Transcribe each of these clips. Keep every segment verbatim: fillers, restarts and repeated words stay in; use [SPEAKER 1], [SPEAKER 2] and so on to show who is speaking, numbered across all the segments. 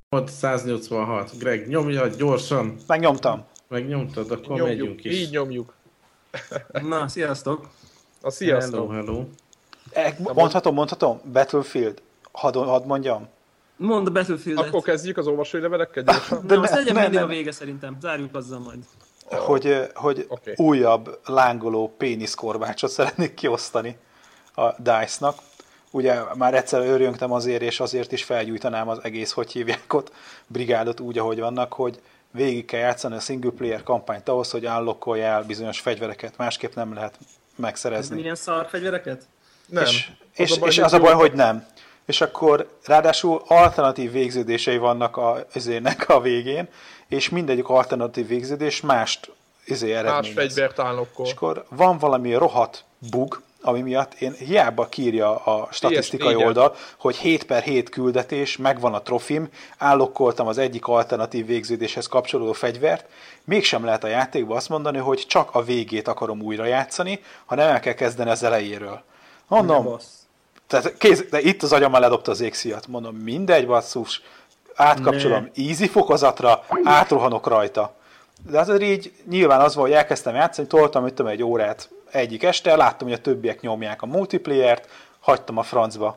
[SPEAKER 1] száznyolcvanhat. Greg, nyomja gyorsan.
[SPEAKER 2] Megnyomtam.
[SPEAKER 1] Megnyomtad, akkor
[SPEAKER 3] nyomjuk,
[SPEAKER 1] megyünk is.
[SPEAKER 3] Így nyomjuk.
[SPEAKER 4] Na, sziasztok.
[SPEAKER 3] A sziasztok.
[SPEAKER 1] Hello, hello.
[SPEAKER 2] E, mondhatom, mondhatom? Battlefield. Hadd had mondjam.
[SPEAKER 4] Mondd a Battlefield-et.
[SPEAKER 3] Akkor kezdjük az olvasói levelekkel gyorsan.
[SPEAKER 4] De azt
[SPEAKER 2] ne-
[SPEAKER 4] legyen
[SPEAKER 2] ne-
[SPEAKER 4] mindig
[SPEAKER 2] ne-
[SPEAKER 4] a vége szerintem. Zárjuk azzal majd.
[SPEAKER 2] Hogy, hogy
[SPEAKER 3] Oké.
[SPEAKER 2] újabb lángoló péniszkorbácsot szeretnék kiosztani a dice-nak. Ugye már egyszer örjöngtem azért, és azért is felgyújtanám az egész, hogy hívják ott, brigádot úgy, ahogy vannak, hogy végig kell játszani a single player kampányt ahhoz, hogy unlockoljál bizonyos fegyvereket, másképp nem lehet megszerezni.
[SPEAKER 4] Milyen szar fegyvereket?
[SPEAKER 3] Nem.
[SPEAKER 2] És,
[SPEAKER 3] Az
[SPEAKER 2] és,
[SPEAKER 3] a baj,
[SPEAKER 2] és
[SPEAKER 3] hogy
[SPEAKER 2] az a baj,
[SPEAKER 3] jó.
[SPEAKER 2] hogy nem. És akkor ráadásul alternatív végződései vannak a, izének a végén, és mindegyik alternatív végződés mást izé
[SPEAKER 3] Más
[SPEAKER 2] eredményez.
[SPEAKER 3] fegyvert állnokkor.
[SPEAKER 2] És akkor van valami rohadt bug, ami miatt én hiába kírja a statisztikai
[SPEAKER 3] Ilyes,
[SPEAKER 2] oldal, hogy hét per hét küldetés, megvan a trofim, állokkoltam az egyik alternatív végződéshez kapcsolódó fegyvert, mégsem lehet a játékban azt mondani, hogy csak a végét akarom újra játszani, hanem el kell kezdeni az elejéről. Mondom, tehát kéz, de itt az agyammal ledobta az égszíjat. Mondom, mindegy, basszus, átkapcsolom
[SPEAKER 4] Ne.
[SPEAKER 2] easy fokozatra, átrohanok rajta. De azért így nyilván az volt, hogy elkezdtem játszani, toltam, mit tudom, egy órát egyik este, láttam, hogy a többiek nyomják a multiplayert, hagytam a francba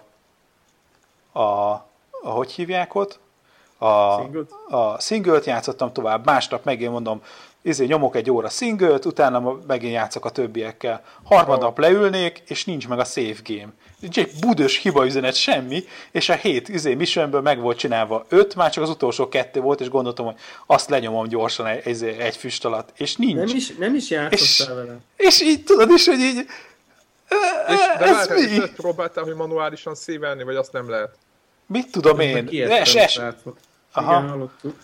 [SPEAKER 2] a, a hogy hívják ott? A
[SPEAKER 4] Singlet?
[SPEAKER 2] a singlet, játszottam tovább, másnap megint mondom, izé nyomok egy óra singlet, utána megint játszok a többiekkel. Harmadnap leülnék, és nincs meg a save game. Egy budös hibaüzenet, semmi, és a hét izé missionből meg volt csinálva öt, már csak az utolsó kettő volt, és gondoltam, hogy azt lenyomom gyorsan egy, izé, egy füst alatt, és nincs.
[SPEAKER 4] Nem is, nem is játszottál vele.
[SPEAKER 2] És így tudod is, hogy így...
[SPEAKER 3] És, de
[SPEAKER 2] ez
[SPEAKER 3] várj,
[SPEAKER 2] mi?
[SPEAKER 3] ezt próbáltál, hogy manuálisan szévelni, vagy azt nem lehet?
[SPEAKER 2] Mit tudom én? Es, es. Aha,
[SPEAKER 4] Igen, hallottuk.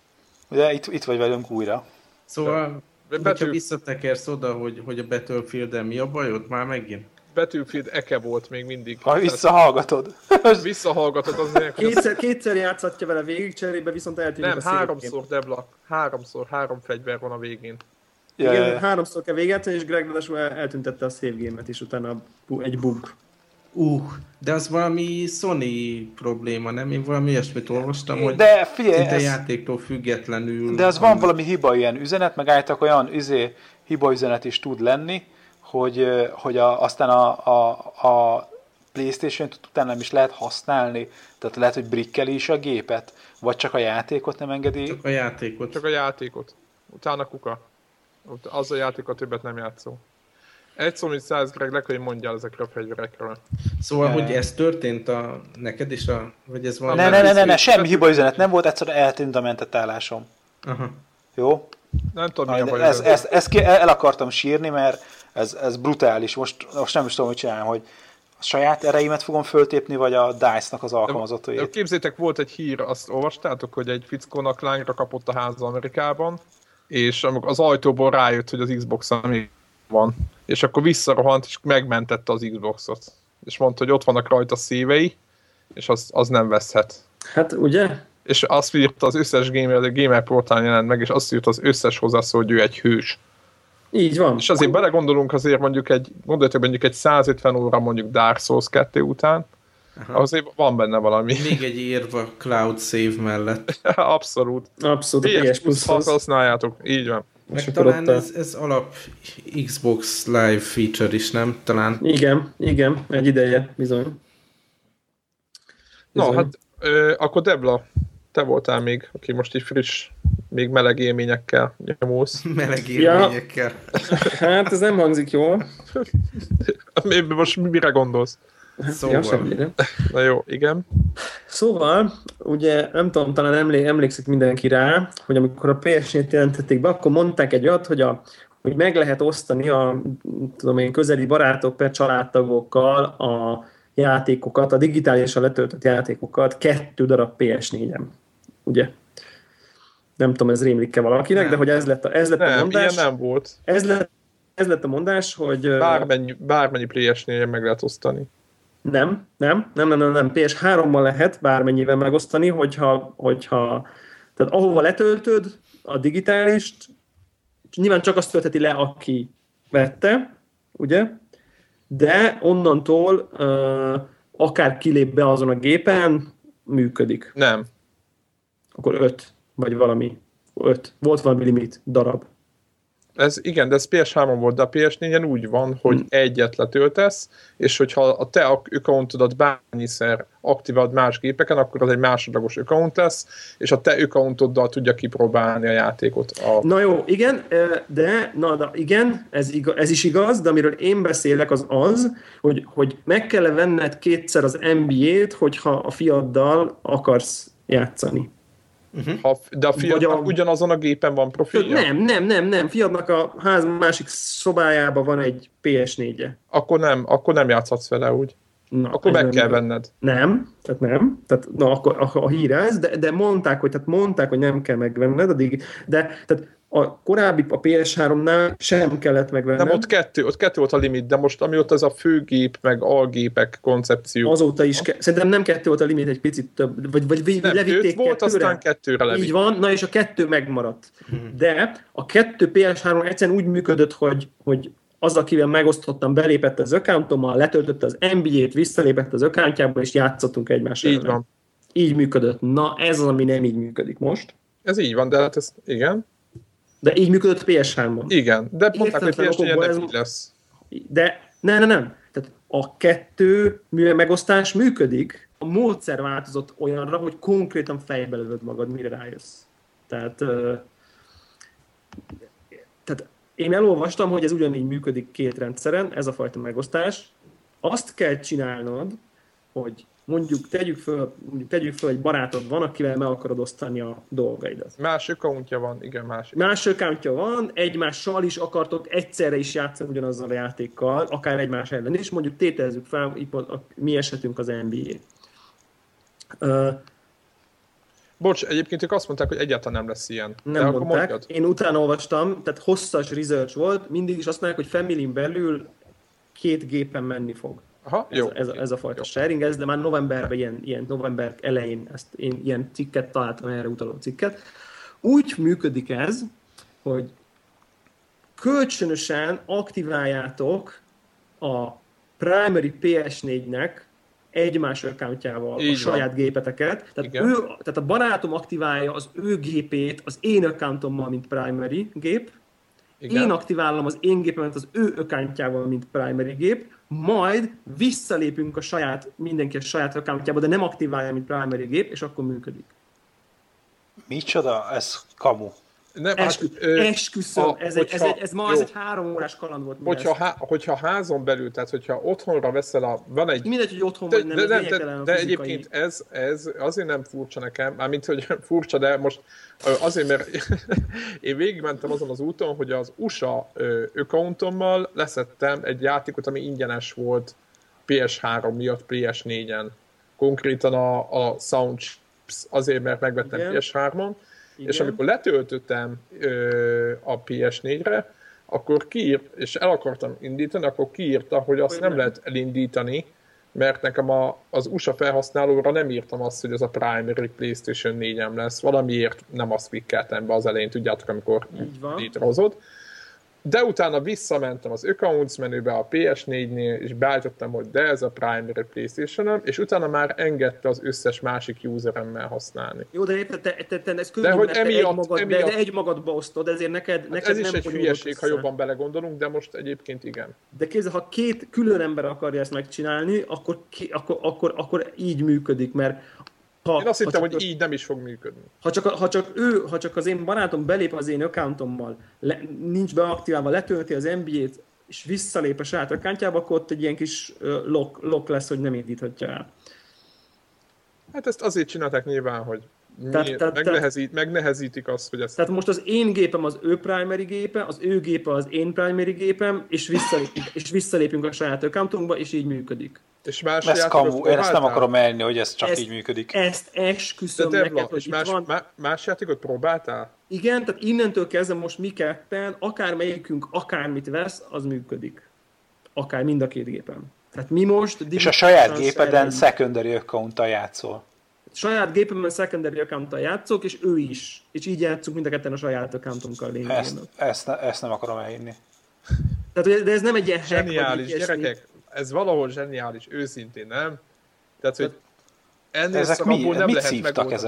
[SPEAKER 2] ugye itt, itt vagy velünk újra.
[SPEAKER 1] Szóval, hogyha
[SPEAKER 3] Betű-
[SPEAKER 1] visszatekersz oda, hogy, hogy a Battlefield-en mi a bajod, már megint.
[SPEAKER 3] Battlefield eke volt még mindig.
[SPEAKER 2] Ha visszahallgatod.
[SPEAKER 3] Tehát visszahallgatod az nélkül.
[SPEAKER 4] Kétszer, kétszer játszhatja vele végig, cserébe viszont eltűnik
[SPEAKER 3] Nem,
[SPEAKER 4] a save
[SPEAKER 3] háromszor,
[SPEAKER 4] game.
[SPEAKER 3] Debla. Háromszor, három fegyver van a végén.
[SPEAKER 2] Ja,
[SPEAKER 4] Igen,
[SPEAKER 2] ja, ja.
[SPEAKER 4] háromszor kell végigjátszani, és Greg ráadásul el, eltüntette a save game-et is, utána bu- egy bug.
[SPEAKER 1] Uh, de az valami Sony probléma, nem? Én valami ilyesmit olvastam, hogy
[SPEAKER 2] De figyelj,
[SPEAKER 1] szinte
[SPEAKER 2] ez,
[SPEAKER 1] játéktól függetlenül...
[SPEAKER 2] de az van valami hiba ilyen üzenet, meg állítak olyan izé, hiba üzenet is tud lenni, hogy, hogy a, aztán a, a, a PlayStation-t utána nem is lehet használni, tehát lehet, hogy brikkeli is a gépet, vagy csak a játékot nem engedi.
[SPEAKER 1] Csak a játékot.
[SPEAKER 3] Csak a játékot. Utána kuka. Ut- Az a játékot többet nem játszó. Egy szó, mint száz, Greg, le kell, hogy mondjál ezekről a fegyverekről.
[SPEAKER 1] Szóval,
[SPEAKER 2] Eh.
[SPEAKER 1] hogy ez történt a neked is, a, vagy ez valami...
[SPEAKER 2] Ne, ne, ne, ne, ne, semmi hiba üzenet nem volt, egyszerűen eltűnt a mentett állásom.
[SPEAKER 1] Aha.
[SPEAKER 2] Jó?
[SPEAKER 3] Nem tudom, mi a
[SPEAKER 2] Na,
[SPEAKER 3] baj.
[SPEAKER 2] ez,
[SPEAKER 3] ezzel.
[SPEAKER 2] ez, ez, ki- el akartam sírni, mert ez, ez brutális. Most, most nem is tudom, hogy csinálom, hogy a saját erejémet fogom föltépni, vagy a dice-nak az
[SPEAKER 3] De
[SPEAKER 2] alkalmazottait.
[SPEAKER 3] képzétek, volt egy hír, azt olvastátok, hogy egy fickónak lányra kapott a háza Amerikában, és amikor az ajtóból rájött, hogy az Xbox-on még van. És akkor visszarohant, és megmentette az Xboxot. És mondta, hogy ott vannak rajta szívei, és az, az nem veszhet.
[SPEAKER 4] Hát ugye?
[SPEAKER 3] És azt írta az összes gamer, a Gamer portálon jelent meg, és azt írta az összes hozzászól, hogy ő egy hős.
[SPEAKER 4] Így van.
[SPEAKER 3] És azért belegondolunk azért mondjuk egy, gondoljatok mondjuk egy százötven óra mondjuk Dark Souls kettő után,
[SPEAKER 1] Aha.
[SPEAKER 3] azért van benne valami.
[SPEAKER 1] Még egy érv a Cloud Save mellett.
[SPEAKER 3] Abszolút.
[SPEAKER 4] Abszolút a
[SPEAKER 3] pé es
[SPEAKER 4] pé es Plus-hoz.
[SPEAKER 3] használjátok, így van.
[SPEAKER 4] És
[SPEAKER 1] Meg
[SPEAKER 4] akkor
[SPEAKER 1] talán
[SPEAKER 4] ott a-
[SPEAKER 1] ez, ez alap Xbox Live feature is, nem? Talán.
[SPEAKER 4] Igen, igen, egy ideje, bizony.
[SPEAKER 3] No,
[SPEAKER 4] Bizony.
[SPEAKER 3] hát ö, akkor Debla, te voltál még, aki most így friss, még meleg élményekkel nyomulsz.
[SPEAKER 1] Meleg
[SPEAKER 4] Ja.
[SPEAKER 1] élményekkel.
[SPEAKER 4] Hát ez nem hangzik jól.
[SPEAKER 3] Most mire gondolsz?
[SPEAKER 1] Szóval.
[SPEAKER 4] Ja, semmire.
[SPEAKER 3] Na jó, igen.
[SPEAKER 4] Szóval, ugye nem tudom, talán emlé- emlékszik mindenki rá, hogy amikor a pé es négy jelentették be, akkor mondták egy olyat, hogy, a, hogy meg lehet osztani a tudom én, közeli barátok per családtagokkal a játékokat, a digitálisan letöltött játékokat kettő darab pé es négyen. Ugye? Nem tudom, ez rémlik-e valakinek,
[SPEAKER 1] Nem.
[SPEAKER 4] de hogy ez lett a, ez lett a
[SPEAKER 3] Nem,
[SPEAKER 4] mondás.
[SPEAKER 3] ilyen nem volt.
[SPEAKER 4] Ez lett, ez lett a mondás, hogy... ö,
[SPEAKER 3] Bármennyi, bármennyi pé es négy meg lehet osztani.
[SPEAKER 4] Nem, nem, nem, nem, nem, nem. pé es hárommal lehet bármennyivel megosztani, hogyha, hogyha tehát ahova letöltöd a digitálist, nyilván csak azt töltheti le, aki vette, ugye? De onnantól uh, akár kilép be azon a gépen, működik.
[SPEAKER 3] Nem.
[SPEAKER 4] akkor öt, vagy valami. öt. Volt valami limit, darab.
[SPEAKER 3] Ez, igen, de ez pé es hármon volt, de a pé es négyen úgy van, hogy hmm. egyet letöltesz, és hogyha a te accountodat bárnyiszor aktiválod más gépeken, akkor az egy másodlagos account lesz, és a te accountoddal tudja kipróbálni a játékot. A...
[SPEAKER 4] Na jó, igen, de, na, de igen, ez, igaz, ez is igaz, de amiről én beszélek az az, hogy, hogy meg kell venned kétszer az en bé á-t, hogyha a fiaddal akarsz játszani.
[SPEAKER 3] Uh-huh. Ha, de a fiadnak a... ugyanazon a gépen van profilja?
[SPEAKER 4] Nem, nem, nem, nem. Fiadnak a ház másik szobájában van egy pé es négy-je.
[SPEAKER 3] Akkor nem, akkor nem játszhatsz vele úgy. Na, akkor meg kell venned.
[SPEAKER 4] Nem, tehát nem. Tehát, na, akkor a, a hír ez, de, de mondták, hogy, tehát mondták, hogy nem kell megvenned, addig, de tehát a korábbi a pé es háromnál sem kellett megvenned.
[SPEAKER 3] Nem, ott kettő, ott kettő volt a limit, de most amióta ez a főgép, meg algépek koncepció.
[SPEAKER 4] Azóta is, ke- szerintem nem kettő volt a limit, egy picit több, vagy, vagy
[SPEAKER 3] nem,
[SPEAKER 4] levitték
[SPEAKER 3] volt,
[SPEAKER 4] kettőre.
[SPEAKER 3] Aztán kettőre levitt.
[SPEAKER 4] Így van, na és a kettő megmaradt. Hmm. De a kettő pé es három egyszerűen úgy működött, hogy, hogy az, akivel megosztottam, belépett az accountommal, letöltötte az en bé á-t, visszalépett az accountjába, és játszottunk egymás ellen.
[SPEAKER 3] Így van.
[SPEAKER 4] Így működött. Na, ez az, ami nem így működik most.
[SPEAKER 3] Ez így van, de hát ez, igen.
[SPEAKER 4] De így működött pé es háromban.
[SPEAKER 3] Igen, de mondták, hogy pé es négyen
[SPEAKER 4] ez...
[SPEAKER 3] így lesz.
[SPEAKER 4] De nem, nem, nem. Tehát a kettő műve megosztás működik. A módszer változott olyanra, hogy konkrétan fejbe lövöd magad, mire rájössz. Tehát, uh, tehát én elolvastam, hogy ez ugyanígy működik két rendszeren, ez a fajta megosztás. Azt kell csinálnod, hogy mondjuk tegyük föl, mondjuk tegyük föl, egy barátod van, akivel meg akarod osztani a dolgaidat.
[SPEAKER 3] Más accountja van, igen, másik.
[SPEAKER 4] Más accountja van, egymással is akartok egyszerre is játszani ugyanazzal a játékkal, akár egymás ellen is, mondjuk tételezzük fel, a mi esetünk az en bé á. Uh,
[SPEAKER 3] Bocs, egyébként ők azt mondták, hogy egyáltalán nem lesz ilyen.
[SPEAKER 4] Nem mondták. Én utána olvastam, tehát hosszas research volt, mindig is azt mondják, hogy familyn belül két gépen menni fog.
[SPEAKER 3] Aha,
[SPEAKER 4] ez,
[SPEAKER 3] jó,
[SPEAKER 4] ez, ez a fajta jó. Sharing, ez, de már novemberben, ilyen, ilyen november elején ezt, én ilyen cikket találtam, erre utaló cikket. Úgy működik ez, hogy kölcsönösen aktiváljátok a primary pé es négynek egymás accountjával a saját van. Gépeteket. Tehát, ő, tehát a barátom aktiválja az ő gépét az én accountommal, mint primary gép. Igen. Én aktiválom az én gépemet az ő accountjával, mint primary gép, majd visszalépünk a saját, mindenki a saját accountjába, de nem aktiválja, mint primary gép, és akkor működik.
[SPEAKER 2] Micsoda? Ez kamu.
[SPEAKER 4] Nem, Eskü, hát, ö, esküszöm, a, ez, hogyha, ez, egy, ez ma ez egy három órás kaland volt.
[SPEAKER 3] Hogyha, há, hogyha házon belül, tehát hogyha otthonra veszel a... Van egy,
[SPEAKER 4] mindegy, hogy otthon vagy nem,
[SPEAKER 3] de,
[SPEAKER 4] ez
[SPEAKER 3] de, de, de egyébként ez, ez azért nem furcsa nekem, mármint, hogy furcsa, de most azért, mert én végigmentem azon az úton, hogy az u es á accountommal leszettem egy játékot, ami ingyenes volt pé es három miatt pé es négyen. Konkrétan a, a Sound Chips, azért, mert megvettem igen. pé es hármon. Igen. És amikor letöltöttem ö, a pé es négyre, akkor kiírt, és el akartam indítani, akkor kiírta, hogy azt nem, nem lehet elindítani, mert nekem a, az u es á felhasználóra nem írtam azt, hogy ez a primary PlayStation négyen lesz. Valamiért nem azt klikkeltem be az elején, tudjátok, amikor létrehozod. De utána visszamentem az Accounts menübe a pé es négynél, és beállítottam, hogy de ez a primary PlayStation-öm, és utána már engedte az összes másik useremmel használni.
[SPEAKER 4] Jó, de te, te, te, te ez körülbelül, hogy emiatt, egy magad, emiatt, de, de egy magadba osztod, ezért neked, hát neked
[SPEAKER 3] ez
[SPEAKER 4] nem
[SPEAKER 3] is egy hülyeség, ha jobban belegondolunk, de most egyébként igen.
[SPEAKER 4] De képzeld, ha két külön ember akarja ezt megcsinálni, akkor, ki, akkor, akkor, akkor így működik, mert Ha,
[SPEAKER 3] én azt hittem, hogy
[SPEAKER 4] az,
[SPEAKER 3] így nem is fog működni.
[SPEAKER 4] Ha csak, ha csak ő, ha csak az én barátom belép az én accountommal, le, nincs beaktiválva, letölti az en bé á-t, és visszalép a saját accountjába, akkor ott egy ilyen kis uh, lock, lock lesz, hogy nem indíthatja el.
[SPEAKER 3] Hát ezt azért csinálták nyilván, hogy
[SPEAKER 4] tehát, tehát,
[SPEAKER 3] megnehezít, megnehezítik azt, hogy ezt...
[SPEAKER 4] Tehát most az én gépem az ő primary gépe, az ő gépe az én primary gépem, és visszalépünk, és visszalépünk a saját accountunkba, és így működik.
[SPEAKER 3] És más
[SPEAKER 2] ez kamu, én ezt nem akarom elni, hogy ez csak
[SPEAKER 4] ezt,
[SPEAKER 2] így működik.
[SPEAKER 4] Ezt esküszöm
[SPEAKER 3] de
[SPEAKER 4] neked,
[SPEAKER 3] hogy és más, van... más játékot próbáltál?
[SPEAKER 4] Igen, tehát innentől kezdve most mi ketten, akármelyikünk akármit vesz, az működik. Akár mind a két gépen. Tehát mi most...
[SPEAKER 2] És a saját gépeden secondary account-tal játszol.
[SPEAKER 4] Saját gépemben secondary account-tal játszok, és ő is. És így játszunk mind a ketten a saját accountunkkal lényegében.
[SPEAKER 2] Ezt, ezt, ne, ezt nem akarom elhinni.
[SPEAKER 4] Tehát, de ez nem egy ilyen hack,
[SPEAKER 3] zseniális, gyerekek, ez valahol zseniális, őszintén, nem? Tehát, hogy ennél
[SPEAKER 2] ezek mi,
[SPEAKER 3] nem
[SPEAKER 2] mit
[SPEAKER 3] lehet
[SPEAKER 2] szívtak
[SPEAKER 3] megoldani.
[SPEAKER 2] ezek?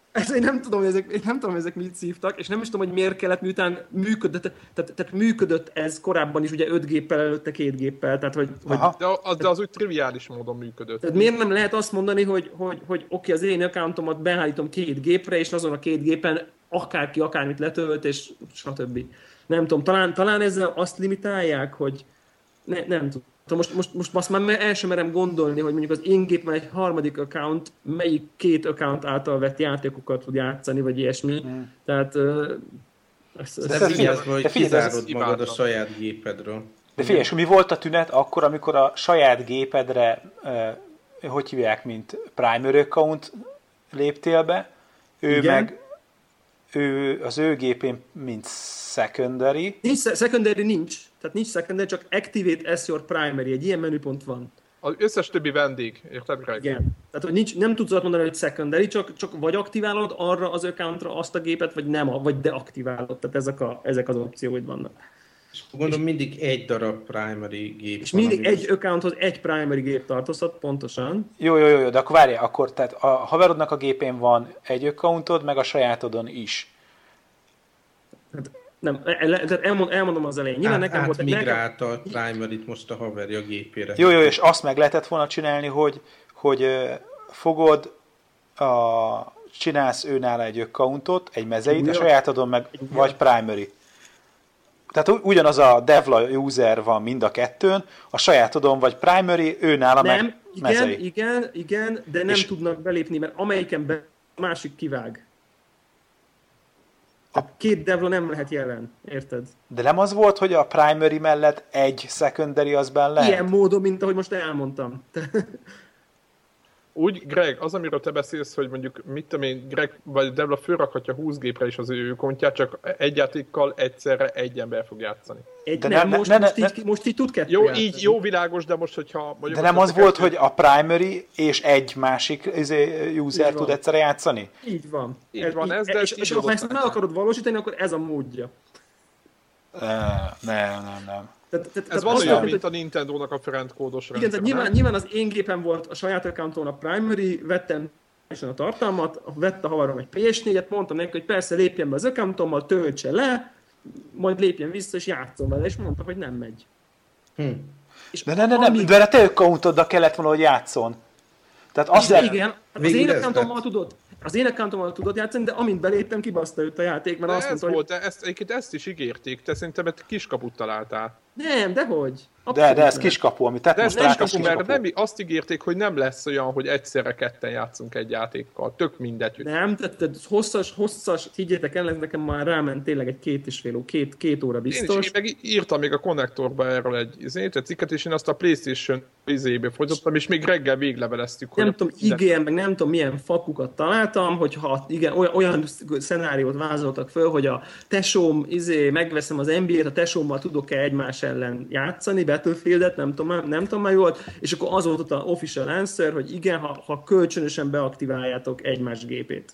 [SPEAKER 4] Ez én nem tudom, hogy ezek, én nem tudom, hogy ezek mit szívtak, és nem is tudom, hogy miért kellett, miután működött, tehát, tehát működött ez korábban is, ugye öt géppel, előtte két géppel, tehát hogy... hogy
[SPEAKER 3] de, az, de az úgy triviális módon működött.
[SPEAKER 4] Tehát miért nem lehet azt mondani, hogy, hogy, hogy oké, az én accountomat beállítom két gépre, és azon a két gépen akárki akármit letölt, és stb. Nem tudom, talán, talán ezzel azt limitálják, hogy ne, nem tudom. Most, most, most azt már el sem merem gondolni, hogy mondjuk az én gépen egy harmadik account, melyik két account által vett játékokat tud játszani, vagy ilyesmi. Mm. Tehát... Uh,
[SPEAKER 1] ez, ez, ez figyelj, hogy kizárod magad a saját gépedről.
[SPEAKER 2] De figyelj, és mi volt a tünet akkor, amikor a saját gépedre, uh, hogy hívják, mint primary account léptél be, ő igen. meg ő, az ő gépén, mint secondary.
[SPEAKER 4] Nincs, secondary nincs. Tehát nincs secondary, csak activate as your primary. Egy ilyen menüpont van.
[SPEAKER 3] Az összes többi vendég, érted, Greg?
[SPEAKER 4] Igen. Tehát, hogy nincs, nem tudsz azt mondani, hogy secondary, csak, csak vagy aktiválod arra az accountra azt a gépet, vagy nem, vagy deaktiválod. Tehát ezek, a, ezek az opcióid vannak.
[SPEAKER 1] És gondolom mindig egy darab primary gép.
[SPEAKER 4] És mindig egy az... accounthoz egy primary gép tartozhat, pontosan.
[SPEAKER 2] Jó, jó, jó, de akkor várjál, akkor tehát a haverodnak a gépén van egy accountod, meg a sajátodon is.
[SPEAKER 4] Hát, nem, elmond, elmondom az elején. Nyilván
[SPEAKER 1] Át,
[SPEAKER 4] nekem volt...
[SPEAKER 1] Átmigrált a primaryt most a haverja gépére.
[SPEAKER 2] Jó, jó, és azt meg lehetett volna csinálni, hogy, hogy fogod, a, csinálsz őnála egy accountot, egy mezeit, a sajátodon meg vagy primary. Tehát ugyanaz a devla user van mind a kettőn, a sajátodon vagy primary, őnála
[SPEAKER 4] nem,
[SPEAKER 2] meg
[SPEAKER 4] igen,
[SPEAKER 2] mezei.
[SPEAKER 4] Igen, igen, de nem és tudnak belépni, mert amelyiken be, a másik kivág. Tehát két devla nem lehet jelen, érted?
[SPEAKER 2] De nem az volt, hogy a primary mellett egy secondary az benne lehet?
[SPEAKER 4] Ilyen módon, mint ahogy most elmondtam.
[SPEAKER 3] Úgy, Greg, az, amiről te beszélsz, hogy mondjuk, mit tudom én, Greg vagy Devla fölrakhatja húsz gépre is az ő kontját, csak egy játékkal egyszerre egy ember fog játszani.
[SPEAKER 4] Egy, de nem, nem, most, ne, most, ne, így, most így tud kettő
[SPEAKER 3] Jó,
[SPEAKER 4] játszani.
[SPEAKER 3] így jó világos, de most, hogyha...
[SPEAKER 2] De nem az volt, kettő... hogy a primary és egy másik user tud egyszerre játszani?
[SPEAKER 4] Így van.
[SPEAKER 3] Így
[SPEAKER 4] ez,
[SPEAKER 3] van ez,
[SPEAKER 4] de és, és ha ezt meg akarod valósítani, akkor ez a módja.
[SPEAKER 2] Nem, nem, nem.
[SPEAKER 3] Tehát, tehát, ez van olyan, mint a Nintendo-nak a friend-kódos rendszer.
[SPEAKER 4] Igen, tehát nyilván, nyilván az én gépen volt a saját accounton a primary, vettem a tartalmat, vette a havarom egy pé es négyet, mondtam neki, hogy persze lépjen be az accountommal, töltse le, majd lépjen vissza és játszom vele, és mondta, hogy nem megy.
[SPEAKER 2] Hm. És de ne, ne, amíg... de a te accountoddal kellett volna, hogy játszon. Tehát azt
[SPEAKER 4] igen, igen, az én accountommal tudod. Az én accountommal tudod játszani, de amint beléptem, kibaszta őt a játék, mert
[SPEAKER 3] de
[SPEAKER 4] azt
[SPEAKER 3] ez
[SPEAKER 4] mondta,
[SPEAKER 3] volt,
[SPEAKER 4] hogy...
[SPEAKER 3] de ezt, egyébként ezt is ígérték, te szerintem egy kiskaput találtál.
[SPEAKER 4] Nem, dehogy.
[SPEAKER 2] De, de ez kiskapu, amit te most
[SPEAKER 3] látsz, kiskapu, mert nem, azt ígérték, hogy nem lesz olyan, hogy egyszerre ketten játszunk egy játékkal. Tök mindegy. Hogy...
[SPEAKER 4] Nem, tehát, tehát hosszas, hosszas, higgyétek el, nekem már ráment tényleg egy két és fél ó, két, két óra biztos.
[SPEAKER 3] Én is én meg írtam még a konnektorba erről egy izét, cikket, és én azt a PlayStation izébe folytattam, és még reggel végleveleztük.
[SPEAKER 4] Nem tudom, i gé em, meg nem tudom milyen fakukat találtam, hogyha igen, olyan, olyan szenáriót vázoltak föl, hogy a tesóm, izé, megveszem az en bé á-t, a tesómmal tudok-e egymás ellen játszani, Battlefieldet, nem tudom, nem tudom, már volt, és akkor az volt ott a official answer, hogy igen, ha, ha kölcsönösen beaktiváljátok egymás gépét.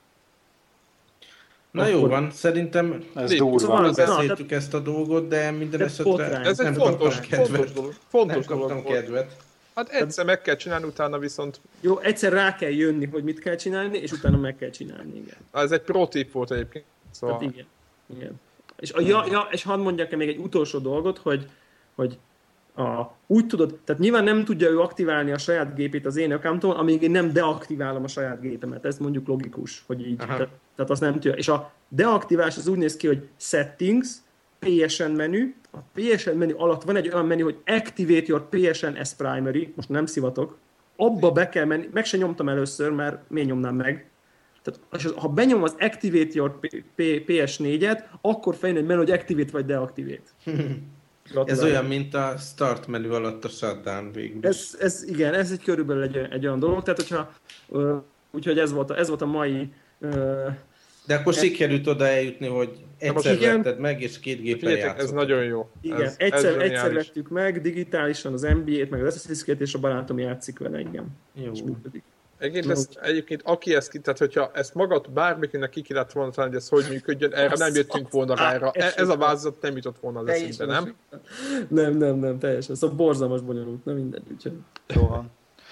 [SPEAKER 1] Na akkor... jó van, szerintem
[SPEAKER 2] ez durva.
[SPEAKER 1] Beszéltük na, ezt a dolgot, de minden
[SPEAKER 4] de
[SPEAKER 1] esetre
[SPEAKER 3] ez egy
[SPEAKER 1] nem
[SPEAKER 3] fontos,
[SPEAKER 1] kedvet.
[SPEAKER 3] fontos dolog. Fontos
[SPEAKER 1] nem kaptam
[SPEAKER 3] dolog
[SPEAKER 1] kedvet.
[SPEAKER 3] Hát egyszer meg kell csinálni, utána viszont...
[SPEAKER 4] Jó, egyszer rá kell jönni, hogy mit kell csinálni, és utána meg kell csinálni, igen.
[SPEAKER 3] Ez egy pro tip volt egyébként.
[SPEAKER 4] Szóval... Hát igen, igen. És, a, ja, ja, és hadd mondjak még egy utolsó dolgot, hogy, hogy a, úgy tudod, tehát nyilván nem tudja ő aktiválni a saját gépét az én accounton, amíg én nem deaktiválom a saját gépemet. Ez mondjuk logikus, hogy így. Tehát, tehát azt nem tudja. És a deaktiválás az úgy néz ki, hogy settings, pé es en menü. A pé es en menü alatt van egy olyan menü, hogy activate your pé es en as primary. Most nem szivatok. Abba be kell menni. Meg se nyomtam először, mert miért nyomnám meg. Tehát, ha benyomom az activate your pé es négyet, akkor fejön egy menü, hogy activate vagy deactivate.
[SPEAKER 1] Ez olyan, mint a start menü alatt a shutdown végül.
[SPEAKER 4] Ez, ez, igen, ez egy körülbelül egy, egy olyan dolog, tehát hogyha, uh, úgyhogy ez volt a, ez volt a mai... Uh,
[SPEAKER 1] De akkor sikerült oda eljutni, hogy egyszer vetted meg, és két gépen játszott.
[SPEAKER 3] Ez nagyon jó.
[SPEAKER 4] Igen,
[SPEAKER 3] ez,
[SPEAKER 4] egyszer,
[SPEAKER 3] ez
[SPEAKER 4] egyszer vettük meg digitálisan az en bé á-t, meg az Assassin's Creed, és a barátom játszik vele engem.
[SPEAKER 1] Jó.
[SPEAKER 3] Egyébként, ezt, egyébként aki ezt ki, tehát hogyha ezt magad bármikinek ki kellett volna találni, hogy ez hogy működjön, erre nem jöttünk volna rá, erre. Ez a változat nem jutott volna az eszünkbe, nem?
[SPEAKER 4] Nem, nem, nem, teljesen. Szóval borzalmas bonyolult, nem mindegy, úgyhogy.
[SPEAKER 2] Jó van.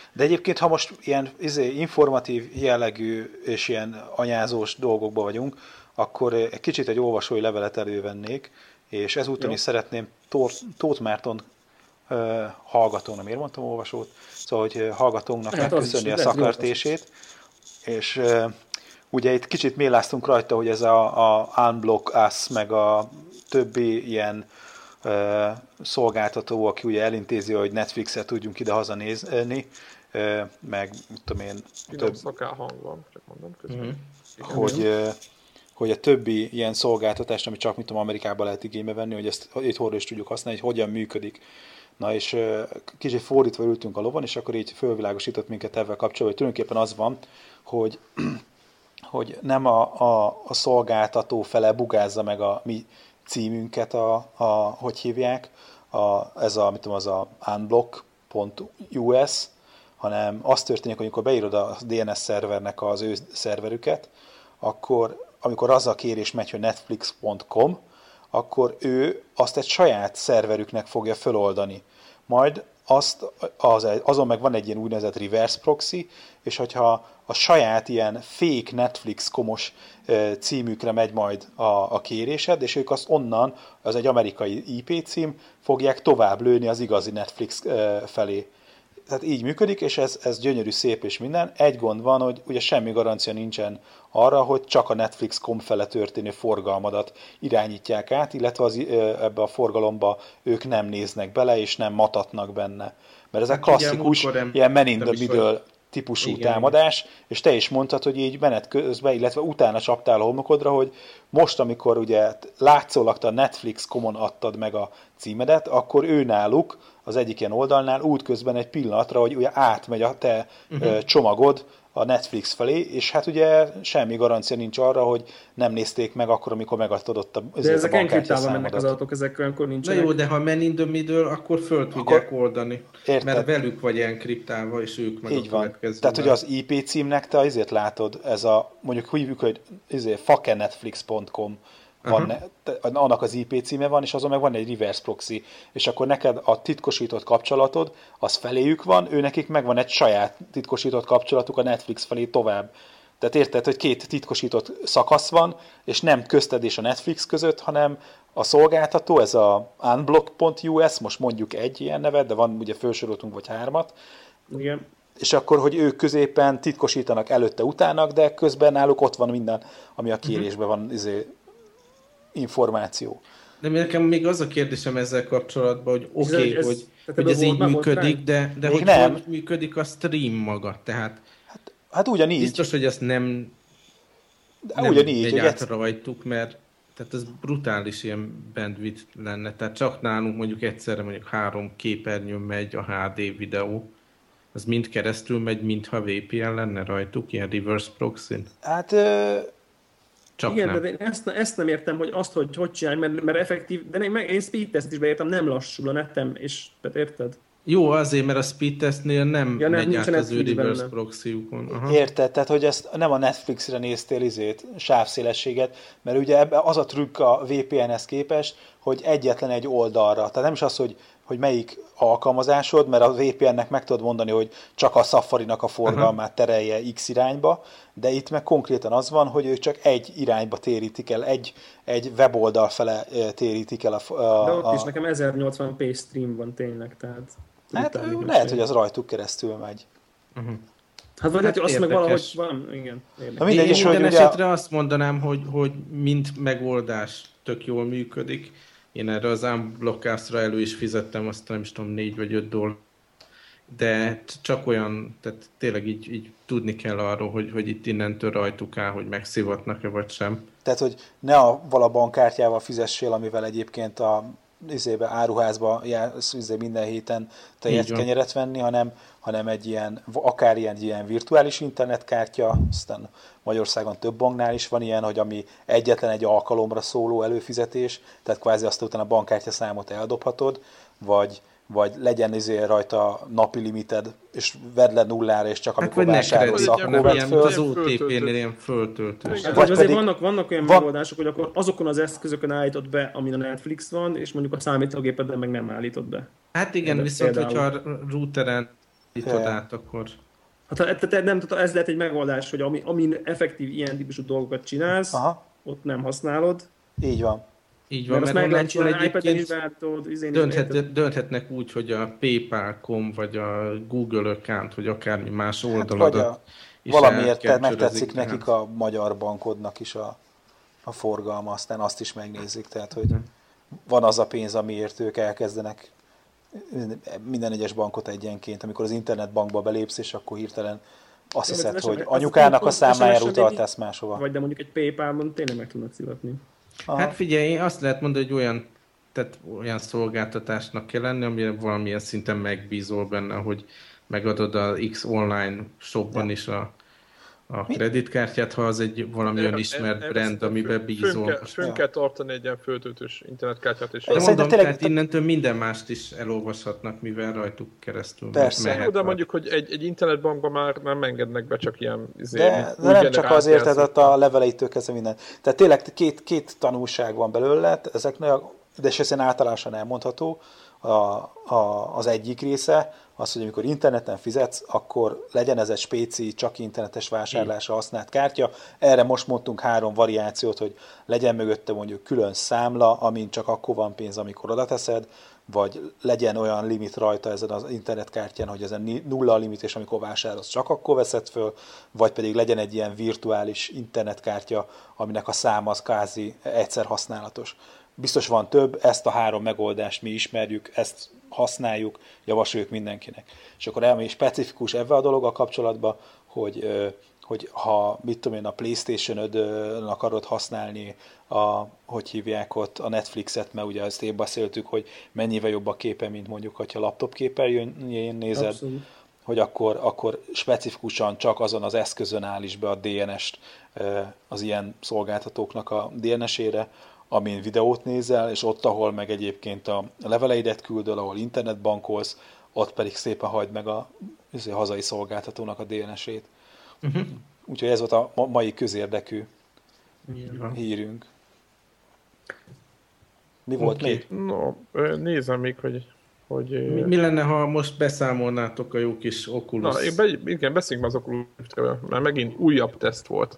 [SPEAKER 2] De egyébként, ha most ilyen izé, informatív jellegű és ilyen anyázós dolgokban vagyunk, akkor egy kicsit egy olvasói levelet elővennék, és ezúton Jó. is szeretném Tóth Márton uh, hallgatónak, miért mondtam olvasót? Szóval, hogy hallgatónknak hát megköszönni a szakértését, és uh, ugye itt kicsit méláztunk rajta, hogy ez a, a Unblock Us, meg a többi ilyen uh, szolgáltató, aki ugye elintézi, hogy Netflixet tudjunk ide-haza nézni, uh, meg mit tudom én...
[SPEAKER 3] Több szakál hang van, csak mondom közben. Mm-hmm.
[SPEAKER 2] Hogy... Uh, hogy a többi ilyen szolgáltatást, amit csak mit tudom, Amerikában lehet igénybe venni, hogy ezt itt hol is tudjuk használni, hogy hogyan működik. Na és kicsit fordítva ültünk a lovon, és akkor így fölvilágosított minket ezzel kapcsolatban, hogy tulajdonképpen az van, hogy, hogy nem a, a, a szolgáltató fele bugázza meg a mi címünket, a, a, hogy hívják, a, ez a, mit tudom, az a unblock pont u es, hanem az történik, hogy amikor beírod a dé en es szervernek az ő szerverüket, akkor amikor az a kérés megy, hogy netflix pont com, akkor ő azt egy saját szerverüknek fogja feloldani. Majd azt, az, azon meg van egy ilyen úgynevezett reverse proxy, és hogyha a saját ilyen fake Netflix komos címükre megy majd a, a kérésed, és ők azt onnan, az egy amerikai i pé cím, fogják tovább lőni az igazi Netflix felé. Tehát így működik, és ez, ez gyönyörű, szép és minden. Egy gond van, hogy ugye semmi garancia nincsen arra, hogy csak a netflix pont com fele történő forgalmadat irányítják át, illetve az, ebbe a forgalomba ők nem néznek bele, és nem matatnak benne. Mert ez a klasszikus, ilyen man in the middle típusú igen, támadás, és te is mondtad, hogy így menet közben, illetve utána csaptál a homlokodra, hogy most, amikor ugye látszólag te a netflix pont com-on adtad meg a címedet, akkor ő náluk, az egyik ilyen oldalnál útközben egy pillanatra, hogy ugye átmegy a te uh-huh. csomagod a Netflix felé, és hát ugye semmi garancia nincs arra, hogy nem nézték meg akkor, amikor megadtad ott a
[SPEAKER 4] de ezek enkriptálva mennek az adatok, ezek olyankor nincsenek.
[SPEAKER 1] Na jó, de ha man in the middle, akkor föl tudják akkor, oldani. Érted? Mert velük vagy enkriptálva, és ők meg
[SPEAKER 2] így
[SPEAKER 1] a
[SPEAKER 2] következő. Tehát, hogy az i pé címnek te azért látod, ez a, mondjuk hívjuk, hogy fucking netflix pont com, van, ne, annak az i pé címe van, és azon meg van egy reverse proxy, és akkor neked a titkosított kapcsolatod, az feléjük van, ő nekik meg van egy saját titkosított kapcsolatuk a Netflix felé tovább. Tehát érted, hogy két titkosított szakasz van, és nem közted és a Netflix között, hanem a szolgáltató, ez a unblock pont u es, most mondjuk egy ilyen nevet, de van ugye felsoroltunk vagy hármat.
[SPEAKER 4] Igen.
[SPEAKER 2] És akkor, hogy ők középen titkosítanak előtte, utána, de közben náluk ott van minden, ami a kérésben van, izé, információ.
[SPEAKER 1] De nekem még az a kérdésem ezzel kapcsolatban, hogy oké, okay, ez, hogy, hogy ez így működik, de, de hogy, nem. hogy működik a stream maga, tehát
[SPEAKER 2] hát, hát ugyanígy.
[SPEAKER 1] Biztos, hogy ezt nem,
[SPEAKER 2] de nem ugyanígy,
[SPEAKER 1] egy átra rajtuk, mert tehát ez brutális ilyen bandwidth lenne, tehát csak nálunk mondjuk egyszerre mondjuk három képernyőn megy a há dé videó, az mind keresztül megy, mintha vé pé en lenne rajtuk, ilyen reverse proxy-n.
[SPEAKER 2] Hát... Ö...
[SPEAKER 1] Csak
[SPEAKER 4] igen,
[SPEAKER 1] nem.
[SPEAKER 4] de én ezt, ezt nem értem, hogy azt, hogy hogy csinálj, mert, mert effektív, de én, én speed test is beértem, nem lassul a netem, és tehát érted?
[SPEAKER 1] Jó, azért, mert a speed testnél nem
[SPEAKER 4] ja,
[SPEAKER 1] megy át az ő reverse proxy-ukon.
[SPEAKER 2] Érted, tehát hogy ezt nem a Netflixre néztél izét, sávszélességet, mert ugye ebbe az a trükk a vé pé en-hez képest, hogy egyetlen egy oldalra, tehát nem is az, hogy hogy melyik alkalmazásod, mert a vé pé en-nek meg tudod mondani, hogy csak a Safari-nak a forgalmát terelje X irányba, de itt meg konkrétan az van, hogy ők csak egy irányba térítik el, egy, egy weboldal fele térítik el a... a
[SPEAKER 4] de ott
[SPEAKER 2] a...
[SPEAKER 4] is nekem ezernyolcvan pé stream van tényleg, tehát...
[SPEAKER 2] Hát lehet, hogy az rajtuk keresztül megy.
[SPEAKER 1] Uh-huh.
[SPEAKER 4] Hát vagy hát azt meg valahogy van, igen.
[SPEAKER 1] Na mindegy, én minden esetre ugye... azt mondanám, hogy, hogy mint megoldás tök jól működik. Én erre az unblockásra elő is fizettem, azt nem is tudom, négy vagy öt dollár. De csak olyan, tehát tényleg így, így tudni kell arról, hogy, hogy itt innentől rajtuk áll, hogy megszivatnak-e vagy sem.
[SPEAKER 2] Tehát, hogy ne a vala bankkártyával fizessél, amivel egyébként a izébe, áruházba jársz izé minden héten tejet kenyeret venni, hanem, hanem egy ilyen, akár ilyen, ilyen virtuális internetkártya, aztán Magyarországon több banknál is van ilyen, hogy ami egyetlen egy alkalomra szóló előfizetés, tehát kvázi azt utána a bankkártya számot eldobhatod, vagy, vagy legyen izé rajta napi limited, és vedd le nullára, és csak amikor hát, vásárolsz, akkor vedd föl.
[SPEAKER 1] Az o té pé-nél ilyen föltöltős.
[SPEAKER 4] Hát, vagy azért vannak, vannak olyan van... megoldások, hogy akkor azokon az eszközökön állítod be, amin a Netflix van, és mondjuk a számítógépeden meg nem állítod be.
[SPEAKER 1] Hát igen, de viszont például... hogyha a routeren Állítod át, akkor...
[SPEAKER 4] Hát te, nem tudom, ez lehet egy megoldás, hogy ami, amin effektív ilyen típusú dolgokat csinálsz, aha. ott nem használod.
[SPEAKER 2] Így van.
[SPEAKER 1] Így van, mert,
[SPEAKER 4] mert meg lehet
[SPEAKER 1] csinálni
[SPEAKER 4] egyébként
[SPEAKER 1] dönthet, dönthetnek úgy, hogy a PayPal pont com vagy a Google account, vagy akármi más oldaladat hát,
[SPEAKER 2] is valamiért megtetszik nekik a magyar bankodnak is a, a forgalma, aztán azt is megnézik, tehát hogy hmm. van az a pénz, amiért ők elkezdenek minden egyes bankot egyenként, amikor az internetbankba belépsz, és akkor hirtelen azt ja, hiszed, hogy anyukának a számlájára utaltesz máshova.
[SPEAKER 4] Vagy de mondjuk egy PayPal-ban tényleg meg tudnak szivatni.
[SPEAKER 1] Aha. Hát figyelj, azt lehet mondani, hogy olyan, tehát olyan szolgáltatásnak kell lenni, amire valamilyen szinten megbízol benne, hogy megadod a X online shopban ja. is a, a kreditkártyát, ha az egy valamilyen ismert en, brand, amiben bízol.
[SPEAKER 3] Fönn kell, fönn kell tartani egy ilyen földöltős internetkártyát. És
[SPEAKER 1] de mondom, tényleg, tehát innentől minden mást is elolvashatnak, mivel rajtuk keresztül
[SPEAKER 3] mehet. De mondjuk, hogy egy, egy internetbankban már nem engednek be csak ilyen...
[SPEAKER 2] De, de nem csak azért, tehát a leveleitől kezdve minden. Tehát tényleg két, két tanulság van belőle, ezeknek, de és ez általánosan elmondható. A, a, az egyik része az, hogy amikor interneten fizetsz, akkor legyen ez egy spéci, csak internetes vásárlásra használt kártya. Erre most mondtunk három variációt, hogy legyen mögötte mondjuk külön számla, amin csak akkor van pénz, amikor oda teszed, vagy legyen olyan limit rajta ezen az internetkártyán, hogy ezen nulla a limit, és amikor vásárolsz, csak akkor veszed föl, vagy pedig legyen egy ilyen virtuális internetkártya, aminek a száma az kvázi egyszer használatos. Biztos van több, ezt a három megoldást mi ismerjük, ezt használjuk, javasoljuk mindenkinek. És akkor elmegy specifikus ebben a dologgal kapcsolatban, hogy, hogy ha mit tudom én, a PlayStation ötön akarod használni, a, hogy hívják ott, a Netflixet, mert ugye ezt épp beszéltük, hogy mennyivel jobb a képe, mint mondjuk, hogyha laptop képernyőn nézed, abszolút. Hogy akkor, akkor specifikusan csak azon az eszközön állíts be a dé en est az ilyen szolgáltatóknak a dé en esére, amin videót nézel, és ott, ahol meg egyébként a leveleidet küldöl, ahol internetbankolsz, ott pedig szépen hagyd meg a, a hazai szolgáltatónak a dé en esét. Uh-huh. Úgyhogy ez volt a mai közérdekű uh-huh. hírünk. Mi volt okay. még?
[SPEAKER 3] No, nézem még, hogy... hogy
[SPEAKER 1] mi, mi lenne, ha most beszámolnátok a jó kis Oculus?
[SPEAKER 3] Na, be, igen, beszéljünk az Oculus-ről, mert megint újabb teszt volt.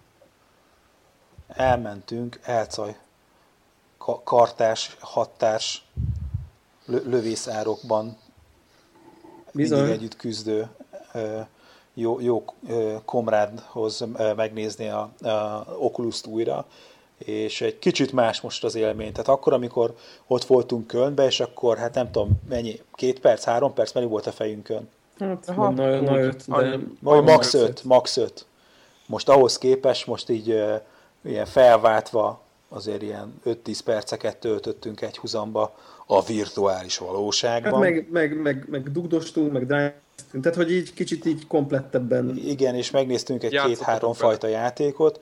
[SPEAKER 2] Elmentünk, elcaj. kartás, hattárs lövészárokban mindig együtt küzdő jó, jó komrádhoz megnézni a, a Oculus-t újra, és egy kicsit más most az élmény. Tehát akkor, amikor ott voltunk Kölnbe, és akkor, hát nem tudom, mennyi, két perc, három perc, mennyi volt a fejünkön?
[SPEAKER 4] Hát, ha, na, na öt, de...
[SPEAKER 2] Max öt, max öt. Most ahhoz képest, most így uh, ilyen felváltva, azért ilyen öt-tíz perceket töltöttünk egy huzamba a virtuális valóságban.
[SPEAKER 4] Hát meg, meg, meg, meg dugdostunk, meg drive-ztünk, tehát hogy így kicsit így komplettebben.
[SPEAKER 2] Igen, és megnéztünk egy két-három fajta játékot,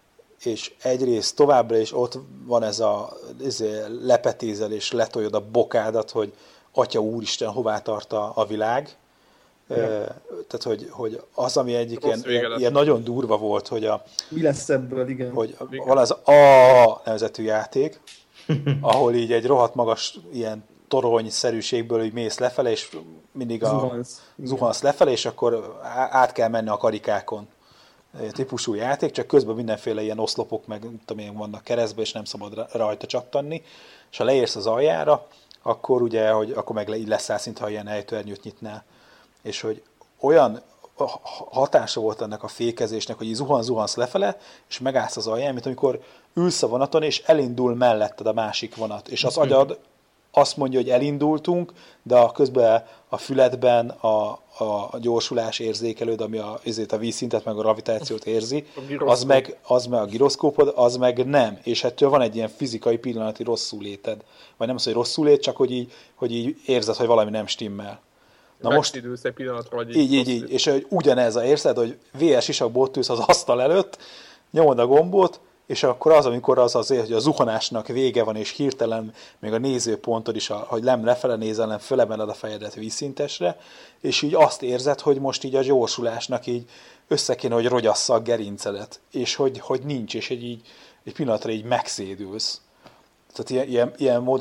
[SPEAKER 2] és egyrészt továbbra is ott van ez a ez lepetézel és letoljod a bokádat, hogy Atya Úristen, hová tart a, a világ. Ja. Tehát, hogy, hogy az, ami egyik ilyen, ilyen nagyon durva volt, hogy a...
[SPEAKER 4] Mi lesz ebből, igen.
[SPEAKER 2] Hogy igen. Van az A nevezetű játék, ahol így egy rohadt magas ilyen toronyszerűségből így mész lefele, és mindig a zuhansz, zuhansz lefele, és akkor át kell menni a karikákon. Típusú játék, csak közben mindenféle ilyen oszlopok meg tudom én, vannak keresztbe, és nem szabad rajta csattanni. És ha leérsz az aljára, akkor ugye, hogy akkor meg így leszállsz, mintha ilyen ejtőernyőt nyitnál. És hogy olyan hatása volt ennek a fékezésnek, hogy így zuhan-zuhansz lefele, és megállsz az alján, mint amikor ülsz a vonaton, és elindul melletted a másik vonat. És az agyad azt mondja, hogy elindultunk, de a közben a füledben a, a gyorsulás érzékelőd, ami a, ezért a vízszintet, meg a gravitációt érzi, az meg, az meg a giroszkópod, az meg nem. És ettől van egy ilyen fizikai pillanati rosszúléted. Vagy nem az, hogy rosszúlét, csak hogy így, hogy így érzed, hogy valami nem stimmel.
[SPEAKER 3] Na most egy pillanatra, vagy
[SPEAKER 2] így, így, így, és hogy ugyanez a érzed, hogy vé er sisakból ott ülsz az asztal előtt, nyomod a gombot, és akkor az, amikor az azért, hogy a zuhanásnak vége van, és hirtelen még a nézőpontod is, hogy nem lefele nézel, nem fölemeled a fejedet vízszintesre, és így azt érzed, hogy most így a gyorsulásnak így össze kéne, hogy rogyassza a gerincedet, és hogy, hogy nincs, és egy, így, egy pillanatra így megszédülsz. Tehát ilyen, ilyen, ilyen módon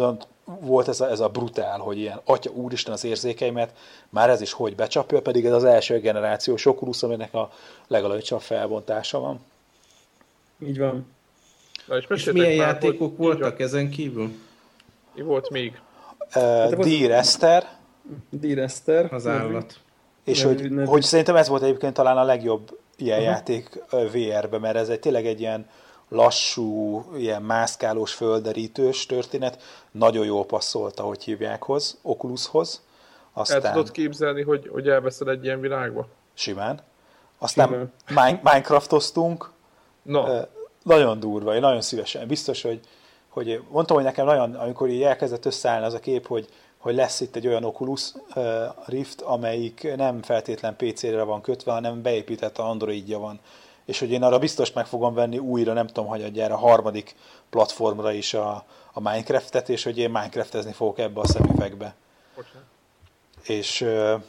[SPEAKER 2] volt ez a, ez a brutál, hogy ilyen, atya úristen az érzékeimet, már ez is hogy becsapja, pedig ez az első generációs Oculus, aminek a legalacsonyabb felbontása van.
[SPEAKER 4] Így van.
[SPEAKER 3] Na, és
[SPEAKER 1] és milyen már, játékok voltak ezen kívül?
[SPEAKER 3] Mi volt még?
[SPEAKER 2] Uh, Dear Esther.
[SPEAKER 4] Dear Esther.
[SPEAKER 1] Az állat.
[SPEAKER 2] És nevű, hogy, nevű. hogy szerintem ez volt egyébként talán a legjobb ilyen uh-huh. játék vé er-be, mert ez egy tényleg egy ilyen lassú, ilyen mászkálós, földerítős történet. Nagyon jól passzolt, ahogy hívják hoz, Oculushoz.
[SPEAKER 3] Aztán... El tudod képzelni, hogy, hogy elveszed egy ilyen világba?
[SPEAKER 2] Simán. Aztán Simán. Minecraftoztunk.
[SPEAKER 3] No.
[SPEAKER 2] Nagyon durva, én nagyon szívesen. Biztos, hogy, hogy mondtam, hogy nekem nagyon, amikor így elkezdett összeállni az a kép, hogy, hogy lesz itt egy olyan Oculus uh, Rift, amelyik nem feltétlen pé cére van kötve, hanem beépített a Androidja van. És hogy én arra biztos meg fogom venni újra, nem tudom, hogy adjára a harmadik platformra is a, a Minecraftet, és hogy én Minecraftezni fogok ebbe a szemüvegbe.
[SPEAKER 3] Bocsánat.
[SPEAKER 2] És uh,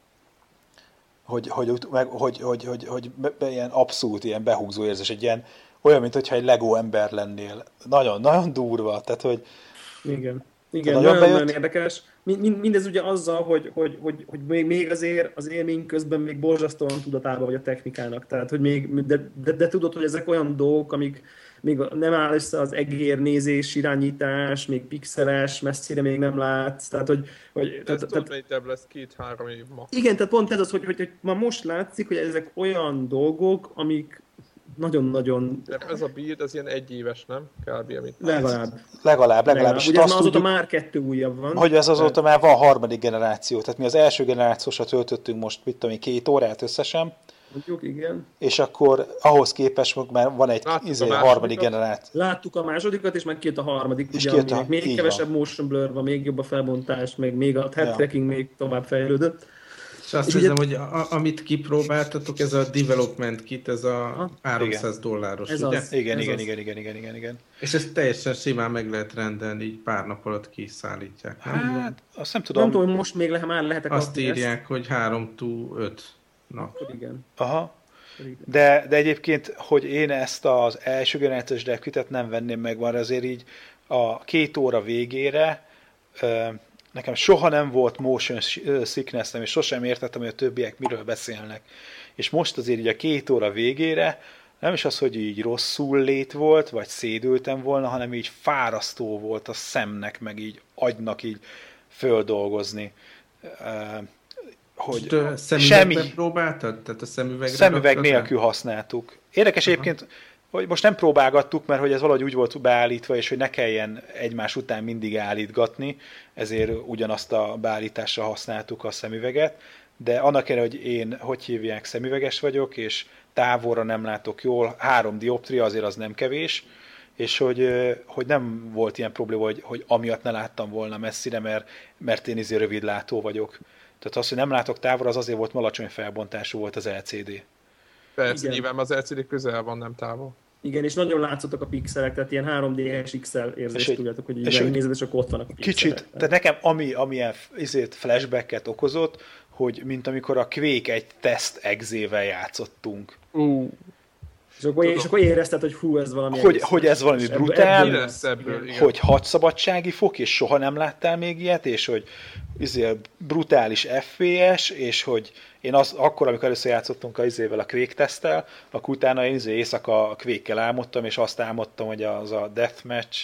[SPEAKER 2] hogy, hogy, hogy, hogy, hogy, hogy, hogy be, ilyen abszolút ilyen behúzó érzés, egy ilyen olyan, mintha egy Lego ember lennél. Nagyon, nagyon durva. Tehát, hogy
[SPEAKER 4] igen, igen, nagyon, nagyon, nagyon érdekes. Mind, mindez ugye azzal, hogy, hogy, hogy, hogy még, még azért az élmény közben még borzasztóan tudatában vagy a technikának. Tehát, hogy még, de, de, de tudod, hogy ezek olyan dolgok, amik még nem áll össze az egérnézés, irányítás, még pixeles, messzire még nem látsz. Tehát, hogy, hogy,
[SPEAKER 3] ez több lesz két-három év ma.
[SPEAKER 4] Igen, tehát pont ez az, hogy, hogy, hogy ma most látszik, hogy ezek olyan dolgok, amik nagyon-nagyon...
[SPEAKER 3] Ez a build, ez ilyen egyéves, nem? Kb. Amit
[SPEAKER 4] legalább.
[SPEAKER 2] Legalább, legalább.
[SPEAKER 4] Ugye ez azóta már kettő újabb van.
[SPEAKER 2] Hogy ez azóta már van harmadik generáció. Tehát mi az első generációsra töltöttünk most, mit tudom én, két órát összesen.
[SPEAKER 4] Mondjuk, igen.
[SPEAKER 2] És akkor ahhoz képest már van egy izé, harmadik generáció.
[SPEAKER 4] Láttuk a másodikat, és meg kijött a harmadik.
[SPEAKER 2] És
[SPEAKER 4] ugye,
[SPEAKER 2] a,
[SPEAKER 4] még kevesebb van. Motion blur van, még jobb a felbontás, meg még a head tracking ja. még tovább fejlődött.
[SPEAKER 1] És azt és hiszem, ugye... hogy a, amit kipróbáltatok, ez a development kit, ez a háromszáz igen. dolláros,
[SPEAKER 4] ez
[SPEAKER 1] ugye?
[SPEAKER 4] Az,
[SPEAKER 2] igen,
[SPEAKER 4] ez
[SPEAKER 2] igen,
[SPEAKER 4] az.
[SPEAKER 2] igen, igen, igen, igen, igen.
[SPEAKER 1] És ezt teljesen simán meg lehet rendelni, így pár nap alatt kiszállítják.
[SPEAKER 2] Hát, azt nem tudom.
[SPEAKER 4] Nem tudom, hogy most még le, már lehetek
[SPEAKER 1] azt írják, ezt. Hogy három öt nap.
[SPEAKER 4] Igen.
[SPEAKER 2] Aha. De, de egyébként, hogy én ezt az első generációs DevKitet nem venném meg, mert azért így a két óra végére nekem soha nem volt motion sickness-nem, és sosem értettem, hogy a többiek miről beszélnek. És most azért így a két óra végére nem is az, hogy így rosszul lét volt, vagy szédültem volna, hanem így fárasztó volt a szemnek, meg így agynak így földolgozni.
[SPEAKER 1] Hogy szemüvegben próbáltad? Tehát a szemüvegre
[SPEAKER 2] szemüveg nélkül használtuk. Érdekes Aha. egyébként, hogy most nem próbálgattuk, mert hogy ez valahogy úgy volt beállítva, és hogy ne kelljen egymás után mindig állítgatni, ezért ugyanazt a beállításra használtuk a szemüveget, de annak ellenére, hogy én, hogy hívják, szemüveges vagyok, és távolra nem látok jól, három dioptria azért az nem kevés, és hogy, hogy nem volt ilyen probléma, hogy, hogy amiatt ne láttam volna messzire, mert, mert én izé rövidlátó vagyok. Tehát az, hogy nem látok távolra, az azért volt, alacsony felbontású volt az el cé dé.
[SPEAKER 3] Persze, nyilván az el cé dé közel van, nem távol.
[SPEAKER 4] Igen, és nagyon látszottak a pixelek, tehát ilyen három dé-es iksz el érzést tudjátok, hogy így megnézed, és akkor ott vannak a pixelek.
[SPEAKER 2] Kicsit, tehát nekem ami, amilyen izét flashbacket okozott, hogy mint amikor a Quake egy teszt exével játszottunk.
[SPEAKER 4] Uh. És akkor, és akkor érezted, hogy hú, ez valami...
[SPEAKER 2] Hogy, hogy ez valami brutál,
[SPEAKER 3] ebből lesz, ebből,
[SPEAKER 2] hogy hadszabadsági fok, és soha nem láttál még ilyet, és hogy izé, brutális ef pé es, és hogy én az, akkor, amikor először játszottunk a izével a Quake teszttel, akkor utána én izé éjszaka a Quake-kel álmodtam, és azt álmodtam, hogy az a Deathmatch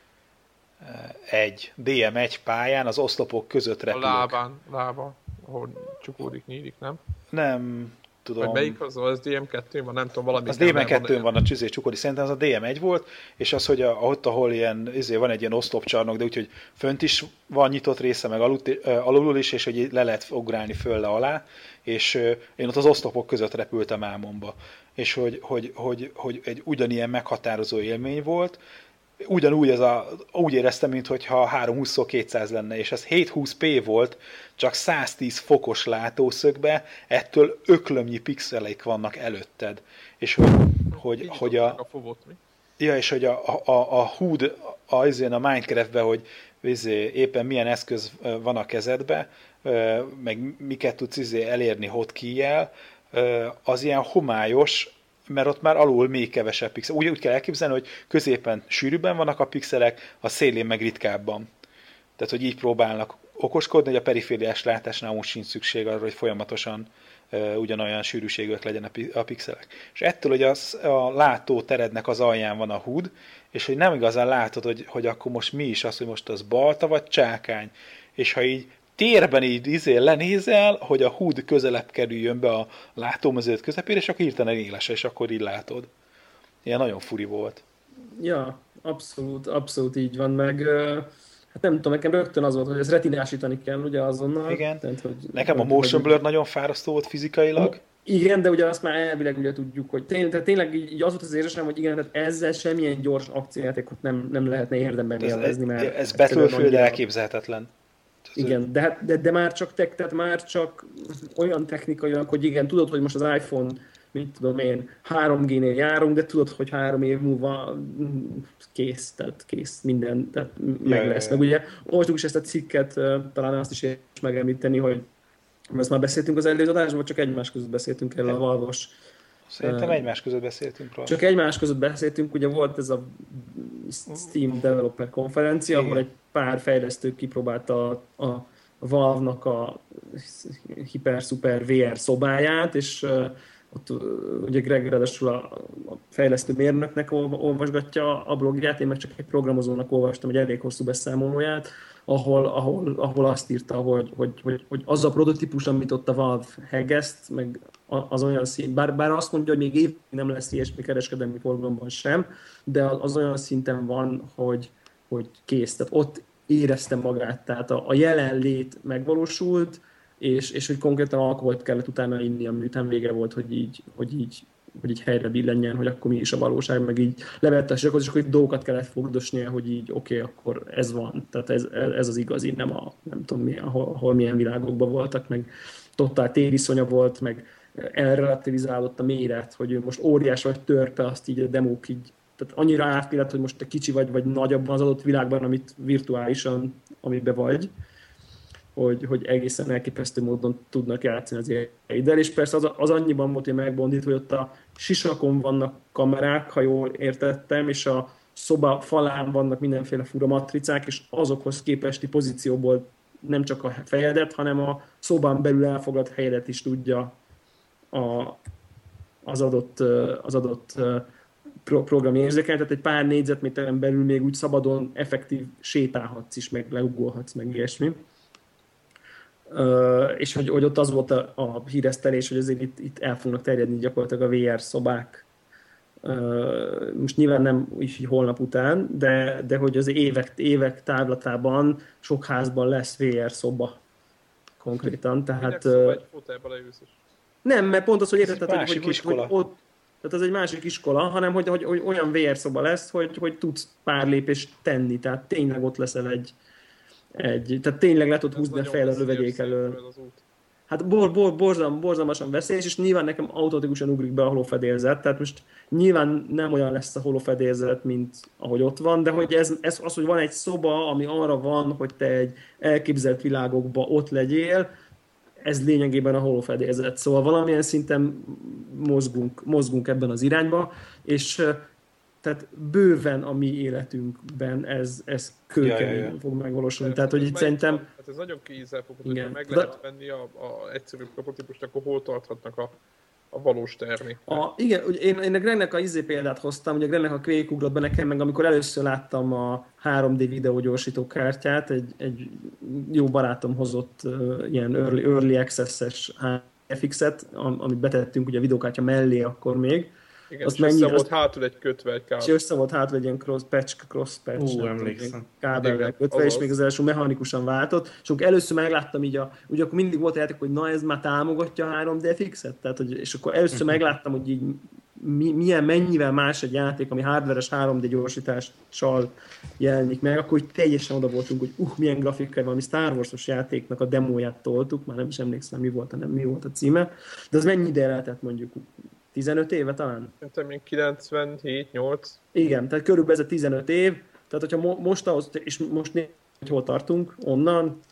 [SPEAKER 2] egy dé em egy pályán az oszlopok között repülök.
[SPEAKER 3] A lábán, lábán, ahol csukódik, nyílik, nem?
[SPEAKER 2] Nem tudom.
[SPEAKER 3] Vagy melyik az? Az dé em kettőn van, nem tudom, valami.
[SPEAKER 2] Az dé em kettőn van a csüzé csukódi, szerintem az a dé em egy volt, és az, hogy a, ott, ahol ilyen, izé, van egy ilyen oszlopcsarnok, de úgyhogy fönt is van nyitott része, meg alut, alulul is, és hogy le lehet ugrálni föl le alá, és én ott az oszlopok között repültem álmomba. És hogy, hogy, hogy, hogy egy ugyanilyen meghatározó élmény volt, ugyanúgy ez a, úgy éreztem, mintha háromszázhúsz kétszáz lenne, és ez hétszázhúsz pé volt, csak száztíz fokos látószögbe, ettől öklömnyi pixelik vannak előtted. És hogy, hogy, hogy a,
[SPEAKER 3] a fogot, mi?
[SPEAKER 2] Ja, és hogy a, a, a hú dé, a, a Minecraftben, hogy izé, éppen milyen eszköz van a kezedbe, meg miket tudsz izé elérni hotkey-jel, az ilyen homályos, mert ott már alul még kevesebb pixel. Úgy, úgy kell elképzelni, hogy középen sűrűbben vannak a pixelek, a szélén meg ritkábban. Tehát, hogy így próbálnak okoskodni, hogy a perifériás látásnál most sincs szükség arra, hogy folyamatosan uh, ugyanolyan sűrűségűek legyenek a pixelek. És ettől, hogy az, a látóterednek az alján van a húd, és hogy nem igazán látod, hogy, hogy akkor most mi is az, hogy most az balta vagy csákány. És ha így térben így izé lenézel, hogy a húd közelebb kerüljön be a látómezőt közepére, és akkor hirtelen éles, és akkor így látod. Ilyen nagyon furi volt.
[SPEAKER 4] Ja, abszolút, abszolút így van, meg hát nem tudom, nekem rögtön az volt, hogy ezt retinásítani kell ugye azonnal.
[SPEAKER 2] Igen,
[SPEAKER 4] tehát, hogy,
[SPEAKER 2] nekem a
[SPEAKER 4] hogy,
[SPEAKER 2] motion
[SPEAKER 4] hogy,
[SPEAKER 2] blur nagyon fárasztó volt fizikailag.
[SPEAKER 4] Igen, de ugye azt már elvileg ugye tudjuk, hogy tényleg, tehát tényleg így az volt az érzésem, hogy igen, tehát ezzel semmilyen gyors akciójátékot nem, nem lehetne érdemben élvezni, mert...
[SPEAKER 2] Ez Battlefield elképzelhetetlen.
[SPEAKER 4] Igen, de, de, de már csak tek, tehát már csak olyan technikailag, hogy igen, tudod, hogy most az iPhone, mit tudom én, három G-nél járunk, de tudod, hogy három év múlva kész, tehát kész, minden, tehát meg lesz. Meg ugye olvastuk is ezt a cikket, talán azt is érdemes megemlíteni, hogy ezt már beszéltünk az előző adásban, vagy csak egymás között beszéltünk erről a Valvos.
[SPEAKER 2] Szerintem uh, egymás között beszéltünk róla.
[SPEAKER 4] Csak egymás között beszéltünk, ugye volt ez a Steam Developer konferencia, igen, ahol egy pár fejlesztő kipróbálta a, a, a Valve-nak a hiper-szuper vé er szobáját, és uh, ott uh, ugye Greg ráadásul a, a fejlesztő mérnöknek olvasgatja a blogját, én meg csak egy programozónak olvastam egy elég hosszú beszámolóját, ahol, ahol, ahol azt írta, hogy, hogy, hogy, hogy az a prototípus, amit ott a Valve heggeszt, meg az olyan szint, bár, bár azt mondja, hogy még évig nem lesz ilyesmi kereskedelmi forgalomban sem, de az olyan szinten van, hogy, hogy kész. Tehát ott érezte magát, tehát a, a jelenlét megvalósult, és, és hogy konkrétan alkoholt kellett utána inni, miután vége volt, hogy így, hogy így, hogy így helyre billenjen, hogy akkor mi is a valóság, meg így levette a zsakot, és akkor így dolgokat kellett fogdosnia, hogy így oké, okay, akkor ez van, tehát ez, ez az igazi, nem a nem tudom milyen, ahol, ahol milyen világokban voltak, meg totál tériszonya volt, meg elrelativizálódott a méret, hogy ő most óriás vagy törpe, azt így a demók így, tehát annyira átkélet, hogy most te kicsi vagy, vagy nagy abban az adott világban, amit virtuálisan, amiben vagy, hogy, hogy egészen elképesztő módon tudnak játszani az érjeiddel, és persze az, az annyiban volt, hogy megbondít, hogy ott a sisakon vannak kamerák, ha jól értettem, és a szoba falán vannak mindenféle fura matricák, és azokhoz képesti pozícióból nem csak a fejedet, hanem a szobán belül elfoglalt helyedet is tudja a, az adott, az adott pro, program érzékelni, tehát egy pár négyzetméteren belül még úgy szabadon, effektív sétálhatsz is, meg leugolhatsz, meg ilyesmi. Uh, és hogy, hogy ott az volt a, a híresztelés, hogy azért itt, itt el fognak terjedni gyakorlatilag a vé er szobák. Uh, most nyilván nem így holnap után, de, de hogy az évek, évek távlatában sok házban lesz vé er szoba konkrétan. Tehát,
[SPEAKER 3] uh, egy fotelbe leülsz is.
[SPEAKER 4] Nem, mert pont az, hogy érted, hogy, hogy,
[SPEAKER 2] hogy,
[SPEAKER 4] hogy ott, tehát ez egy másik iskola, hanem hogy, hogy, hogy olyan vé er szoba lesz, hogy, hogy tudsz pár lépést tenni, tehát tényleg ott leszel egy, egy tehát tényleg le tudod húzni a fejl a lövedék elől. Hát bor, bor, borzalm, borzalmasan veszélyes, és nyilván nekem automatikusan ugrik be a holofedélzet, tehát most nyilván nem olyan lesz a holofedélzet, mint ahogy ott van, de hogy ez, ez az, hogy van egy szoba, ami arra van, hogy te egy elképzelt világokba ott legyél, ez lényegében a holofedélzet. Szóval valamilyen szinten mozgunk, mozgunk ebben az irányba, és tehát bőven a mi életünkben ez, ez kőkemény ja, ja, ja. fog megvalósulni. Tehát, hogy itt szerintem...
[SPEAKER 3] Hát ez nagyon kézzelfogható, hogyha meg lehet venni a, a egyszerűbb prototípust, akkor hol tarthatnak a, a valós termi.
[SPEAKER 4] A, igen, ugye én, én a Gregnek a izé példát hoztam, ugye a Gregnek a Quake ugrott be nekem, meg amikor először láttam a három dé videógyorsító kártyát, egy, egy jó barátom hozott uh, ilyen early, early access-es há ef ikset, amit betettünk ugye a videókártya mellé akkor még.
[SPEAKER 3] Igen, azt és mennyi, össze volt azt, hátul egy kötve egy kábel.
[SPEAKER 4] És össze volt hátul egy ilyen cross patch, cross patch
[SPEAKER 1] Ú, emlékszem.
[SPEAKER 4] kábelvel kötve, és még az első mechanikusan váltott. És akkor először megláttam így, a, ugye akkor mindig volt a játék, hogy na ez már támogatja a három dé ef ikset, tehát, hogy, és akkor először megláttam, hogy így mi, milyen, mennyivel más egy játék, ami hardveres három dé gyorsítással jelenik meg, akkor így teljesen oda voltunk, hogy uh, milyen grafikai van, mi Star Wars-os játéknak a demóját toltuk, már nem is emlékszem, mi volt, hanem mi volt a címe, de az mennyi ideje lehetett mondjuk tizenöt éve talán?
[SPEAKER 3] Hát még kilencvenhét nyolc.
[SPEAKER 4] Igen, tehát körülbelül ez a tizenöt év, tehát hogyha mo- most ahhoz, és most nézzük, hogy hol tartunk, onnan,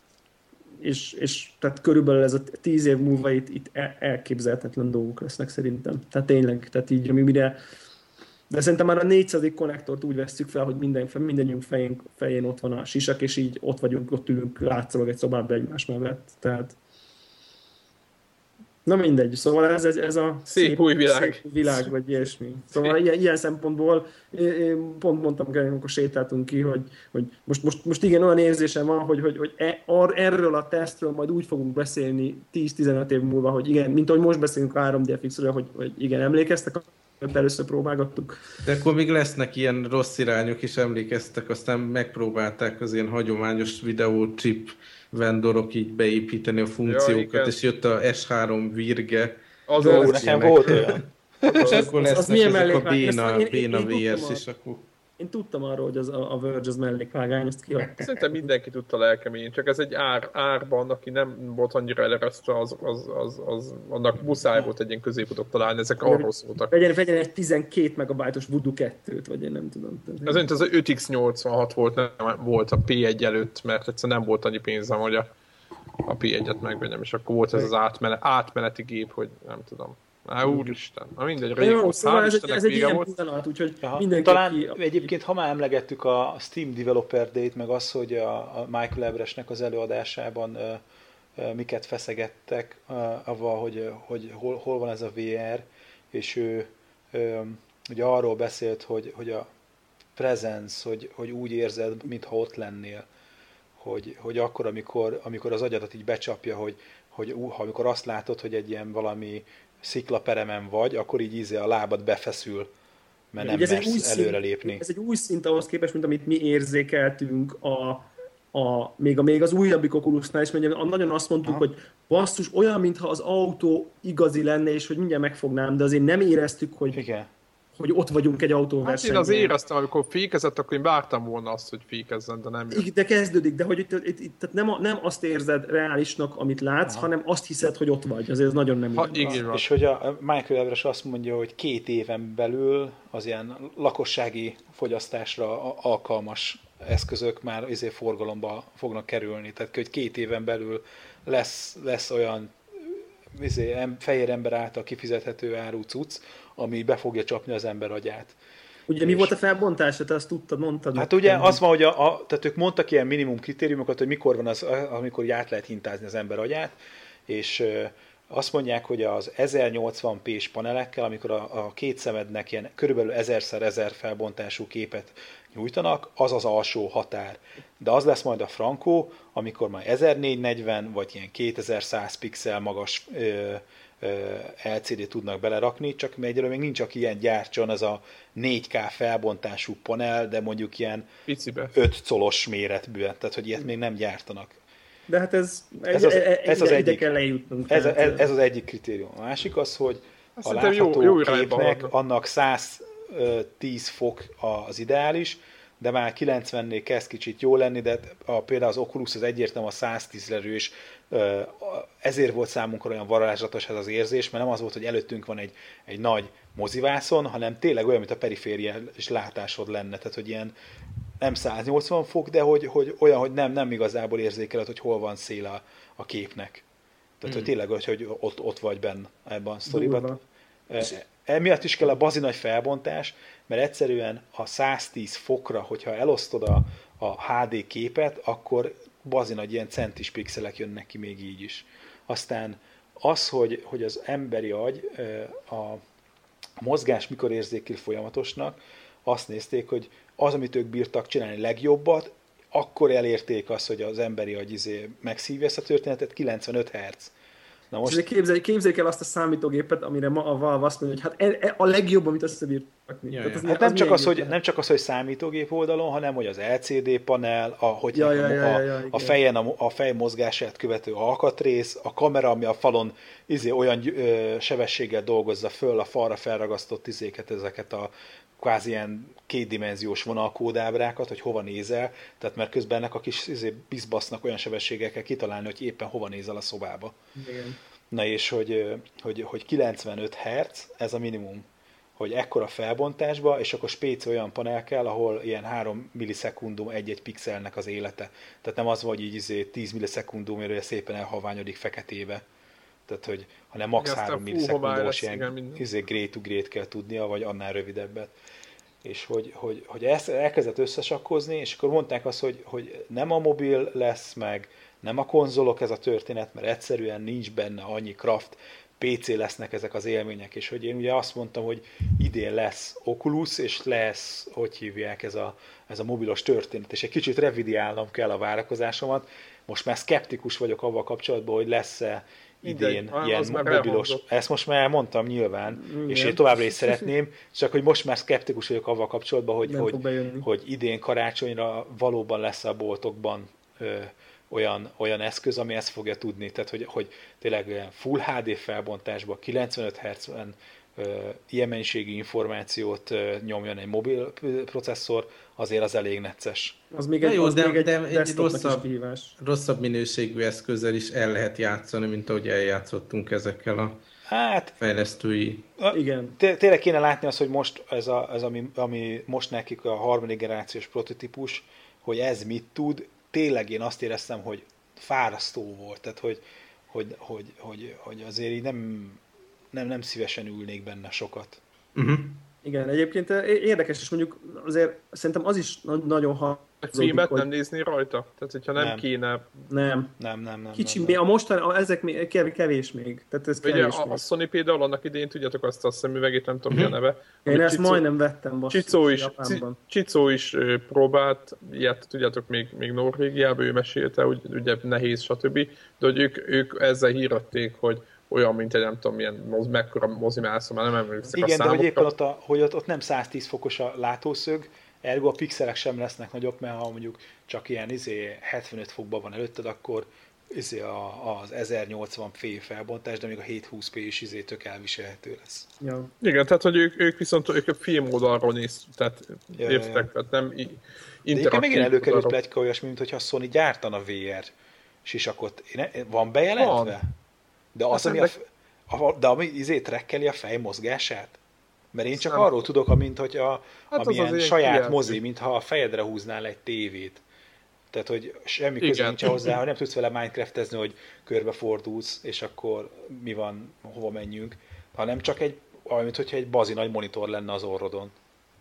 [SPEAKER 4] és, és tehát körülbelül ez a tíz év múlva itt, itt elképzelhetetlen dolgok lesznek szerintem. Tehát tényleg, tehát így, mire De szerintem már a négyszázadik konnektort úgy vesszük fel, hogy minden, mindennyiunk fején, fején ott van a sisak, és így ott vagyunk, ott ülünk látszólag egy szobában egymás mellett. Tehát na mindegy, szóval ez, ez, ez a
[SPEAKER 3] szép, szép új világ,
[SPEAKER 4] szép világ vagy ilyesmi. Szóval ilyen, ilyen szempontból én pont mondtam, amikor sétáltunk ki, hogy, hogy most, most, most igen, olyan érzésem van, hogy, hogy, hogy erről a tesztről majd úgy fogunk beszélni tíz-tizenöt év múlva, hogy igen, mint ahogy most beszélünk a három dé ef iksz-ről, hogy, hogy igen, emlékeztek, először próbálgattuk.
[SPEAKER 1] De akkor még lesznek ilyen rossz irányok is, emlékeztek, aztán megpróbálták az ilyen hagyományos videóchip vendorok így beépíteni a funkciókat, ja, és jött a es három virge.
[SPEAKER 2] Az ó, nekem volt olyan.
[SPEAKER 1] És akkor lesznek ezek a béna, béna vé er-s is, akkor...
[SPEAKER 4] Én tudtam arról, hogy az, a Verge az mellékvágány, ezt kihagyták.
[SPEAKER 3] Szerintem mindenki tudta lelkeményen, csak ez egy ár, árban, aki nem volt annyira eleresztve, az, az, az, az, annak muszáj volt egy ilyen középutot találni, ezek arról szóltak.
[SPEAKER 4] Vegyen, vegyen egy tizenkét megabájtos Voodoo kettőt, vagy én nem tudom.
[SPEAKER 3] Ez olyan, az öt iksz nyolcvanhat volt, nem volt a pé egy előtt, mert egyszerűen nem volt annyi pénzem, hogy a, a pé egyet megvegyem, és akkor volt ez az átmenet, átmeneti gép, hogy nem tudom. Á, úristen, na mindegy,
[SPEAKER 4] régóta, szóval ez, ez egy ilyen pillanat, úgyhogy
[SPEAKER 2] ja, mindenki... Talán ki... egyébként, ha már emlegettük a Steam Developer Day-t, meg az, hogy a, a Michael Ebresnek az előadásában uh, uh, miket feszegettek, uh, avval, hogy, hogy hol, hol van ez a vé er, és ő um, ugye arról beszélt, hogy, hogy a presence, hogy, hogy úgy érzed, mintha ott lennél, hogy, hogy akkor, amikor, amikor az agyadat így becsapja, hogy, hogy uh, amikor azt látod, hogy egy ilyen valami sziklaperemen vagy, akkor így íze a lábad befeszül, mert nem mersz előrelépni.
[SPEAKER 4] Ez egy új szint ahhoz képest, mint amit mi érzékeltünk a, a, még, a, még az újabbik Oculusnál is, mert nagyon azt mondtuk, ha. hogy basszus, olyan, mintha az autó igazi lenne, és hogy mindjárt megfognám, de azért nem éreztük, hogy,
[SPEAKER 2] igen.
[SPEAKER 4] hogy ott vagyunk egy autóversenyben.
[SPEAKER 3] Hát én az éreztem, amikor fékezett, akkor én vártam volna azt, hogy fékezzen, de nem jött.
[SPEAKER 4] De kezdődik, de hogy itt, itt, itt nem, nem azt érzed reálisnak, amit látsz, aha. hanem azt hiszed, hogy ott vagy. Azért ez nagyon nem
[SPEAKER 3] ha, igen.
[SPEAKER 2] És hogy a Michael Evers azt mondja, hogy két éven belül az ilyen lakossági fogyasztásra alkalmas eszközök már izé forgalomba fognak kerülni. Tehát, hogy két éven belül lesz, lesz olyan izé, fehér ember által kifizethető áru cucc, ami be fogja csapni az ember agyát.
[SPEAKER 4] Ugye mi volt a felbontása? Te azt tudtad, mondtad?
[SPEAKER 2] Hát ugye az van, hogy a, a, tehát ők mondtak ilyen minimum kritériumokat, hogy mikor van az, amikor így át lehet hintázni az ember agyát, és azt mondják, hogy az ezernyolcvan pés panelekkel, amikor a, a két szemednek ilyen körülbelül ezerszer ezer felbontású képet nyújtanak, az az alsó határ. De az lesz majd a frankó, amikor már ezernégyszáznegyven vagy ilyen kétezer-száz pixel magas ö, el cé dét tudnak belerakni, csak egyelőre még nincs, aki ilyen gyártson, az a négy ká felbontású panel, de mondjuk ilyen
[SPEAKER 3] picibe.
[SPEAKER 2] öt colos méretből, tehát hogy ilyet még nem gyártanak.
[SPEAKER 4] De hát ez,
[SPEAKER 2] ez, az, ez, az egyik,
[SPEAKER 4] kell lejutnunk.
[SPEAKER 2] Ez, ez, ez az egyik kritérium. A másik az, hogy
[SPEAKER 3] azt
[SPEAKER 2] a látható
[SPEAKER 3] jó, jó
[SPEAKER 2] képnek annak száz tíz fok az ideális, de már kilencvennél kezd kicsit jó lenni, de a, például az Oculus az egyértelműen a száztíz lerős, ezért volt számunkra olyan varázslatos ez az érzés, mert nem az volt, hogy előttünk van egy, egy nagy mozivászon, hanem tényleg olyan, mint a perifériás látásod lenne, tehát hogy ilyen nem száznyolcvan fok, de hogy, hogy olyan, hogy nem, nem igazából érzékeled, hogy hol van szél a, a képnek. Tehát, mm. hogy tényleg, hogy, hogy ott, ott vagy benne ebben a sztoriban. Emiatt is kell a bazi nagy felbontás, mert egyszerűen a száztíz fokra, hogyha elosztod a, a há dé képet, akkor bazi nagy ilyen centis pixelek jönnek ki még így is. Aztán az, hogy, hogy az emberi agy a mozgás mikor érzékel folyamatosnak, azt nézték, hogy az, amit ők bírtak csinálni legjobbat, akkor elérték azt, hogy az emberi agy izé megszívja ezt a történetet, kilencvenöt hertz.
[SPEAKER 4] Na most... Képzelj, képzeljük el azt a számítógépet, amire ma a Valve azt mondja, hogy hát e, e, a legjobb, amit összebírtak.
[SPEAKER 2] Ja, ja. Hát nem, csak az, hogy, nem csak az, hogy számítógép oldalon, hanem hogy az el cé dé panel, a, hogy
[SPEAKER 4] ja, ja,
[SPEAKER 2] a,
[SPEAKER 4] ja, ja, ja,
[SPEAKER 2] a fejen a, a fej mozgását követő alkatrész, a kamera, ami a falon izé, olyan ö, sebességgel dolgozza föl a falra felragasztott izéket, ezeket a kvázi ilyen kétdimenziós vonalkódábrákat, hogy hova nézel, tehát mert közben ennek a kis izé, bizbasznak olyan sebességgel kell kitalálni, hogy éppen hova nézel a szobába.
[SPEAKER 4] Igen.
[SPEAKER 2] Na és hogy, hogy, hogy kilencvenöt hertz, ez a minimum, hogy ekkora felbontásba, és akkor spéci olyan panel kell, ahol ilyen három millisekundum egy-egy pixelnek az élete. Tehát nem az, hogy így izé tíz millisekundum, mire szépen elhaványodik feketébe. Tehát, hogy hanem max.
[SPEAKER 3] Igen,
[SPEAKER 2] három
[SPEAKER 3] aztán
[SPEAKER 2] millisekundumos
[SPEAKER 3] lesz,
[SPEAKER 2] ilyen
[SPEAKER 3] igen, minden.
[SPEAKER 2] izé, grade to grade kell tudnia, vagy annál rövidebbet. És hogy, hogy, hogy ezt elkezdett összesakkozni, és akkor mondták azt, hogy, hogy nem a mobil lesz meg, nem a konzolok ez a történet, mert egyszerűen nincs benne annyi craft, pé cé lesznek ezek az élmények, és hogy én ugye azt mondtam, hogy idén lesz Oculus, és lesz, hogy hívják, ez a, ez a mobilos történet, és egy kicsit revidiálnom kell a várakozásomat. Most már szkeptikus vagyok avval kapcsolatban, hogy lesz-e idén
[SPEAKER 3] Mindegy,
[SPEAKER 2] ilyen mobilos.
[SPEAKER 3] elhangzott.
[SPEAKER 2] Ezt most már mondtam nyilván,
[SPEAKER 4] Igen.
[SPEAKER 2] és én továbbra is szeretném, csak hogy most már szkeptikus vagyok avval kapcsolatban, hogy,
[SPEAKER 4] Nem
[SPEAKER 2] hogy,
[SPEAKER 4] fog bejönni.
[SPEAKER 2] hogy idén karácsonyra valóban lesz a boltokban ö, olyan, olyan eszköz, ami ezt fogja tudni. Tehát, hogy, hogy tényleg olyan Full há dé felbontásban, kilencvenöt hertzben ö, ilyen mennyiségű információt ö, nyomjon egy mobil processzor, azért az elég necces.
[SPEAKER 4] Az még
[SPEAKER 1] Na
[SPEAKER 4] egy,
[SPEAKER 1] jó,
[SPEAKER 4] az
[SPEAKER 1] de,
[SPEAKER 4] még egy,
[SPEAKER 1] de egy
[SPEAKER 4] desktopnak
[SPEAKER 1] rosszabb,
[SPEAKER 4] is kihívás.
[SPEAKER 1] rosszabb minőségű eszközzel is el lehet játszani, mint ahogy eljátszottunk ezekkel a
[SPEAKER 2] Hát,
[SPEAKER 1] fejlesztői.
[SPEAKER 4] Igen.
[SPEAKER 2] té- tényleg kéne látni azt, hogy most ez, a, ez ami, ami most nekik a harmadik generációs prototípus, hogy ez mit tud. Tényleg én azt éreztem, hogy fárasztó volt, tehát hogy, hogy, hogy, hogy, hogy azért így nem, nem, nem szívesen ülnék benne sokat.
[SPEAKER 1] Uh-huh.
[SPEAKER 4] Igen, egyébként érdekes, és mondjuk azért szerintem az is na- nagyon
[SPEAKER 3] Egy
[SPEAKER 4] hazudik,
[SPEAKER 3] filmet
[SPEAKER 4] hogy
[SPEAKER 3] nem nézni rajta? Tehát, hogyha nem,
[SPEAKER 2] Nem.
[SPEAKER 3] kéne...
[SPEAKER 4] nem.
[SPEAKER 2] Nem, nem, nem.
[SPEAKER 4] Kicsi,
[SPEAKER 2] nem,
[SPEAKER 4] még
[SPEAKER 2] nem.
[SPEAKER 4] a mostan, a, ezek még, kev- kevés még. Tehát ez
[SPEAKER 3] Ugye
[SPEAKER 4] kevés
[SPEAKER 3] a,
[SPEAKER 4] még.
[SPEAKER 3] a Sony például annak idején, tudjátok azt a szemüvegét, nem tudom mi a neve.
[SPEAKER 4] Én
[SPEAKER 3] amit
[SPEAKER 4] ezt
[SPEAKER 3] Csicó-
[SPEAKER 4] majdnem vettem, basszus,
[SPEAKER 3] Csicó is,
[SPEAKER 4] Japánban.
[SPEAKER 3] Csicó is ö, próbált, ilyet tudjátok még, még Norvégiában, ő mesélte, hogy ugye nehéz, stb. De hogy ők, ők ezzel híratték, hogy olyan, mint egy nem tudom milyen, moz, mekkora mozimászom, már nem emlékszek a
[SPEAKER 2] Igen, de
[SPEAKER 3] számokra.
[SPEAKER 2] hogy éppen ott, a, hogy ott, ott nem száztíz fokos a látószög, ergo a pixelek sem lesznek nagyobb, mert ha mondjuk csak ilyen izé, hetvenöt fokban van előtted, akkor izé a, az ezernyolcvan p felbontás, de még a hétszázhúsz p is izé tök elviselhető lesz.
[SPEAKER 4] Ja.
[SPEAKER 3] Igen, tehát hogy ők, ők viszont ők a film oldalról néz, tehát
[SPEAKER 2] Ja,
[SPEAKER 3] értek,
[SPEAKER 2] ja.
[SPEAKER 3] tehát nem i-
[SPEAKER 2] De egyébként
[SPEAKER 3] interaktív
[SPEAKER 2] megint előkerült
[SPEAKER 3] oldalról.
[SPEAKER 2] pletyka olyasmi, mint hogyha a Sony gyártana vé er sisakot. Én- Van bejelentve?
[SPEAKER 3] Van.
[SPEAKER 2] De az,
[SPEAKER 3] Hát
[SPEAKER 2] ami a,
[SPEAKER 3] ennek-
[SPEAKER 2] f- a, de ami izé trekkeli a fej mozgását? Mert én csak
[SPEAKER 3] Nem.
[SPEAKER 2] arról tudok, amint hogy a,
[SPEAKER 3] Hát az
[SPEAKER 2] amilyen
[SPEAKER 3] az ilyen
[SPEAKER 2] saját
[SPEAKER 3] kijelző.
[SPEAKER 2] mozi, mintha a fejedre húznál egy tévét. Tehát, hogy semmi köze
[SPEAKER 3] Igen.
[SPEAKER 2] nincs hozzá, hogy nem tudsz vele Minecraftezni, hogy körbefordulsz, és akkor mi van, hova menjünk, hanem csak egy, olyan, hogyha egy bazi nagy monitor lenne az orrodon.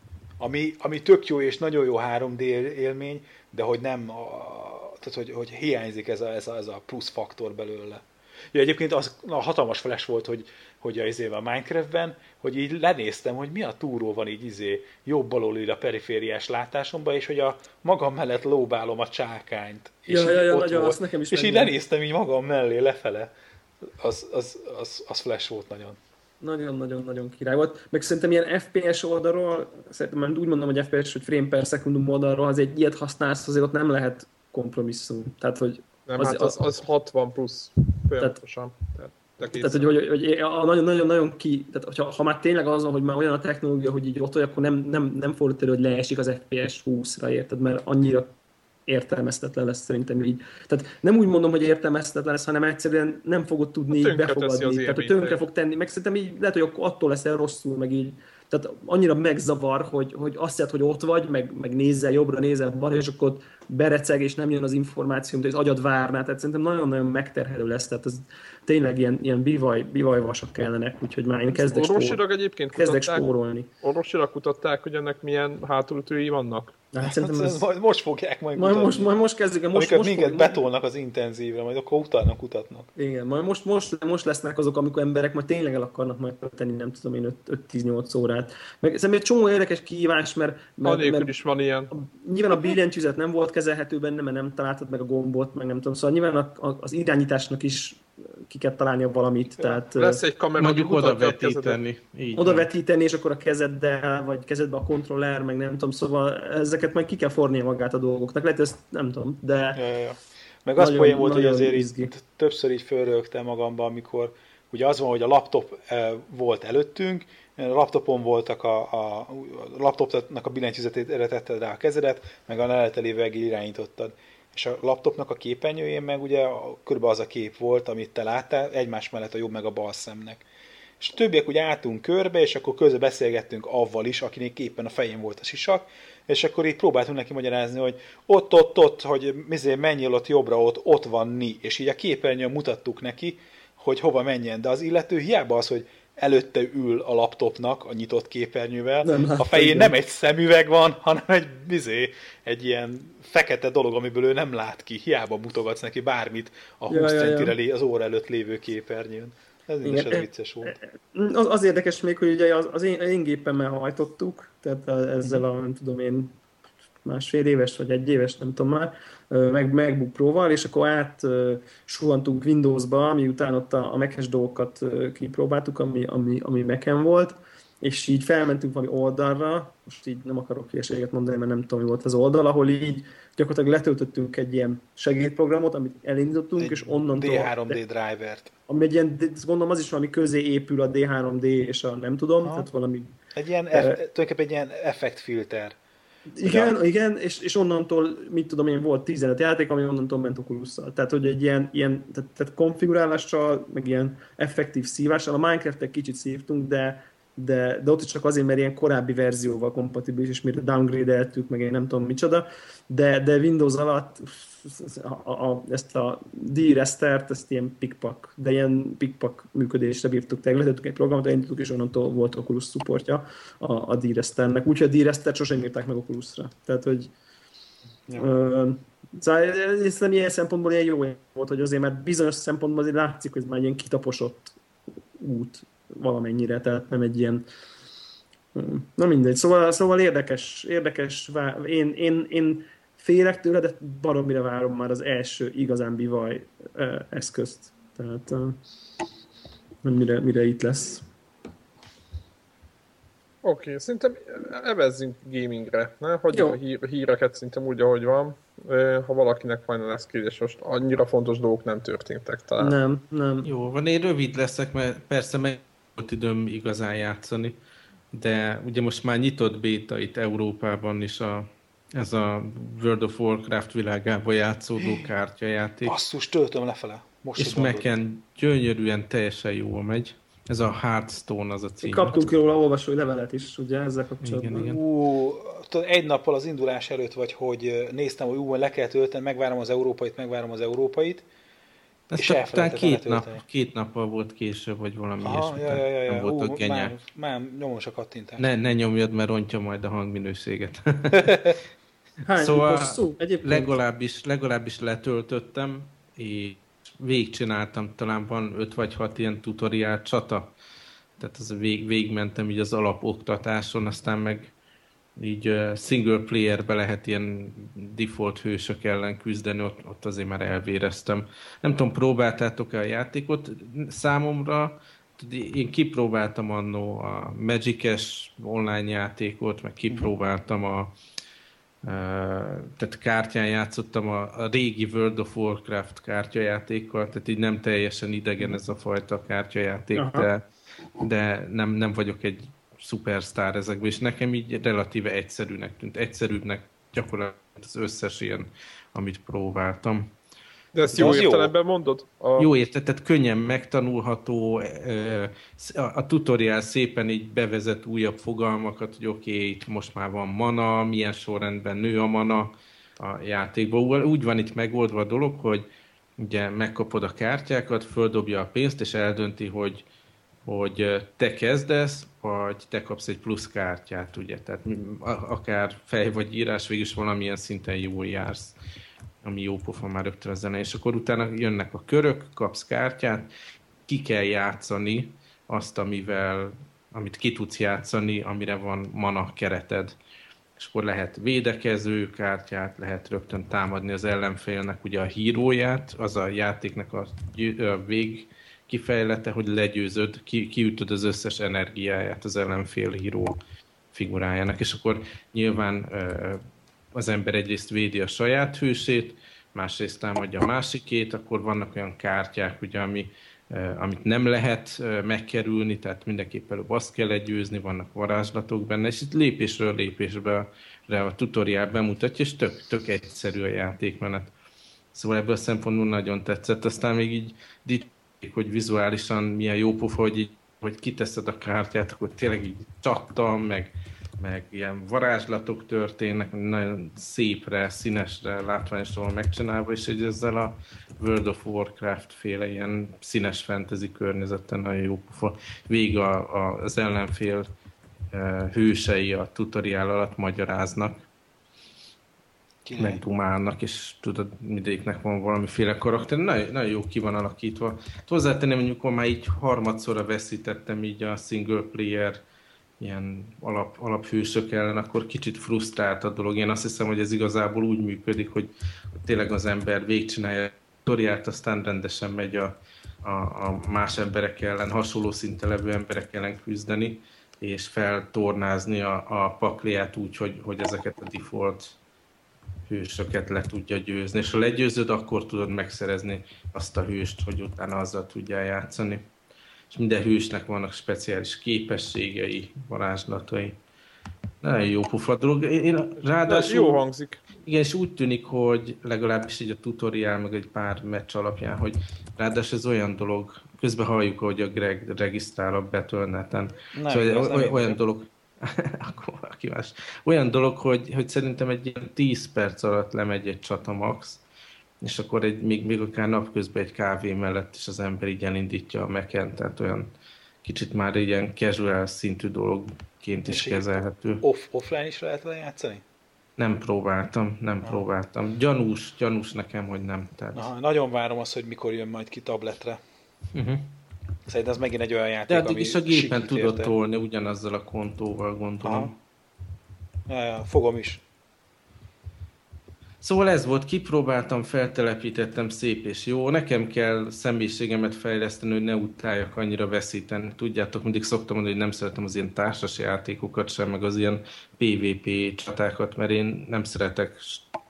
[SPEAKER 2] Ami, ami tök jó és nagyon jó három dé élmény, de hogy nem, a, tehát hogy, hogy hiányzik ez a, ez, a, ez a plusz faktor belőle. Ja, egyébként az a hatalmas flash volt, hogy, hogy a, izé, a Minecraftben, hogy így lenéztem, hogy mi a túró van így izé, jobb alól így a perifériás látásomban, és hogy a magam mellett lóbálom a csákányt. És
[SPEAKER 4] Ja,
[SPEAKER 2] így
[SPEAKER 4] ja, ja,
[SPEAKER 2] ott
[SPEAKER 4] nagyon,
[SPEAKER 2] volt.
[SPEAKER 4] azt nekem is
[SPEAKER 2] És így
[SPEAKER 4] megvan.
[SPEAKER 2] lenéztem így magam mellé lefele. Az, az, az, az flash volt nagyon.
[SPEAKER 4] Nagyon-nagyon-nagyon király volt. Meg szerintem ilyen ef pé es oldalról, szerintem úgy mondom, hogy ef pé es, hogy frame per secondum oldalról, ha egy ilyet használsz, azért ott nem lehet kompromisszum. Tehát, hogy
[SPEAKER 3] Nem,
[SPEAKER 4] az-
[SPEAKER 3] hát az, az hatvan plusz folyamatosan. Tehát, tehát,
[SPEAKER 4] Tehát, hogy, hogy, hogy a nagyon-nagyon ki, tehát hogyha, ha már tényleg az van, hogy már olyan a technológia, hogy így ott vagy, akkor nem, nem, nem fordult elő, hogy leesik az ef pé es húszra, érted, mert annyira értelmeztetlen lesz szerintem így. Tehát nem úgy mondom, hogy értelmeztetlen lesz, hanem egyszerűen nem fogod tudni így
[SPEAKER 3] Tönkre teszi
[SPEAKER 4] befogadni.
[SPEAKER 3] az
[SPEAKER 4] Tehát, hogy
[SPEAKER 3] élményt,
[SPEAKER 4] tönkre fog tenni, meg szerintem így lehet, hogy akkor attól leszel rosszul, meg így. Tehát annyira megzavar, hogy, hogy azt jelent, hogy ott vagy, meg, meg nézzel jobbra, nézzel balra, és akkor ott bereceg, és nem jön az információ, mint az agyad várná. Tehát szerintem nagyon-nagyon megterhelő lesz. Tehát ez tényleg ilyen, ilyen bivaj, bivajvasak kellenek, úgyhogy már én kezdek, spórolni.
[SPEAKER 3] Orvosilag egyébként
[SPEAKER 4] kezdek
[SPEAKER 3] kutatták,
[SPEAKER 4] spórolni.
[SPEAKER 3] orvosilag kutatták, hogy ennek milyen hátulütői vannak?
[SPEAKER 4] Hát
[SPEAKER 2] Hát
[SPEAKER 4] szerintem
[SPEAKER 2] ez
[SPEAKER 4] ez,
[SPEAKER 2] majd most fogják majd
[SPEAKER 4] majd,
[SPEAKER 2] kutatni.
[SPEAKER 4] most, majd most kezdjük, most,
[SPEAKER 2] Amikor
[SPEAKER 4] most
[SPEAKER 2] minket
[SPEAKER 4] fog-
[SPEAKER 2] betolnak az intenzívre, majd akkor utána kutatnak.
[SPEAKER 4] Igen, majd most, most, most lesznek azok, amikor emberek majd tényleg el akarnak majd tenni, nem tudom én, öt-tíz-nyolc órát. Meg szerintem egy csomó érdekes kihívás, mert, mert,
[SPEAKER 3] Anélkül
[SPEAKER 4] mert
[SPEAKER 3] is van ilyen.
[SPEAKER 4] nyilván a billentyűzet nem volt kezelhető benne, mert nem találtad meg a gombot, meg nem tudom, szóval nyilván a, a, az irányításnak is ki kell találnia valamit, tehát
[SPEAKER 3] Lesz egy kamera,
[SPEAKER 1] Mondjuk
[SPEAKER 3] aki
[SPEAKER 1] oda
[SPEAKER 3] mutatja a kezedet.
[SPEAKER 1] vetíteni. Így
[SPEAKER 4] oda
[SPEAKER 1] van.
[SPEAKER 4] vetíteni, és akkor a kezeddel, vagy kezedbe a kontroller, meg nem tudom, szóval ezeket majd ki kell fornia magát a dolgoknak, lehet ezt nem tudom, de
[SPEAKER 2] Ja, ja, ja. Meg az
[SPEAKER 4] Nagyon-
[SPEAKER 2] poén volt, hogy
[SPEAKER 4] nagyon
[SPEAKER 2] azért
[SPEAKER 4] izgi.
[SPEAKER 2] így többször így fölrögtem magamban, amikor ugye az van, hogy a laptop eh, volt előttünk, a laptopon voltak a, a, a laptopnak a billentyűzetére tetted rá a kezedet, meg a mellette lévő egér irányítottad. És a laptopnak a képernyőjén meg ugye a- körülbelül az a kép volt, amit te láttál, egymás mellett a jobb meg a bal szemnek. És a többiek úgy álltunk körbe, és akkor közben beszélgettünk avval is, akinek éppen a fején volt a sisak, és akkor így próbáltunk neki magyarázni, hogy ott, ott, ott, hogy mizé, menjél ott jobbra, ott, ott van ni, és így a képernyőn mutattuk neki, hogy hova menjen, de az illető hiába az, hogy előtte ül a laptopnak a nyitott képernyővel, nem, a fején igen. nem egy szemüveg van, hanem egy, bizé, egy ilyen fekete dolog, amiből ő nem lát ki, hiába mutogatsz neki bármit a húsz ja, centire ja, ja. az óra előtt lévő képernyőn. Ez mindes ez vicces volt.
[SPEAKER 4] Az, az érdekes még, hogy ugye az, az én, én gépemmel hajtottuk, tehát ezzel a, nem tudom én, másfél éves, vagy egy éves, nem tudom már, meg MacBook Pro-val, és akkor át suhantunk Windowsba, miután ott a, a Mac-es dolgokat kipróbáltuk, ami, ami, ami Mac-en volt, és így felmentünk valami oldalra, most így nem akarok hülyeséget mondani, mert nem tudom, mi volt az oldal, ahol így gyakorlatilag letöltöttünk egy ilyen segédprogramot, amit elindítottunk, egy és onnantól...
[SPEAKER 2] dé három dé drivert.
[SPEAKER 4] Ami egy ilyen, gondolom az is valami közé épül a dé három dé és a nem tudom, ha. tehát valami...
[SPEAKER 2] Egy ilyen, e, tulajdonképpen egy ilyen effektfilter.
[SPEAKER 4] Igen, ja. igen, és, és onnantól, mit tudom én, volt tizenöt játék, ami onnantól ment Oculusszal. Tehát, hogy egy ilyen, ilyen tehát, tehát konfigurálással, meg ilyen effektív szívással, a Minecraft-et kicsit szívtunk, de, de, de ott is csak azért, mert ilyen korábbi verzióval kompatibilis, és mire downgrade-eltük, meg én nem tudom micsoda, de, de Windows alatt a, a, ezt a D-restert, ezt ilyen pikpak, de ilyen pikpak működésre bírtuk, tehát letettük egy programot, elindítottuk, és onnantól volt Oculus supportja a, a D-resternek. Úgyhogy a D-restert sosem írták meg Oculusra. Tehát, hogy ja. ö, szóval ez ilyen szempontból ilyen jó volt, hogy azért, mert bizonyos szempontból azért látszik, hogy ez már ilyen kitaposott út valamennyire, tehát nem egy ilyen na mindegy, szóval, szóval érdekes, érdekes, én, én, én félek tőle, de baromira várom már az első igazán bivaj eszközt. Tehát mire, mire itt lesz.
[SPEAKER 3] Oké, okay, szerintem evezzünk gamingre, ne? Hagyjuk a hír, híreket szerintem úgy, ahogy van. Ha valakinek majd lesz kérdés, most annyira fontos dolgok nem történtek talán.
[SPEAKER 4] Nem, nem.
[SPEAKER 1] Jó, van, én rövid leszek, mert persze meg volt időm igazán játszani, de ugye most már nyitott béta itt Európában is a ez a World of Warcraft világában játszódó kártyajáték.
[SPEAKER 2] Basszus, töltöm lefele. Most
[SPEAKER 1] és Mac-en gyönyörűen teljesen jól megy. Ez a Hearthstone az a cím.
[SPEAKER 4] Kaptunk róla olvasói levelet is, ugye, ezzel kapcsolatban.
[SPEAKER 1] Igen, igen.
[SPEAKER 2] Ú, egy nappal az indulás előtt vagy, hogy néztem, hogy ú, le kell tölteni, megvárom az európait, megvárom az európait.
[SPEAKER 1] Ez és talán két, nap, két nappal volt később, vagy valami ilyesmi.
[SPEAKER 2] Ja, ja, ja, ja.
[SPEAKER 1] Nem volt
[SPEAKER 2] ú,
[SPEAKER 1] ott genyák.
[SPEAKER 2] Már, már nyomos a kattintást.
[SPEAKER 1] Ne, ne nyomjad, mert rontja majd a hangminőséget.
[SPEAKER 4] Hány
[SPEAKER 1] szóval legalábbis, legalábbis letöltöttem, és végigcsináltam, talán van öt vagy hat ilyen tutoriál csata. Tehát az vég, végigmentem így az alapoktatáson, aztán meg így uh, single playerbe lehet ilyen default hősök ellen küzdeni, ott, ott azért már elvéreztem. Nem tudom, próbáltátok-e a játékot? Számomra, én kipróbáltam annó a Magic-es online játékot, meg kipróbáltam a uh, tehát kártyán játszottam a, a régi World of Warcraft kártyajátékkal, tehát így nem teljesen idegen ez a fajta kártyajáték, de, de nem, nem vagyok egy szupersztár ezekből, és nekem így relatíve egyszerűnek tűnt. Egyszerűbbnek gyakorlatilag az összes ilyen, amit próbáltam.
[SPEAKER 3] De ezt jó értelemben mondod?
[SPEAKER 1] A... Jó érted, tehát könnyen megtanulható, a tutoriál szépen így bevezet újabb fogalmakat, hogy oké, okay, itt most már van mana, milyen sorrendben nő a mana a játékban. Úgy van itt megoldva a dolog, hogy ugye megkapod a kártyákat, földobja a pénzt, és eldönti, hogy hogy te kezdesz, vagy te kapsz egy plusz kártyát, ugye, tehát akár fej vagy írás, végülis valamilyen szinten jól jársz, ami jó pofa már rögtön a zene, és akkor utána jönnek a körök, kapsz kártyát, ki kell játszani azt, amivel, amit ki tudsz játszani, amire van mana kereted. És akkor lehet védekező kártyát, lehet rögtön támadni az ellenfélnek ugye a híróját, az a játéknak a, a vég kifejlete, hogy legyőzöd, ki, kiütöd az összes energiáját az ellenfél híró figurájának, és akkor nyilván az ember egyrészt védi a saját hősét, másrészt támadja a másikét, akkor vannak olyan kártyák, ugye, ami, amit nem lehet megkerülni, tehát mindenképp előbb azt kell legyőzni, vannak varázslatok benne, és itt lépésről lépésre a tutoriál bemutatja, és tök, tök egyszerű a játékmenet. Szóval ebből a szempontból nagyon tetszett, aztán még így hogy vizuálisan milyen jó pofa, hogy, így, hogy kiteszed a kártyát, akkor tényleg így csattam, meg meg ilyen varázslatok történnek, nagyon szépre, színesre, látványosra megcsinálva, és egy ezzel a World of Warcraft féle ilyen színes fantasy környezeten nagyon jó pofa. Végig a, a, az ellenfél e, hősei a tutoriál alatt magyaráznak, Kinek? megdumálnak, és tudod, mindegyiknek van valamiféle karakter. Nagyon, nagyon jó ki van alakítva. Hozzátenném, hogy amikor már így harmadszorra veszítettem így a single player ilyen alap, alaphősök ellen, akkor kicsit frusztrált a dolog. Én azt hiszem, hogy ez igazából úgy működik, hogy tényleg az ember végigcsinálja a tutoriált, aztán rendesen megy a, a, a más emberek ellen, hasonló szinten levő emberek ellen küzdeni, és feltornázni a, a pakliát úgy, hogy, hogy ezeket a default hősöket le tudja győzni. És ha legyőzöd, akkor tudod megszerezni azt a hőst, hogy utána azzal tudjál játszani. És minden hősnek vannak speciális képességei, varázslatai. Nagyon jó pufa dolog. Én, ráadásul,
[SPEAKER 3] jó hangzik.
[SPEAKER 1] Igen, és úgy tűnik, hogy legalábbis így a tutoriál, meg egy pár meccs alapján, hogy ráadásul ez olyan dolog, közben halljuk, hogy a Greg regisztrál a Battle ponto net-en. Szóval az olyan, olyan dolog, akkor valaki más. Olyan dolog, hogy, hogy szerintem egy ilyen tíz perc alatt lemegy egy csata max, és akkor egy, még, még akár napközben egy kávé mellett is az ember így elindítja a Mac-en, tehát olyan kicsit már ilyen casual szintű dologként is kezelhető.
[SPEAKER 2] Off, offline is lehet vele játszani? Nem
[SPEAKER 1] próbáltam, nem Aha. próbáltam. Gyanús, gyanús nekem, hogy nem. Tehát...
[SPEAKER 2] Aha, nagyon várom azt, hogy mikor jön majd ki tabletre. Uh-huh. Szerintem ez megint egy olyan játék,
[SPEAKER 1] de
[SPEAKER 2] ami
[SPEAKER 1] is a gépen tudod tolni ugyanazzal a kontóval, gondolom.
[SPEAKER 2] Ja, ja, fogom is.
[SPEAKER 1] Szóval ez volt, kipróbáltam, feltelepítettem, szép és jó. Nekem kell személyiségemet fejleszteni, hogy ne utáljak annyira veszíteni. Tudjátok, mindig szoktam mondani, hogy nem szeretem az ilyen társas játékokat sem, meg az ilyen pé vé pé csatákat, mert én nem szeretek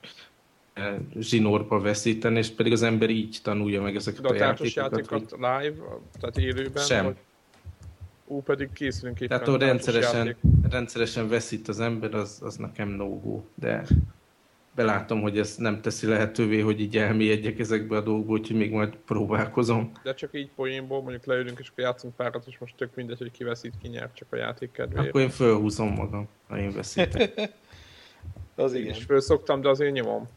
[SPEAKER 1] zsinórba veszíteni, és pedig az ember így tanulja meg ezeket a, a játékokat.
[SPEAKER 3] De a társas játékokat hogy... live, tehát élőben?
[SPEAKER 1] Sem.
[SPEAKER 3] Vagy... Ú, pedig készülünk éppen.
[SPEAKER 1] Tehát ahol rendszeresen, rendszeresen veszít az ember, az, az nekem no-go, de... belátom, hogy ez nem teszi lehetővé, hogy így elmélyedjek ezekbe a dolgokba, úgyhogy még majd próbálkozom.
[SPEAKER 3] De csak így poénból, mondjuk leülünk, és akkor játszunk párat, és most tök mindegy, hogy ki veszít, ki nyer, csak a játék kedvéért.
[SPEAKER 1] Akkor én fölhúzom magam, ha én veszítek.
[SPEAKER 2] Az igen.
[SPEAKER 3] És fölszoktam, de azért nyomom.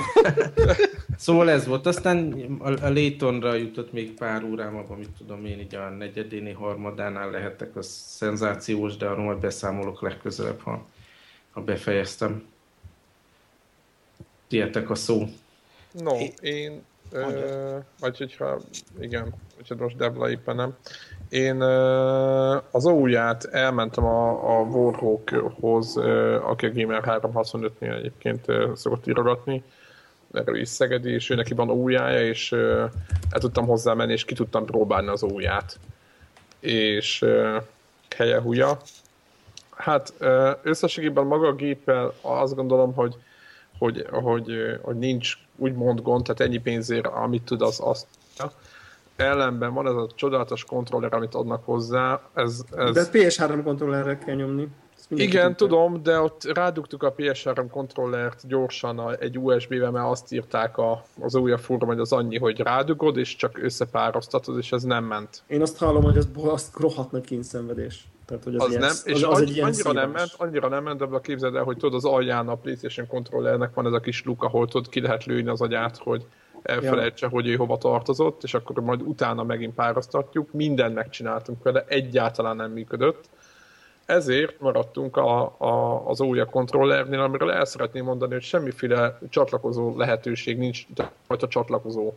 [SPEAKER 1] Szóval ez volt. Aztán a Laytonra jutott még pár órám, abban, mit tudom én, így a negyedéni, harmadánál lehetek, az szenzációs, de arról majd beszámolok legközelebb, ha, ha befejeztem. Tietek a szó.
[SPEAKER 3] No, én, ö, vagy hogyha, igen, hogyha most Debla éppen nem. Én ö, az ó ujját elmentem a, a Warhawkhoz, ö, aki a Gamer háromszázhatvanötnél egyébként ö, szokott írogatni, mert ő is szegedi, és ő neki van ójája, és ö, el tudtam hozzá menni, és ki tudtam próbálni az óját. És ö, helye húja. Hát ö, összességében maga a géppel azt gondolom, hogy Hogy, hogy, hogy nincs úgymond gond, tehát ennyi pénzért, amit tud, az azt. Ellenben van ez a csodálatos kontroller, amit adnak hozzá. Ez, ez...
[SPEAKER 4] De pé es három kontrollerre kell nyomni.
[SPEAKER 3] Igen, tudom, de ott rádugtuk a pé es három kontrollert gyorsan a, egy u es bé-vel, mert azt írták a, az új fórum, hogy az annyi, hogy rádugod, és csak összepároztatod, és ez nem ment.
[SPEAKER 4] Én azt hallom, hogy az, az rohadt nagy kényszenvedés. Tehát, hogy az,
[SPEAKER 3] az
[SPEAKER 4] ilyen,
[SPEAKER 3] nem, és
[SPEAKER 4] az, az
[SPEAKER 3] annyi, annyira nem ment, annyira nem ment, de képzeld el, hogy tudod, az alján a PlayStation kontrollernek van ez a kis luk, ahol tudod, ki lehet lőni az agyát, hogy elfelejtse, ja. hogy ő hova tartozott, és akkor majd utána megint pároztatjuk. Mindent megcsináltunk vele, egyáltalán nem működött. Ezért maradtunk a, a, az ó jé kontrollernél, amiről el szeretném mondani, hogy semmiféle csatlakozó lehetőség nincs, vagy a csatlakozó.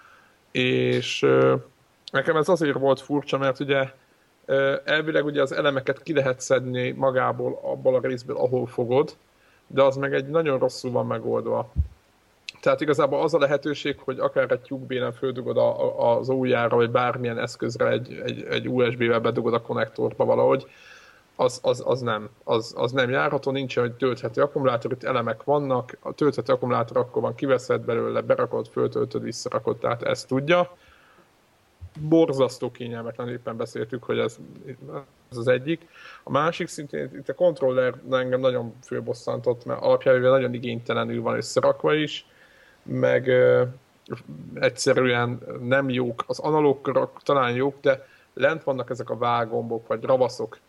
[SPEAKER 3] És ö, nekem ez azért volt furcsa, mert ugye ö, elvileg ugye az elemeket ki lehet szedni magából, abból a részből, ahol fogod, de az meg egy nagyon rosszul van megoldva. Tehát igazából az a lehetőség, hogy akár egy tyúkbélen földugod a, a, az ó jé-ra, vagy bármilyen eszközre egy, egy, egy u es bé-vel bedugod a konnektorba valahogy, Az, az, az, nem, az, az nem járható, nincs, hogy tölthető akkumulátor, itt elemek vannak, a tölthető akkumulátor akkor van, kiveszed belőle, berakod, föltöltöd, visszarakod, tehát ezt tudja. Borzasztó kényelmetlen, éppen beszéltük, hogy ez, ez az egyik. A másik szintén, itt a kontroller engem nagyon fölbosszantott, mert alapjában nagyon igénytelenül van összerakva is, meg ö, egyszerűen nem jók, az analóg talán jók, de lent vannak ezek a vágombok, vagy ravaszok,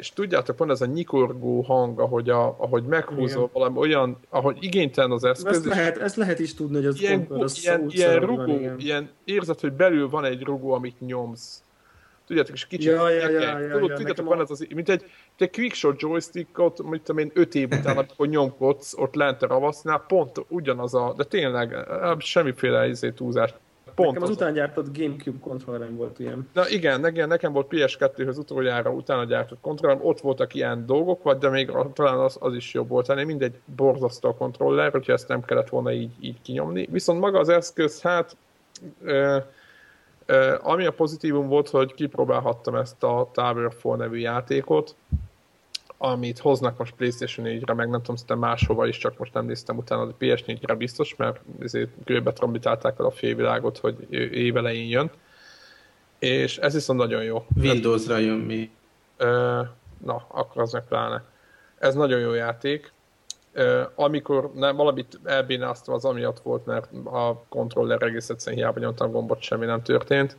[SPEAKER 3] és tudjátok, van ez a nyikorgó hang, ahogy, a, ahogy meghúzol valami olyan, ahogy igénytelen az eszköz.
[SPEAKER 4] Ezt lehet, ezt lehet is tudni, hogy az
[SPEAKER 3] ilyen,
[SPEAKER 4] pont, az
[SPEAKER 3] ilyen, ilyen rugó, van, ilyen érzed, hogy belül van egy rugó, amit nyomsz. Tudjátok, és kicsit
[SPEAKER 4] ja, ja, ja, ja,
[SPEAKER 3] Tudod,
[SPEAKER 4] ja,
[SPEAKER 3] tudjátok, van ez az, mint egy, egy quickshot joystickot, mint tudom én, öt év után, amikor nyomkodsz ott lent a ravasznál, pont ugyanaz a, de tényleg semmiféle izé túlzás. Pont
[SPEAKER 4] nekem az, az után gyártott Gamecube kontrollerem volt ilyen.
[SPEAKER 3] Na igen, nekem, nekem volt pé es kettőhöz utoljára utána gyártott kontrollerem, ott voltak ilyen dolgok, vagy de még talán az, az is jobb volt. Hát mindegy borzasztó a kontroller, hogyha ezt nem kellett volna így, így kinyomni. Viszont maga az eszköz, hát ö, ö, ami a pozitívum volt, hogy kipróbálhattam ezt a Towerfall nevű játékot, amit hoznak most PlayStation négyre, meg nem tudom, szerintem máshova is, csak most nem néztem utána, de pé es négyre biztos, mert ezért kőbe trombitálták el a félvilágot, hogy évelején jön. És ez viszont nagyon jó.
[SPEAKER 1] Windowsra jön mi.
[SPEAKER 3] Na, akkor az meg pláne. Ez nagyon jó játék. Amikor nem, valamit elbénáztam, az amiatt volt, mert a kontroller egész egyszerűen hiába nyomtam gombot, semmi nem történt.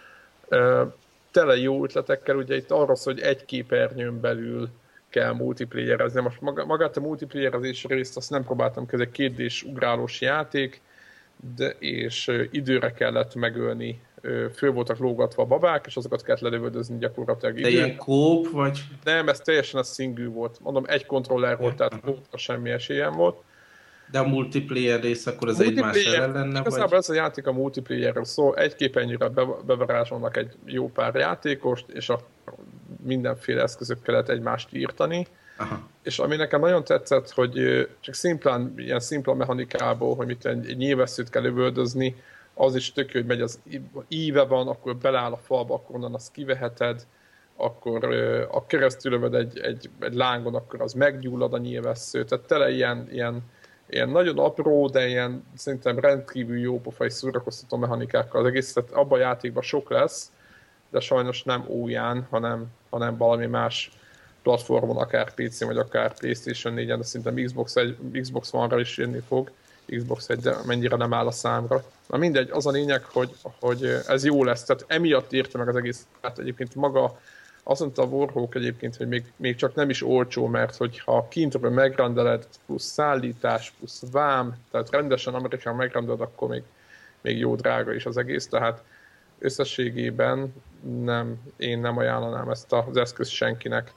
[SPEAKER 3] Tele jó ötletekkel, ugye itt arra szól, hogy egy képernyőn belül kell multiplayerezni. Most magát a multiplayerezés részt azt nem próbáltam ki, ez egy kétdés ugrálós játék, de, és időre kellett megölni. Föl voltak lógatva a babák, és azokat kellett ledövöldözni gyakorlatilag időre.
[SPEAKER 1] De ilyen kóp, vagy?
[SPEAKER 3] Nem, ez teljesen a single volt. Mondom, egy kontroller volt, tehát kópra semmi esélyem volt.
[SPEAKER 1] De a multiplayer rész akkor az egymás ellen lenne?
[SPEAKER 3] Igazából ez a játék a multiplayerről szól, egy képernyőre bevarázsolnak egy jó pár játékost, és a mindenféle eszközökkel lehet egymást írtani. Aha. És ami nekem nagyon tetszett, hogy csak szimplán, ilyen szimpla mechanikából, hogy mit egy, egy nyilvesszőt kell lövöldözni, az is tök jó, hogy megy az íve van, akkor beláll a falba, akkor onnan azt kiveheted, akkor a keresztül lövöd egy, egy, egy lángon, akkor az meggyullad a nyilvessző. Tehát tele ilyen, ilyen, ilyen nagyon apró, de ilyen szerintem rendkívül jó pofa és szórakoztató mechanikákkal. Az egész, tehát abban a játékban sok lesz, de sajnos nem óján, hanem, hanem valami más platformon, akár pé cén, vagy akár PlayStation négyen, de szerintem Xbox, egy, Xbox One-ra is jönni fog. Xbox egy, de mennyire nem áll a számra. Na mindegy, az a lényeg, hogy, hogy ez jó lesz, tehát emiatt írta meg az egész. Hát egyébként maga, azt mondta a Warhawk egyébként, hogy még, még csak nem is olcsó, mert hogyha kintről megrendeled, plusz szállítás, plusz vám, tehát rendesen Amerikán megrendeled, akkor még, még jó drága is az egész, tehát összességében nem, én nem ajánlanám ezt az eszközt senkinek.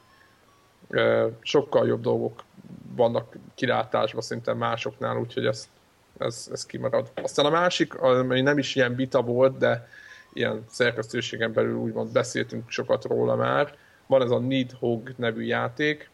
[SPEAKER 3] Sokkal jobb dolgok vannak kilátásban szinte másoknál, úgyhogy ez, ez, ez kimarad. Aztán a másik, ami nem is ilyen vita volt, de ilyen szerkesztőségen belül úgymond beszéltünk sokat róla már, van ez a Nidhogg nevű játék,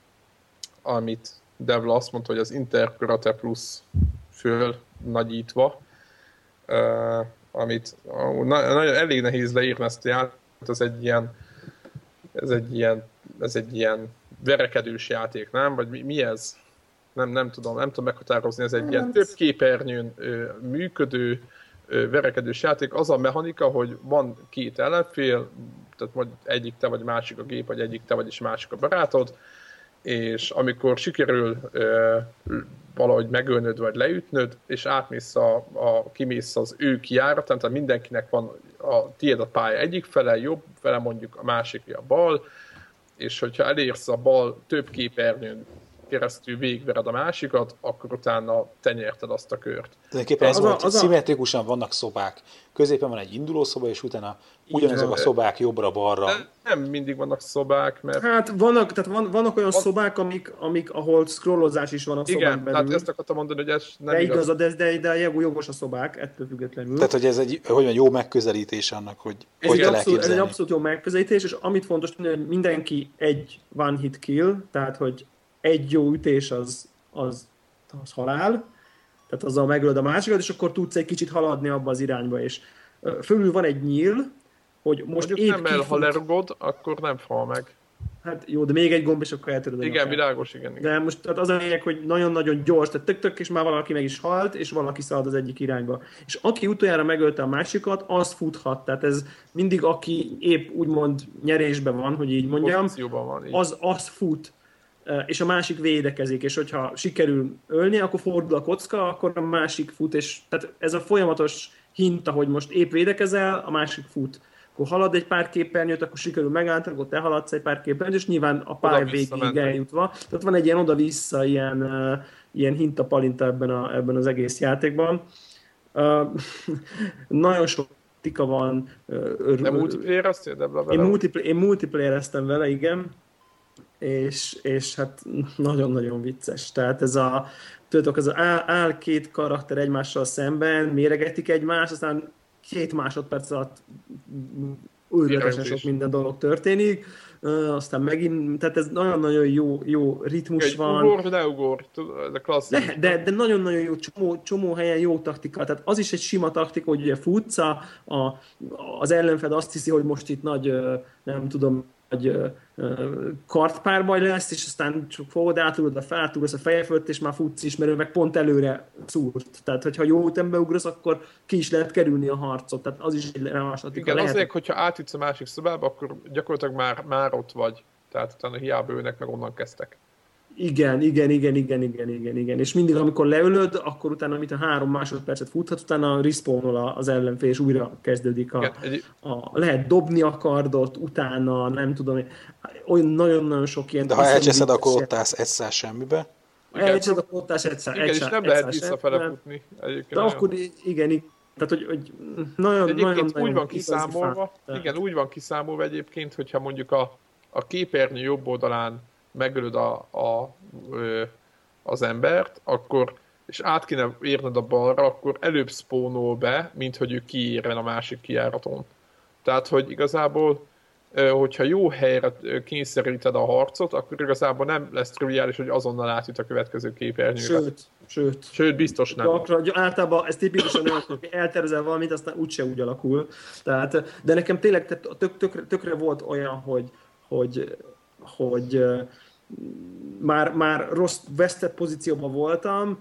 [SPEAKER 3] amit Devla azt mondta, hogy az Interkarate Plus föl nagyítva, uh, amit uh, nagyon elég nehéz leírni ezt a játékot, ez egy ilyen ez egy ilyen, ez egy ilyen verekedős játék, nem? Vagy mi, mi ez? Nem, nem tudom, nem tudom meghatározni, ez egy ilyen több képernyőn ö, működő ö, verekedős játék. Az a mechanika, hogy van két ellenfél, tehát vagy egyik te vagy másik a gép, vagy egyik te vagy és másik a barátod, és amikor sikerül ö, valahogy megölnöd vagy leütnöd, és átmész a, a, kimész az ő kijáratán, tehát mindenkinek van a tiéd a pálya egyik fele, jobb fele mondjuk, a másik a bal, és hogyha elérsz a bal több képernyőn keresztül végigvered a másikat, akkor utána te nyerted azt a kört.
[SPEAKER 2] Tulajdonképpen ez volt, szimmetrikusan vannak szobák. Középen van egy indulószoba, és utána ugyanezek a szobák jobbra-balra.
[SPEAKER 3] Nem mindig vannak szobák, mert...
[SPEAKER 4] Hát vannak, tehát van, vannak olyan van... szobák, amik, amik, ahol scrollozás is van a szobán belül.
[SPEAKER 3] Igen, tehát ezt akartam mondani, hogy ez nem
[SPEAKER 4] de igaz. igaz de, de, de jogos a szobák, ettől függetlenül.
[SPEAKER 2] Tehát, hogy ez egy hogy mondjam, jó megközelítés annak, hogy
[SPEAKER 4] ez
[SPEAKER 2] hogy
[SPEAKER 4] egy
[SPEAKER 2] kell
[SPEAKER 4] abszolút, Ez egy abszolút jó megközelítés, és amit fontos tudni, hogy mindenki egy one hit kill, tehát, hogy egy jó ütés az, az, az halál, tehát azzal megölöd a másikat, és akkor tudsz egy kicsit haladni abba az irányba, és fölül van egy nyíl, hogy most
[SPEAKER 3] mondjuk
[SPEAKER 4] épp
[SPEAKER 3] nem, mert
[SPEAKER 4] kifut...
[SPEAKER 3] ha lerugod, akkor nem fal meg.
[SPEAKER 4] Hát jó, de még egy gomb, és akkor eltöröd.
[SPEAKER 3] Igen, világos, igen, igen.
[SPEAKER 4] De most tehát az a lényeg, hogy nagyon-nagyon gyors, tehát tök-tök, és már valaki meg is halt, és valaki szalad az egyik irányba. És aki utoljára megölte a másikat, az futhat. Tehát ez mindig, aki épp úgymond nyerésben van, hogy így mondjam,
[SPEAKER 3] van, így.
[SPEAKER 4] az, az fut. És a másik védekezik, és hogyha sikerül ölni, akkor fordul a kocka, akkor a másik fut, és tehát ez a folyamatos hinta, hogy most épp védekezel, a másik fut. akkor halad egy pár képernyőt, akkor sikerül megállítani, akkor te haladsz egy pár képernyőt, és nyilván a pálya végéig eljutva. Tehát van egy ilyen oda-vissza, ilyen, uh, ilyen hinta-palinta ebben, a, ebben az egész játékban. Uh, nagyon sok tika van. Uh,
[SPEAKER 3] De multiplayer-eztél?
[SPEAKER 4] Én, multiplayer, én multiplayer-eztem vele, igen. És, és hát nagyon-nagyon vicces. Tehát ez a, tudjátok, ez az áll, áll két karakter egymással szemben, méregetik egymást, aztán két másodperc alatt őrületesen sok minden dolog történik, aztán megint, tehát ez nagyon-nagyon jó, jó ritmus
[SPEAKER 3] egy
[SPEAKER 4] van.
[SPEAKER 3] Ugor, de ugor, ez a klasszikus.
[SPEAKER 4] De, de, de nagyon-nagyon jó, csomó, csomó helyen jó taktika, tehát az is egy sima taktika, hogy ugye futsz, a, a, az ellenfed azt hiszi, hogy most itt nagy, nem tudom, nagy kartpárbaj lesz, és aztán csak fogod, átugod a feltugolsz a feje fölött, és már futsz is, mert ő meg pont előre szúrt. Tehát, hogyha jó ütembe ugrasz, akkor ki is lehet kerülni a harcot. Tehát az is egy remásatika.
[SPEAKER 3] Igen, azért, hogyha átütsz a másik szobába, akkor gyakorlatilag már, már ott vagy. Tehát utána hiába őnek, meg onnan kezdtek.
[SPEAKER 4] Igen, igen, igen, igen, igen, igen, igen. És mindig, amikor leülöd, akkor utána, amit a három másodpercet futhat, utána respawnol az ellenfél, és újra kezdődik a, igen, egy... a... Lehet dobni a kardot, utána, nem tudom, olyan nagyon-nagyon sok ilyen...
[SPEAKER 2] De ha elcseszed, akkor ott állsz egyszer semmibe.
[SPEAKER 4] Elcseszed, akkor ott állsz egyszer.
[SPEAKER 3] Igen, és nem lehet visszafele futni.
[SPEAKER 4] De akkor igen, igen. Tehát, hogy, hogy nagyon,
[SPEAKER 3] egyébként
[SPEAKER 4] nagyon,
[SPEAKER 3] úgy
[SPEAKER 4] nagyon
[SPEAKER 3] van kiszámolva, igen, úgy van kiszámolva egyébként, hogyha mondjuk a, a képernyő jobb oldalán megölöd a, a, az embert, akkor, és át kéne érned a balra, akkor előbb spawnol be, mint hogy ő kiérjen a másik kijáraton. Tehát, hogy igazából, hogyha jó helyre kényszeríted a harcot, akkor igazából nem lesz triviális, hogy azonnal átjut a következő képernyőre.
[SPEAKER 4] Sőt, sőt.
[SPEAKER 3] Sőt, biztos nem.
[SPEAKER 4] Gyakran, általában ez tipikusan olyan, hogy eltervezel valamit, aztán úgyse úgy alakul. Tehát, de nekem tényleg tök, tökre, tökre volt olyan, hogy, hogy, hogy Már, már rossz, vesztett pozícióban voltam,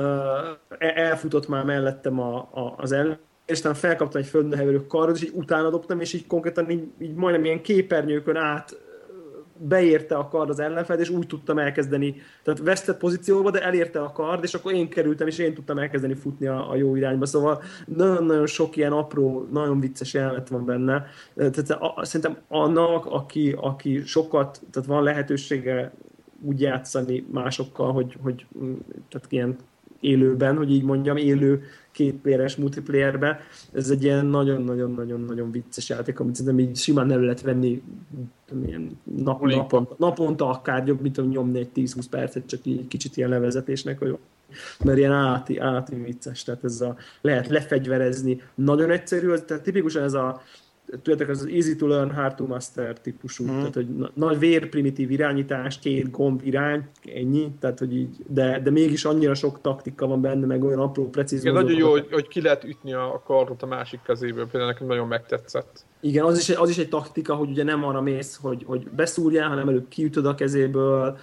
[SPEAKER 4] elfutott már mellettem a, a, az ellen, és aztán felkaptam egy földön heverő kardot, és így utána dobtam, és így konkrétan így, így majdnem ilyen képernyőkön át beérte a kard az ellenfelt, és úgy tudtam elkezdeni, tehát vesztett pozícióba, de elérte a kard, és akkor én kerültem, és én tudtam elkezdeni futni a, a jó irányba. Szóval nagyon-nagyon sok ilyen apró, nagyon vicces jelenet van benne. Tehát a, szerintem annak, aki, aki sokat, tehát van lehetősége úgy játszani másokkal, hogy, hogy tehát ilyen élőben, hogy így mondjam, élő kétpéres multiplayerbe. Ez egy ilyen nagyon-nagyon-nagyon-nagyon vicces játék, amit szerintem így simán el lehet venni ilyen nap, naponta, naponta akár jobb, mint nyomni egy tíz-húsz percet, csak így kicsit ilyen levezetésnek, hogy mert ilyen állati, állati vicces, tehát ez a, lehet lefegyverezni, nagyon egyszerű, tehát tipikusan ez a tudjátok, az easy to learn, hard to master típusú, hmm. tehát hogy nagy vérprimitív irányítás, két gomb irány, ennyi, tehát hogy így, de, de mégis annyira sok taktika van benne, meg olyan apró, precíz.
[SPEAKER 3] Igen, nagyon jó, hogy, hogy ki lehet ütni a kardot a másik kezéből, például nekem nagyon megtetszett.
[SPEAKER 4] Igen, az is, az is egy taktika, hogy ugye nem arra mész, hogy, hogy beszúrjál, hanem előbb kiütöd a kezéből.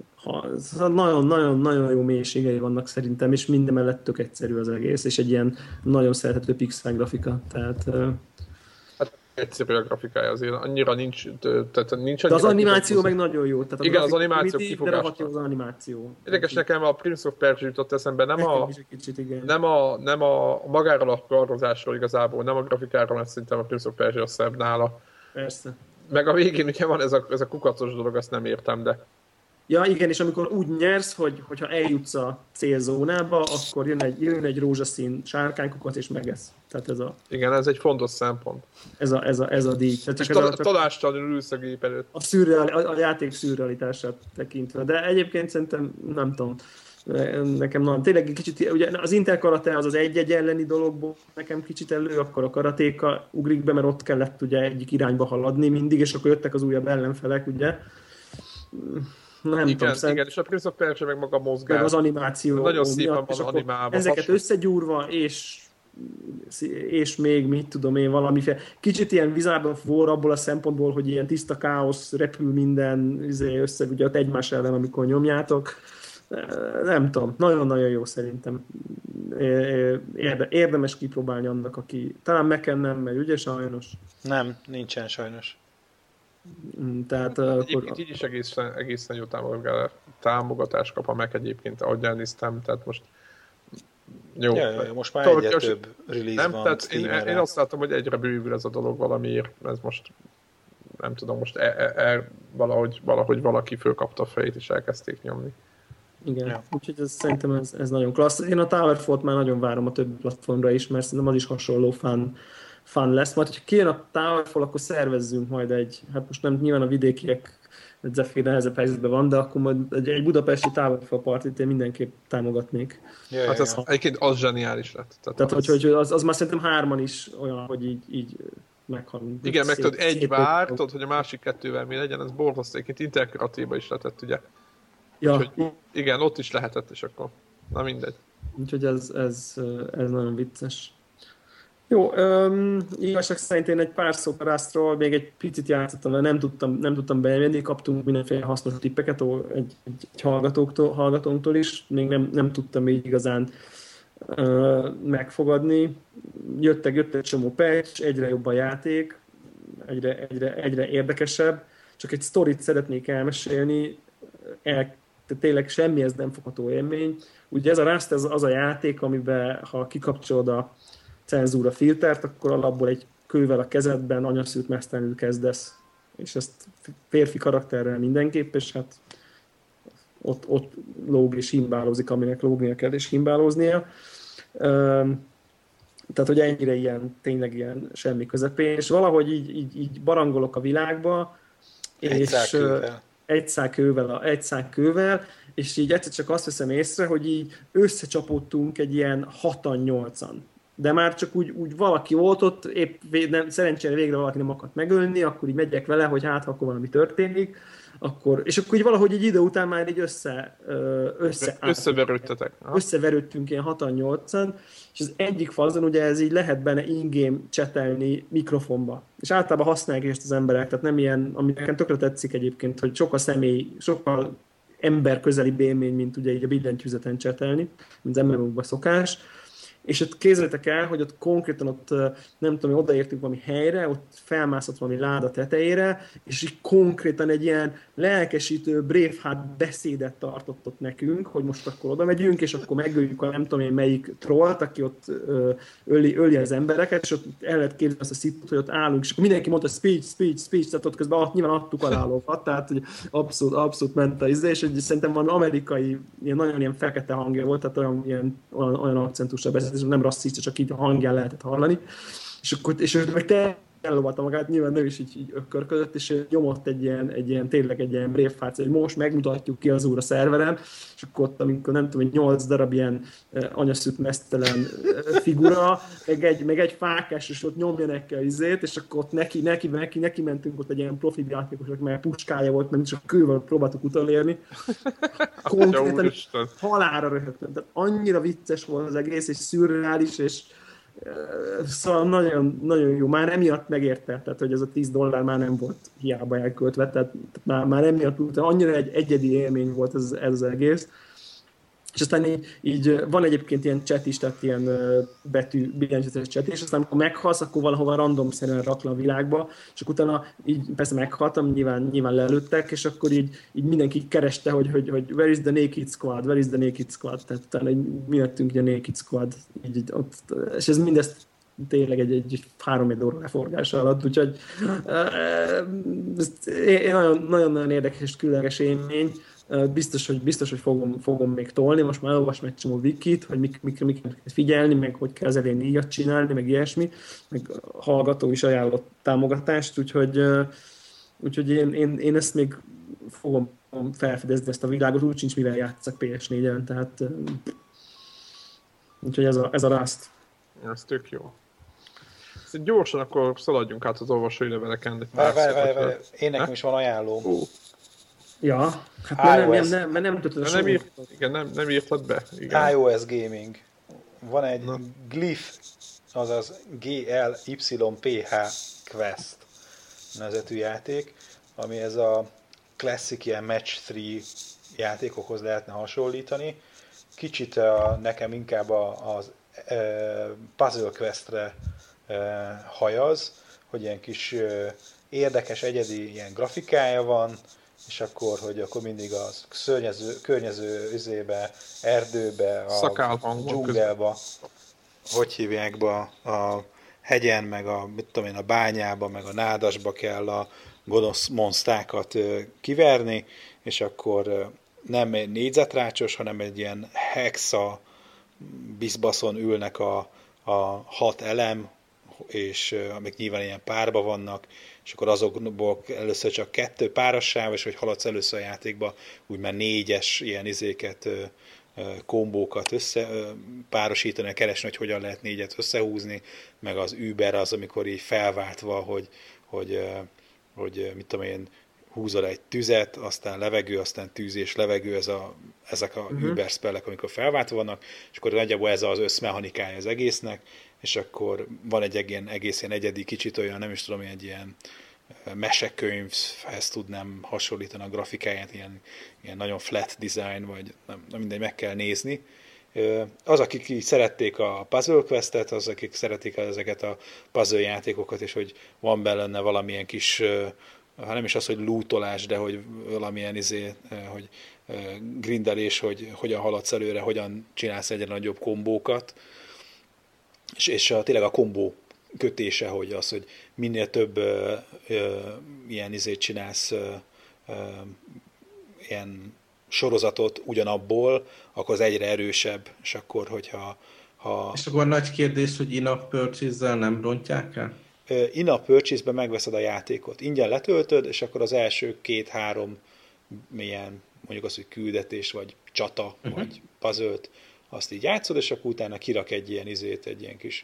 [SPEAKER 4] Nagyon-nagyon-nagyon jó mélységei vannak szerintem, és minden mellett tök egyszerű az egész, és egy ilyen nagyon szerethető pixel grafika, tehát...
[SPEAKER 3] Egyszerű a grafikája azért, annyira nincs, tehát nincs
[SPEAKER 4] de az animáció meg nagyon jó. Tehát
[SPEAKER 3] igen, az animáció kifogásra.
[SPEAKER 4] De az animáció.
[SPEAKER 3] Érdekes, nekem a Prince of Persia jutott eszembe, nem a,
[SPEAKER 4] kicsit, igen.
[SPEAKER 3] nem a, nem a magáról a kardozásról igazából, nem a grafikáról, mert szerintem a Prince of Persia a szebb nála.
[SPEAKER 4] Persze.
[SPEAKER 3] Meg a végén ugye van ez a, ez a kukacos dolog, azt nem értem, de...
[SPEAKER 4] Ja, igen, és amikor úgy nyersz, hogy, hogyha eljutsz a célzónába, akkor jön egy, jön egy rózsaszín sárkánykukac, és megesz. Tehát ez a...
[SPEAKER 3] Igen, ez egy fontos szempont.
[SPEAKER 4] Ez a, ez a, ez a díj. Tehát
[SPEAKER 3] és ta, tanástalanul ülsz a gép előtt.
[SPEAKER 4] A, szürreali, a, a játék szürrealitását tekintve. De egyébként szerintem, nem tudom, nekem nagyon, tényleg kicsit, ugye az interkarate az az egy-egy elleni dologból nekem kicsit elő, akkor a karatéka ugrik be, mert ott kellett ugye egyik irányba haladni mindig, és akkor jöttek az újabb ellenfelek, ugye. Nem
[SPEAKER 3] igen,
[SPEAKER 4] tudom, szerint...
[SPEAKER 3] igen, és a Prince of Persia meg maga mozgás.
[SPEAKER 4] Meg az animáció.
[SPEAKER 3] Nagyon szépen van animálva.
[SPEAKER 4] Ezeket hasonló. Összegyúrva, és, és még, mit tudom én, valamiféle. Kicsit ilyen Wizard of War abból a szempontból, hogy ilyen tiszta káosz, repül minden, össze, ugye ott egymás ellen, amikor nyomjátok. Nem tudom, nagyon-nagyon jó szerintem. Érde, érdemes kipróbálni annak, aki... Talán Mac-en nem, mert ugye sajnos.
[SPEAKER 2] Nem, nincsen sajnos.
[SPEAKER 4] Tehát,
[SPEAKER 3] egyébként
[SPEAKER 4] akkor...
[SPEAKER 3] így is egészen, egészen jó támogatást kap a Mac egyébként, ahogy elnéztem, tehát most Jó.
[SPEAKER 2] Ja, ja, most már
[SPEAKER 3] Tudom,
[SPEAKER 2] egyre
[SPEAKER 3] hogy
[SPEAKER 2] több release
[SPEAKER 3] nem,
[SPEAKER 2] van
[SPEAKER 3] tehát én,
[SPEAKER 2] Steamerre.
[SPEAKER 3] én azt látom, hogy egyre bővül ez a dolog valamiért. Ez most, nem tudom, most e, e, e, valahogy, valahogy valaki fölkapta a fejét és elkezdték nyomni.
[SPEAKER 4] Igen,
[SPEAKER 2] Ja.
[SPEAKER 4] úgyhogy ez, szerintem ez, ez nagyon klassz. Én a Towerfall-t már nagyon várom a többi platformra is, mert szerintem az is hasonló fun, fun lesz. Majd, hogyha kijön a Towerfall, akkor szervezzünk majd egy, hát most nem nyilván a vidékiek egy nehezebb helyzetben van, de akkor majd egy, egy budapesti Towerfall partit én mindenképp támogatnék.
[SPEAKER 2] Ja, ja,
[SPEAKER 3] Hát ez
[SPEAKER 2] ja.
[SPEAKER 3] egyébként az zseniális lett. Tehát,
[SPEAKER 4] Tehát,
[SPEAKER 3] az,
[SPEAKER 4] hogy, hogy az, az már szerintem hárman is olyan, hogy így, így meghalunk.
[SPEAKER 3] igen, meg tudod, egy
[SPEAKER 4] szét-
[SPEAKER 3] vár, tudod, hogy a másik kettővel mi legyen, ez borzasztó. Egyébként Interkreatíva is lehetett, ugye?
[SPEAKER 4] Ja,
[SPEAKER 3] Úgyhogy, igen, ott is lehetett, és akkor, na mindegy.
[SPEAKER 4] úgyhogy ez, ez, ez nagyon vicces. Jó, um, igazság szerint én egy pár szót a Rustról még egy picit játszottam, mert nem tudtam, nem tudtam bejönni, kaptunk mindenféle hasznos tippeket ó, egy, egy, egy hallgatóktól, hallgatónktól is, még nem, nem tudtam így igazán uh, megfogadni. Jöttek, jött egy csomó patch, egyre jobb a játék, egyre, egyre, egyre érdekesebb, csak egy sztorit szeretnék elmesélni, el, tényleg semmihez nem fogható élmény. Ugye ez a Rust ez az a játék, amiben ha kikapcsolod a cenzúra filtert, akkor alapból egy kővel a kezedben anyaszült mesztelenül kezdesz. És ezt férfi karakterrel mindenképp, és hát ott, ott lóg és himbálózik, aminek lógnia kell és himbálóznia. Tehát, hogy ennyire ilyen, tényleg ilyen semmi közepén, és valahogy így, így, így barangolok a világba,
[SPEAKER 2] Egy
[SPEAKER 4] és
[SPEAKER 2] szákővel.
[SPEAKER 4] egy szál kővel, egy szál kővel, és így egyszer csak azt veszem észre, hogy így összecsapódtunk egy ilyen hatan-nyolcan. De már csak úgy, úgy valaki volt ott, épp nem, szerencsére végre valaki nem akart megölni, akkor így megyek vele, hogy hát, ha akkor valami történik, akkor, és akkor így valahogy egy idő után már így össze, össze
[SPEAKER 3] Összeverődtetek.
[SPEAKER 4] Összeverődtünk ilyen hatan-nyolcan, és az egyik fazon ugye ez így lehet benne in-game csetelni mikrofonba. És általában használják ezt az emberek, tehát nem ilyen, ami nekem tökre tetszik egyébként, hogy sokkal személy, sokkal ember közeli élmény, mint ugye így a billentyűzeten csetelni, mint az em em o-kban szokás. És ott képzeljétek el, hogy ott konkrétan ott, nem tudom, odaértünk valami helyre, ott felmászott valami láda tetejére, és így konkrétan egy ilyen lelkesítő Braveheart beszédet tartott ott nekünk, hogy most akkor oda megyünk, és akkor megöljük a nem tudom én melyik trollt, aki ott öli, öli az embereket, és ott el lehet képzelni azt a szitut, hogy ott állunk, és akkor mindenki mondta speech, speech, speech, tehát ott közben ott nyilván adtuk a lálókat, tehát hogy abszolút, abszolút ment a izé, és hogy szerintem van amerikai, ilyen, nagyon ilyen fekete hangja volt, tehát olyan, ilyen, olyan, olyan akcentusra beszélt, és nem rasszista, csak így a hangján lehetett hallani. És akkor és ő meg te ellovalta magát, nyilván nem is így, így ökkörködött, és nyomott egy ilyen, egy ilyen tényleg egy ilyen Braveheart, hogy most megmutatjuk ki az úr a szerveren, és akkor ott, amikor nem tudom, nyolc darab ilyen anyaszült mesztelen figura, meg egy, meg egy fákás, és ott nyomja neki a izét, és akkor ott neki, neki, neki, neki mentünk ott egy ilyen profi játékosok, mert puskája volt, mert csak kővel próbáltuk utolérni. Konkrétan halálra röhögtem. Tehát annyira vicces volt az egész, és szürreális, és szóval nagyon, nagyon jó. Már emiatt megérte, tehát hogy ez a tíz dollár már nem volt hiába elköltve, tehát már, már emiatt annyira egy egyedi élmény volt ez, ez az egész. És aztán így, így van egyébként ilyen chat is, tehát ilyen betű, billentyűzetes chat, és aztán amikor meghalsz, akkor valahova randomszerűen rak le a világba, és akkor utána így persze meghaltam, nyilván, nyilván lelőttek, és akkor így, így mindenki kereste, hogy, hogy, hogy where is the naked squad, where is the naked squad, tehát utána így mi lettünk egy a naked squad, így, így ott, és ez mindezt tényleg egy, egy három óra leforgása alatt, úgyhogy nagyon-nagyon érdekes és különleges élmény. Biztos, hogy, biztos, hogy fogom, fogom még tolni, most már elolvastam egy csomó wikit, hogy mik, mik, mik kell figyelni, meg hogy kell az elején íjat csinálni, meg ilyesmi, meg hallgató is ajánlott támogatást, úgyhogy, úgyhogy én, én, én ezt még fogom felfedezni ezt a világot, úgy sincs mivel játszak pé es négyen, tehát úgyhogy ez a, ez a Rust.
[SPEAKER 3] Ez tök jó. Ezt gyorsan akkor szaladjunk át az olvasói leveleken.
[SPEAKER 2] Várj, várj, várj, várj, én nekem is van ajánlóm.
[SPEAKER 3] Uh.
[SPEAKER 4] Ja, hát nem, nem, nem, nem, nem tudtad a
[SPEAKER 3] nem, írt, igen, nem, nem írtad be. Igen.
[SPEAKER 2] iOS Gaming. Van egy Na. Glyph, azaz G L Y P H Quest nevezetű játék, ami ez a klasszik ilyen match három játékokhoz lehetne hasonlítani. Kicsit a, nekem inkább a, az e, Puzzle Questre e, hajaz, hogy ilyen kis e, érdekes, egyedi ilyen grafikája van, és akkor, hogy akkor mindig a szörnyező, környező üzébe, erdőbe, a dzsungelba, hogy hívják be, a hegyen, meg a, mit tudom én, a bányába, meg a nádasba kell a gonosz monsztákat kiverni, és akkor nem egy négyzetrácsos, hanem egy ilyen hexa bizbaszon ülnek a, a hat elem, és amik nyilván ilyen párba vannak, és akkor azokból először csak kettő párossáv, és hogy haladsz először a játékba, úgy már négyes ilyen izéket, kombókat össze, párosítani, keresni, hogy hogyan lehet négyet összehúzni, meg az Uber az, amikor így felváltva, hogy, hogy, hogy mit tudom én, húzol egy tüzet, aztán levegő, aztán tűz és levegő, ez a, ezek a uh-huh. Uber spellek, amikor felváltva vannak, és akkor nagyjából ez az összmechanikája az egésznek, és akkor van egy ilyen egész ilyen egyedi, kicsit olyan, nem is tudom, egy ilyen mesekönyvhez tudnám hasonlítani a grafikáját, ilyen, ilyen nagyon flat design, vagy nem, nem mindegy, meg kell nézni. Az, akik így szerették a Puzzle Quest-et, az, akik szeretik ezeket a puzzle játékokat, és hogy van benne valamilyen kis, ha nem is az, hogy lootolás, de hogy valamilyen izé, hogy grindelés, hogy hogyan haladsz előre, hogyan csinálsz egyre nagyobb kombókat, és, és a, tényleg a kombó kötése, hogy az, hogy minél több ö, ö, ilyen izét csinálsz, ö, ö, ilyen sorozatot ugyanabból, akkor az egyre erősebb, és akkor, hogyha... Ha...
[SPEAKER 1] És akkor nagy kérdés, hogy in-app purchase-zel nem rontják el?
[SPEAKER 2] In-app purchase-ben megveszed a játékot. Ingyen letöltöd, és akkor az első két-három milyen, mondjuk az, hogy küldetés, vagy csata, uh-huh. vagy puzzle-t, azt így játszod, és akkor utána kirak egy ilyen izét, egy ilyen kis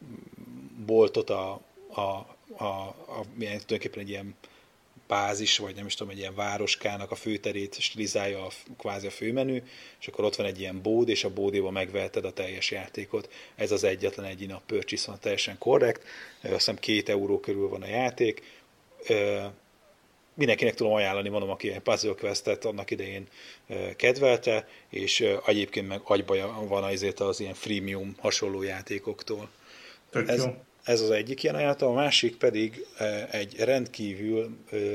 [SPEAKER 2] boltot a, a, a, a milyen, tulajdonképpen egy ilyen bázis, vagy nem is tudom, egy ilyen városkának a főterét stilizálja a, kvázi a főmenü, és akkor ott van egy ilyen bód, és a bódéba megveheted a teljes játékot. Ez az egyetlen egy in-app purchase van, teljesen korrekt. Azt hiszem két euró körül van a játék. Mindenkinek tudom ajánlani, mondom, aki egy Puzzle Quest-et annak idején kedvelte, és egyébként meg agybaja van azért az ilyen freemium hasonló játékoktól. Ez, ez az egyik ilyen ajánlatom, a másik pedig egy rendkívül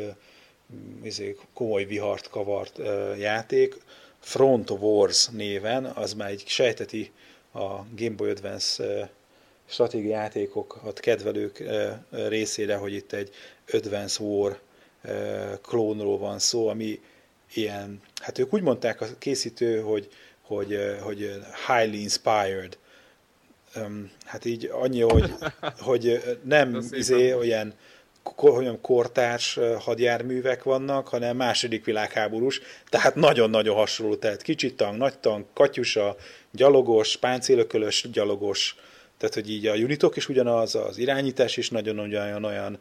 [SPEAKER 2] komoly vihart kavart játék, Front Wars néven, az már egy sejteti a Game Boy Advance stratégiai játékokat kedvelők részére, hogy itt egy Advance War klónról van szó, ami ilyen, hát ők úgy mondták a készítő, hogy, hogy, hogy highly inspired. Hát így annyi, hogy, hogy nem izé, olyan, olyan kortárs hadjárművek vannak, hanem második világháborús, tehát nagyon-nagyon hasonló, tehát kicsit tank, nagy tank, katyusa, gyalogos, páncélökölös gyalogos, tehát hogy így a unitok is ugyanaz, az irányítás is nagyon-nagyon olyan,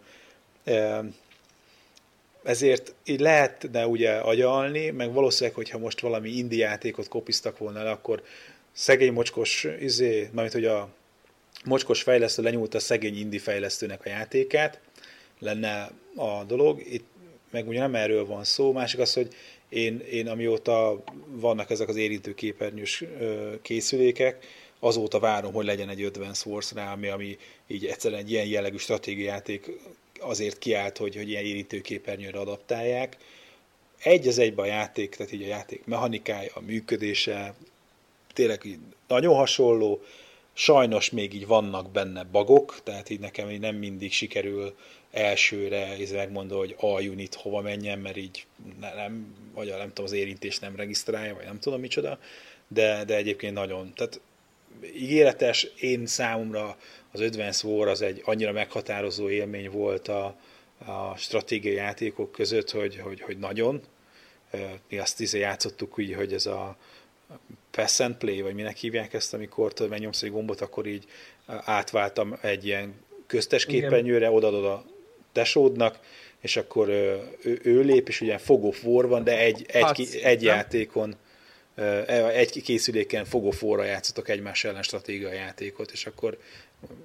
[SPEAKER 2] ezért így lehetne ugye agyalni, meg valószínűleg, hogyha most valami indie játékot kopiztak volna le, akkor szegény mocskos, izé, mármint hogy a mocskos fejlesztő lenyúlta a szegény indie fejlesztőnek a játékát, lenne a dolog. Itt meg ugye nem erről van szó, másik az, hogy én, én amióta vannak ezek az érintőképernyős készülékek, azóta várom, hogy legyen egy Advance Wars rá, ami, ami így egyszerűen egy ilyen jellegű stratégiai játék azért kiállt, hogy, hogy ilyen érintőképernyőre adaptálják. Egy az egyben a játék, tehát így a játék mechanikája, a működése, tényleg nagyon hasonló, sajnos még így vannak benne bugok, tehát így nekem így nem mindig sikerül elsőre így megmondani, hogy a unit hova menjen, mert így nem, vagy nem tudom, az érintés nem regisztrálja, vagy nem tudom micsoda, de, de egyébként nagyon, tehát ígéretes, én számomra az Advance War az egy annyira meghatározó élmény volt a, a stratégiai játékok között, hogy, hogy, hogy nagyon. Mi azt is játszottuk úgy, hogy ez a Pass and Play, vagy minek hívják ezt, amikor tudod, megnyomsz egy gombot, akkor így átváltam egy ilyen köztes képernyőre, odaadod a tesódnak, és akkor ő, ő lép, és ugye Fog of War van, de egy, egy, hát, egy, egy játékon, egy készüléken Fog of War-ra játszottak egymás ellen stratégiai játékot, és akkor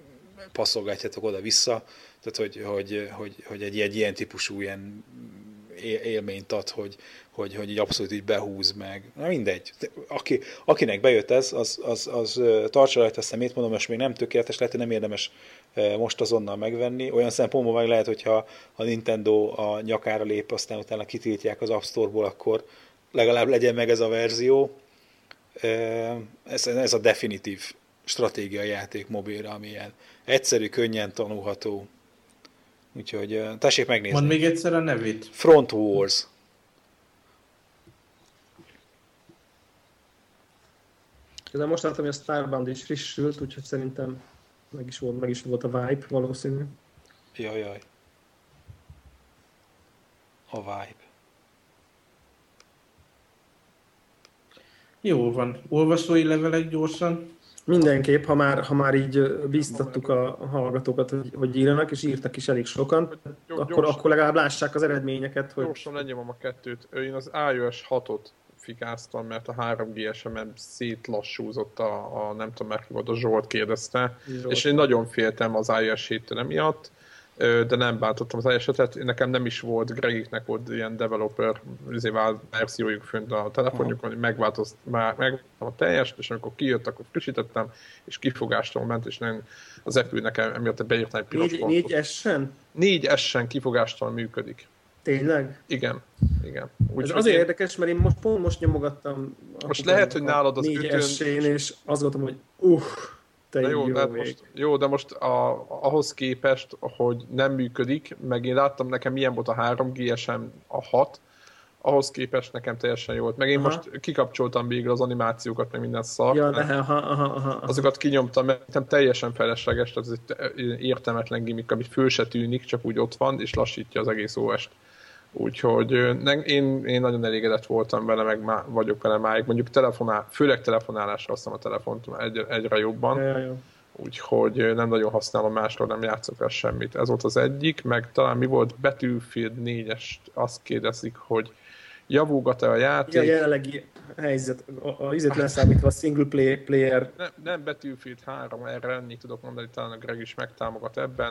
[SPEAKER 2] passzolgatjátok oda-vissza, tehát hogy, hogy, hogy, hogy egy, egy ilyen típusú ilyen élményt ad, hogy, hogy, hogy így abszolút így behúz meg. Na mindegy. Aki, akinek bejött ez, az, az, az tartsa rajta a szemét, mondom, most még nem tökéletes, lehet, hogy nem érdemes most azonnal megvenni. Olyan szempontból meg lehet, hogyha a Nintendo a nyakára lép, aztán utána kitiltják az App Store-ból, akkor legalább legyen meg ez a verzió. Ez, ez a definitív stratégiai játék mobilra, ami ilyen egyszerű, könnyen tanulható. Úgyhogy tessék megnézni.
[SPEAKER 1] Mondd még egyszer a nevét.
[SPEAKER 2] Front Wars.
[SPEAKER 4] De most láttam, hogy a Starbound is frissült, úgyhogy szerintem meg is volt, meg is volt a vibe valószínű.
[SPEAKER 2] Jaj, jaj. A vibe.
[SPEAKER 1] Jó van. Olvasói levelek gyorsan.
[SPEAKER 4] Mindenképp, ha már, ha már így bíztattuk a hallgatókat, hogy, hogy írjanak, és írtak is elég sokan,
[SPEAKER 3] Jó,
[SPEAKER 4] akkor, akkor legalább lássák az eredményeket. Hogy...
[SPEAKER 3] Gyorsan lenyomom a kettőt. Én az iOS hatot fikáztam, mert a három G es em szétlassúzott a, a nem tudom, meg volt, a Zsolt kérdezte, Zsolt. És én nagyon féltem az iOS héttől emiatt, de nem bántottam az iOS hetet, nekem nem is volt, Gregiknek volt ilyen developer verziójuk fönt a telefonjukon, hogy megváltoztam a teljest, és amikor kijött, akkor frissítettem, és kifogástal ment, és nem, az Apple nekem emiatt beírtam egy piros pontot.
[SPEAKER 4] négy S-en?
[SPEAKER 3] négy S-en kifogástal működik.
[SPEAKER 4] Tényleg?
[SPEAKER 3] Igen, igen. Úgy,
[SPEAKER 4] Ez azért én... érdekes, mert én most pont most nyomogattam
[SPEAKER 3] most lehet, hogy nálad az
[SPEAKER 4] négy S-én, és azt gondoltam, hogy uff, te
[SPEAKER 3] de jó,
[SPEAKER 4] jó,
[SPEAKER 3] de most, jó, de most a, ahhoz képest, hogy nem működik, meg én láttam nekem milyen volt a három G es em a hat, ahhoz képest nekem teljesen jó volt. Meg én aha. most kikapcsoltam végül az animációkat, meg minden szart.
[SPEAKER 4] Ja, ne, aha, aha, aha.
[SPEAKER 3] Azokat kinyomtam, mert nekem teljesen felesleges, tehát ez egy értelmetlen gimmick, ami föl se tűnik, csak úgy ott van, és lassítja az egész ó est. Úgyhogy én, én nagyon elégedett voltam vele, meg má, vagyok vele máig. Mondjuk telefonál, főleg telefonálásra használom a telefont egy, egyre jobban.
[SPEAKER 4] Ja, ja.
[SPEAKER 3] Úgyhogy nem nagyon használom másra, nem játszok el semmit. Ez volt az egyik, meg talán mi volt Battlefield négyest, azt kérdezik, hogy javulgat-e a játék?
[SPEAKER 4] Ja, jelenlegi helyzet, a izet leszámítva a single play, player.
[SPEAKER 3] Nem, nem Battlefield három, erre ennyit tudok mondani, talán a Greg is megtámogat ebben.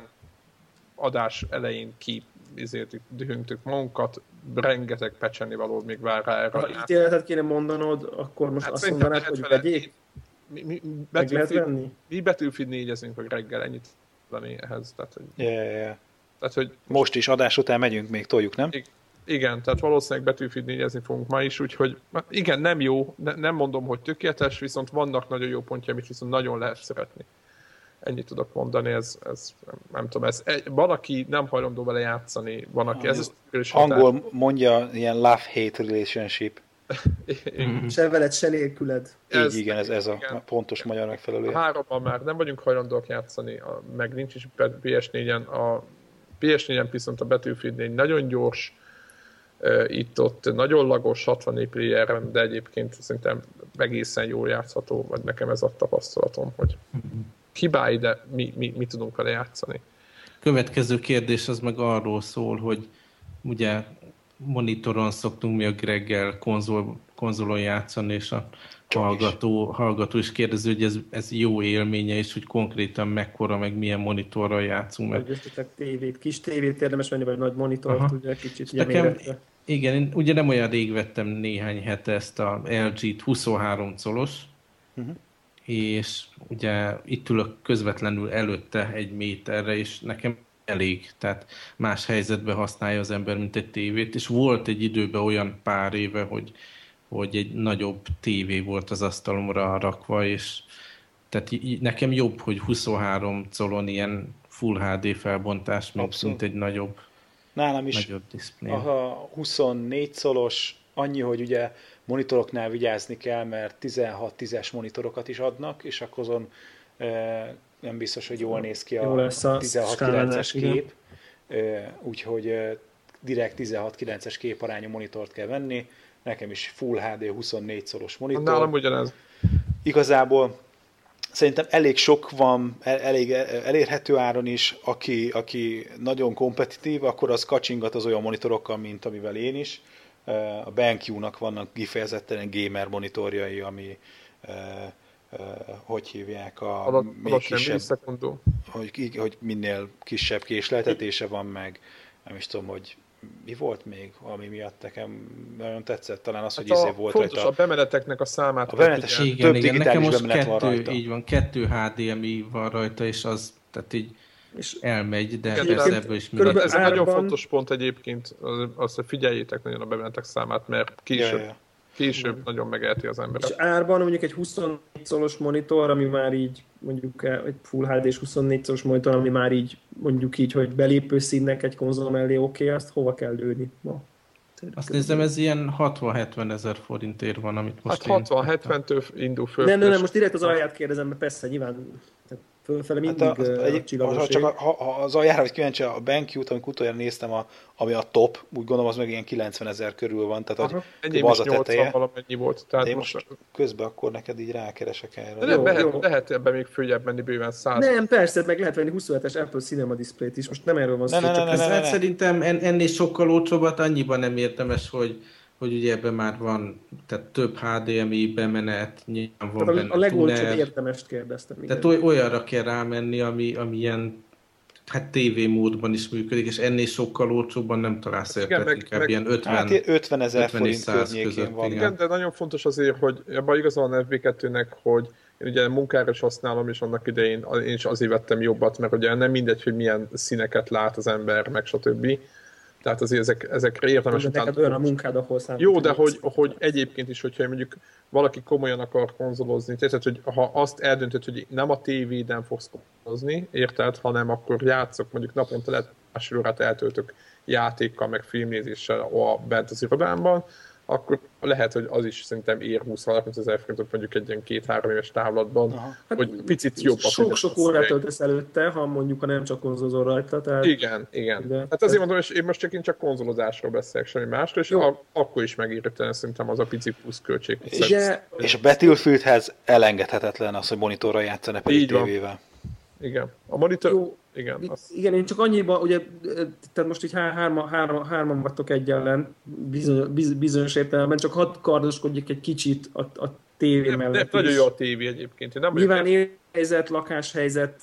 [SPEAKER 3] Adás elején ki ezért dühöngtük magunkat, rengeteg pecsenni való még vár rá erre.
[SPEAKER 4] Ha ítéletet kéne mondanod, akkor most hát azt mondanád, hogy vegyék?
[SPEAKER 3] Mi, mi, meg lehet venni? Mi Battlefield négyezünk meg reggel, ennyit lenni ehhez. Tehát, hogy,
[SPEAKER 2] yeah, yeah.
[SPEAKER 3] Tehát, hogy
[SPEAKER 2] most is adás után megyünk, még toljuk, nem?
[SPEAKER 3] Igen, tehát valószínűleg Battlefield négyezni fogunk ma is, úgyhogy igen, nem jó, ne, nem mondom, hogy tökéletes, viszont vannak nagyon jó pontja, amit viszont nagyon lehet szeretni. Ennyit tudok mondani, ez, ez nem tudom, ez, van, aki nem hajlandó vele játszani, van, aki ez... ez
[SPEAKER 2] angol határ. Mondja, ilyen love-hate relationship.
[SPEAKER 4] Se veled, se nélküled.
[SPEAKER 2] Ez, Így igen, ez, ez igen. A pontos magyar megfelelője.
[SPEAKER 3] A háromban már nem vagyunk hajlandóak játszani, a, meg nincs is pé es négyen, a pé es négyen viszont a Battlefield négy nagyon gyors, itt-ott nagyon lagos, hatvan népliyeren, de egyébként szerintem egészen jól játszható, vagy nekem ez a tapasztalatom, hogy hibái, de mi, mi, mi tudunk vele játszani.
[SPEAKER 1] Következő kérdés az meg arról szól, hogy ugye monitoron szoktunk mi a Greggel konzol, konzolon játszani, és a hallgató, hallgató is kérdező, hogy ez, ez jó élménye, és hogy konkrétan mekkora, meg milyen monitorral játszunk. Meg.
[SPEAKER 4] Hogy tévét, kis tévét érdemes venni, vagy nagy monitort, aha. Ugye kicsit
[SPEAKER 1] nekem, igen, én ugye nem olyan rég vettem néhány hete ezt a el gét huszonhárom colos, uh-huh. és ugye itt ülök közvetlenül előtte egy méterre, és nekem elég, tehát más helyzetben használja az ember, mint egy tévét, és volt egy időben olyan pár éve, hogy, hogy egy nagyobb tévé volt az asztalomra rakva, és tehát nekem jobb, hogy huszonhárom colon ilyen Full há dé felbontás, mint, mint egy nagyobb,
[SPEAKER 2] nálam is
[SPEAKER 1] nagyobb diszplé.
[SPEAKER 2] A huszonnégy colos, annyi, hogy ugye monitoroknál vigyázni kell, mert tizenhat tízes monitorokat is adnak, és akkor azon e, nem biztos, hogy jól néz ki a, a tizenhat kilences kép, e, úgyhogy e, direkt tizenhat kilences képarányú monitort kell venni. Nekem is Full há dé huszonnégy colos monitor.
[SPEAKER 3] Nálam ugyanez.
[SPEAKER 2] Igazából szerintem elég sok van, elég elérhető áron is, aki, aki nagyon kompetitív, akkor az kacsingat az olyan monitorokkal, mint amivel én is. A BenQ-nak vannak kifejezetten gamer monitorjai, ami hogy hívják, a
[SPEAKER 3] Adat,
[SPEAKER 2] még kisebb, hogy, hogy minél kisebb késleltetése van, meg nem is tudom, hogy mi volt még, ami miatt nekem nagyon tetszett? Talán az,
[SPEAKER 3] hát
[SPEAKER 2] hogy izé
[SPEAKER 3] a,
[SPEAKER 2] volt
[SPEAKER 3] fontos
[SPEAKER 2] rajta.
[SPEAKER 3] a bemeneteknek a számát.
[SPEAKER 2] A bemenetes,
[SPEAKER 1] igen,
[SPEAKER 2] több
[SPEAKER 1] igen. Nekem
[SPEAKER 2] digitális
[SPEAKER 1] most
[SPEAKER 2] bemenet
[SPEAKER 1] kettő,
[SPEAKER 2] van rajta.
[SPEAKER 1] így van, kettő há dé em i van rajta, és az, tehát így és elmegy, de
[SPEAKER 3] igen,
[SPEAKER 1] persze ebből is
[SPEAKER 3] minden. Ez egy
[SPEAKER 4] árban...
[SPEAKER 3] nagyon fontos pont egyébként, azt, hogy figyeljétek nagyon a bemenetek számát, mert később,
[SPEAKER 2] Ja, ja.
[SPEAKER 3] később nagyon megelti az emberet.
[SPEAKER 4] És árban mondjuk egy huszonnégy szolos monitor, ami már így mondjuk egy Full há dés huszonnégy szolos monitor, ami már így mondjuk így, hogy belépő színnek egy konzol mellé oké, okay, azt hova kell lőni ma?
[SPEAKER 1] Azt nézem, ez ilyen hatvan-hetven ezer forintért van, amit most
[SPEAKER 3] hát hatvan-hetventől indul föl.
[SPEAKER 4] Nem, nem, nem, most direkt az alját kérdezem, mert persze nyilván fölfele mindig hát a,
[SPEAKER 2] egy,
[SPEAKER 4] csillagos
[SPEAKER 2] csak a, ha, ha az aljára vagy kíváncsi, a BenQ-t, amikor utoljára néztem, a, ami a top, úgy gondolom, az meg ilyen kilencven ezer körül van, tehát
[SPEAKER 3] aha,
[SPEAKER 2] hogy az a teteje.
[SPEAKER 3] Valamennyi volt. Tehát
[SPEAKER 2] most, most közben akkor neked így rákeresek erre.
[SPEAKER 3] De nem, jó, lehet, jó. lehet ebben még följebb menni bőven száz.
[SPEAKER 4] Nem, persze, meg lehet venni huszonhetes Apple Cinema Display-t is, most nem erről van szó.
[SPEAKER 2] Ne, ne, ne, ne, ne, ne.
[SPEAKER 1] Szerintem ennél sokkal olcsóbbat annyiban nem érdemes, hogy hogy ugye ebben már van, tehát több há dé em i bemenet, nyilván van
[SPEAKER 4] tehát
[SPEAKER 1] benne
[SPEAKER 4] a legolcsóbb
[SPEAKER 1] tuner.
[SPEAKER 4] érdemest kérdeztem. Igen.
[SPEAKER 1] Tehát olyanra kell rámenni, ami, ami ilyen hát tévé módban is működik, és ennél sokkal olcsóbban nem találsz el, tehát inkább meg, ilyen ötven,
[SPEAKER 2] hát ötven ezer forint környékén van.
[SPEAKER 3] Igen, de nagyon fontos azért, hogy ebben igazán a ef bé kettőnek, hogy én ugye munkára is használom, és annak idején én is azért vettem jobbat, mert ugye nem mindegy, hogy milyen színeket lát az ember, meg stb. Tehát azért ezek, ezekre érdemes.
[SPEAKER 4] De neked olyan a munkád, ahol számít.
[SPEAKER 3] Jó, de hogy, hogy egyébként is, hogyha mondjuk valaki komolyan akar konzolozni, tehát hogy ha azt eldöntöd, hogy nem a tévéden fogsz konzolozni, érted, hanem akkor játszok, mondjuk naponta lehet másfél órát eltöltök játékkal, meg filmnézéssel a, bent az irodámban, akkor lehet, hogy az is szerintem ér húsz-harminc ezer forintot mondjuk egy ilyen két-három éves távlatban, hát, hogy picit jobb.
[SPEAKER 4] Sok-sok órát töltesz előtte, ha mondjuk a nem csak konzolozol rajta. Tehát...
[SPEAKER 3] Igen, igen. De, hát azért mondom, hogy én most csak én csak konzolozásról beszélek, semmi másról, és a, akkor is megírtam szerintem az a pici plusz költség.
[SPEAKER 2] És, de... és a Battlefieldhez elengedhetetlen az, hogy monitorra játszani pedig tévével.
[SPEAKER 3] Igen. A monitor...
[SPEAKER 4] Jó.
[SPEAKER 3] Igen,
[SPEAKER 4] az... igen, én csak annyiba, ugye, tehát most így hárman, hárman, hárman vagytok egy ellen, bizony, bizonyos értelemben, csak hadd kardoskodjék egy kicsit a, a tévé
[SPEAKER 3] nem,
[SPEAKER 4] mellett.
[SPEAKER 3] Nem, nagyon jó a tévé egyébként. Én nem
[SPEAKER 4] nyilván élethelyzet, lakáshelyzet,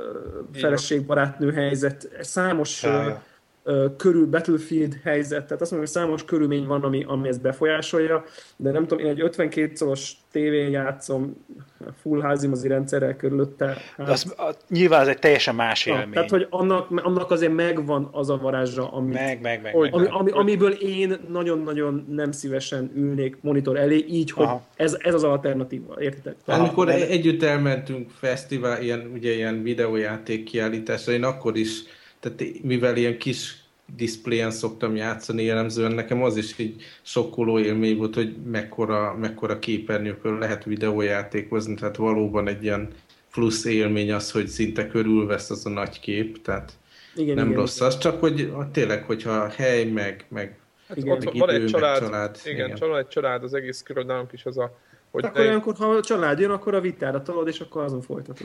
[SPEAKER 4] feleségbarátnő helyzet, számos ja, ja. körül Battlefield helyzet, tehát azt mondom, hogy számos körülmény van, ami, ami ezt befolyásolja, de nem tudom, én egy ötvenkét szolos tévén játszom, full házimozi rendszerrel körülötte. Hát,
[SPEAKER 2] az, a, nyilván ez egy teljesen más élmény.
[SPEAKER 4] Na, tehát, hogy annak, annak azért megvan az a varázsa, amit,
[SPEAKER 2] meg, meg, meg,
[SPEAKER 4] ami, meg, ami, amiből én nagyon-nagyon nem szívesen ülnék monitor elé, így, hogy ez, ez az alternatíva, értitek?
[SPEAKER 1] Tehát, amikor nem... együtt elmentünk fesztivál, ilyen, ugye ilyen videójáték kiállításra, én akkor is, tehát mivel ilyen kis diszpléjen szoktam játszani jellemzően, nekem az is egy sokkoló élmény volt, hogy mekkora, mekkora képernyőkön lehet videójátékozni, tehát valóban egy ilyen plusz élmény az, hogy szinte körülvesz az a nagy kép, tehát igen, nem igen, rossz igen. Az, csak hogy tényleg, hogyha hely, meg, meg,
[SPEAKER 3] hát
[SPEAKER 1] igen,
[SPEAKER 3] ott
[SPEAKER 1] meg
[SPEAKER 3] van
[SPEAKER 1] idő,
[SPEAKER 3] egy család,
[SPEAKER 1] meg család.
[SPEAKER 3] Igen, igen. Család, egy család az egész körül, nálunk is az a...
[SPEAKER 4] Hogy akkor ne... olyankor, ha a család jön, akkor a vitára tolod, és akkor azon folytatod.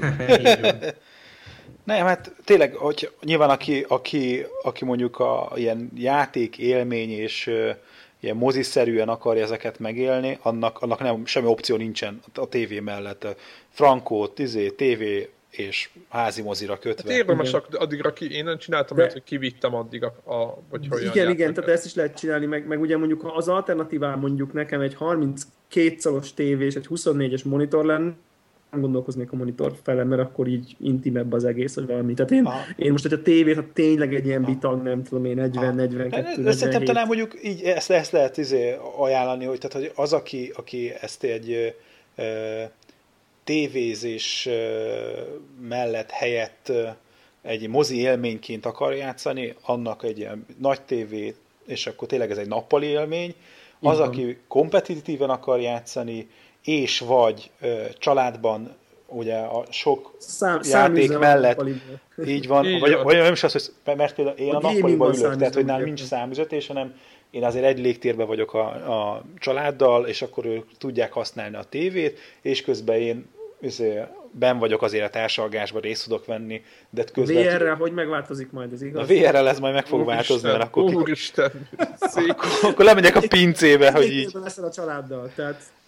[SPEAKER 2] Nem, hát tényleg, hogy nyilván aki, aki, aki mondjuk a ilyen játék élmény és uh, ilyen moziszerűen akarja ezeket megélni, annak, annak nem, semmi opció nincsen a tévé mellett. Frankó, izé, tévé és házi mozira kötve.
[SPEAKER 3] Hát érdemes addigra ki, én nem csináltam, mert hogy kivittem addig, a, a, hogy hogyan
[SPEAKER 4] igen, igen, tehát ezt is lehet csinálni, meg, meg ugye mondjuk az alternatíván mondjuk nekem egy harminckét szolos tévé és egy huszonnégyes monitor lenne, nem gondolkoznék a monitor fele, mert akkor így intimebb az egész, vagy valami. Tehát én, én most, hogy a tévét, ha tényleg egy ilyen bitag, nem tudom én, negyven, negyvenkettő,
[SPEAKER 2] Szerintem talán mondjuk így ezt, ezt lehet izé ajánlani, hogy, tehát, hogy az, aki, aki ezt egy ö, tévézés mellett helyett egy mozi élményként akar játszani, annak egy ilyen nagy tévé, és akkor tényleg ez egy nappali élmény. Az, igen. Aki kompetitíven akar játszani, és vagy ö, családban ugye a sok Szám, játék mellett így van, így vagy, vagy nem is az, hogy mert például én a, a nappaliban ülök, tehát hogy nálam nincs számüzetés, hanem én azért egy légtérben vagyok a, a családdal, és akkor ők tudják használni a tévét, és közben én benn vagyok azért a társalgásban, részt tudok venni, de közben...
[SPEAKER 4] vé erre, hogy megváltozik majd, ez igaz?
[SPEAKER 2] A vé erre ez majd meg fog Úristen, változni, mert akkor...
[SPEAKER 3] Úristen!
[SPEAKER 2] akkor, akkor lemegyek a pincébe, hogy így...
[SPEAKER 4] leszel a családdal, tehát...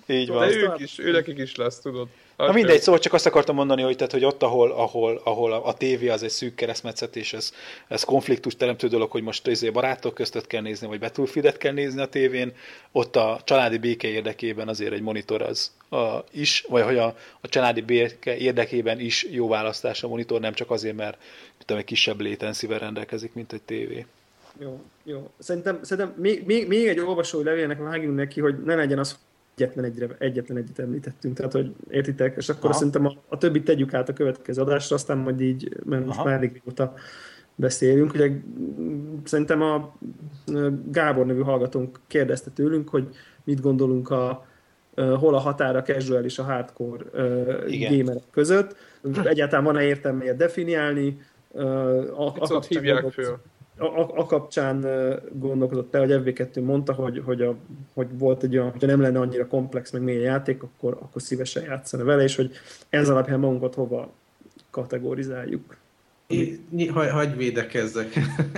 [SPEAKER 2] Így van.
[SPEAKER 3] De ők is, ő nekik is lesz, tudod.
[SPEAKER 2] Na mindegy, szóval csak azt akartam mondani, hogy, tehát, hogy ott, ahol, ahol, ahol a, a tévé az egy szűk keresztmetszet, és ez, ez konfliktus teremtő dolog, hogy most izé barátok között kell nézni, vagy Battlefieldet kell nézni a tévén, ott a családi béke érdekében azért egy monitor az a, is, vagy hogy a, a családi béke érdekében is jó választás a monitor, nem csak azért, mert tudom, egy kisebb latency-vel rendelkezik, mint egy tévé.
[SPEAKER 4] Jó, jó. Szerintem, szerintem még, még, még egy olvasói levélnek vágjunk neki, hogy ne legyen az, egyetlen, egyre, egyetlen egyet említettünk, tehát hogy értitek, és akkor szerintem a, a többit tegyük át a következő adásra, aztán majd így, mert most már elég régóta beszélünk. Ugye szerintem a Gábor nevű hallgatónk kérdezte tőlünk, hogy mit gondolunk a hol a határ a casual és a hardcore gamerek között. Egyáltalán van-e értelme ilyet definiálni? A,
[SPEAKER 3] a hívják föl.
[SPEAKER 4] A, a, a kapcsán gondolkodott el, hogy ef vé kettő mondta, hogy, hogy, a, hogy volt egy olyan, hogyha nem lenne annyira komplex, meg mély játék, akkor, akkor szívesen játszana vele, és hogy ez alapján magunkat hova kategorizáljuk.
[SPEAKER 1] Én, hagy, hagy védekezzek.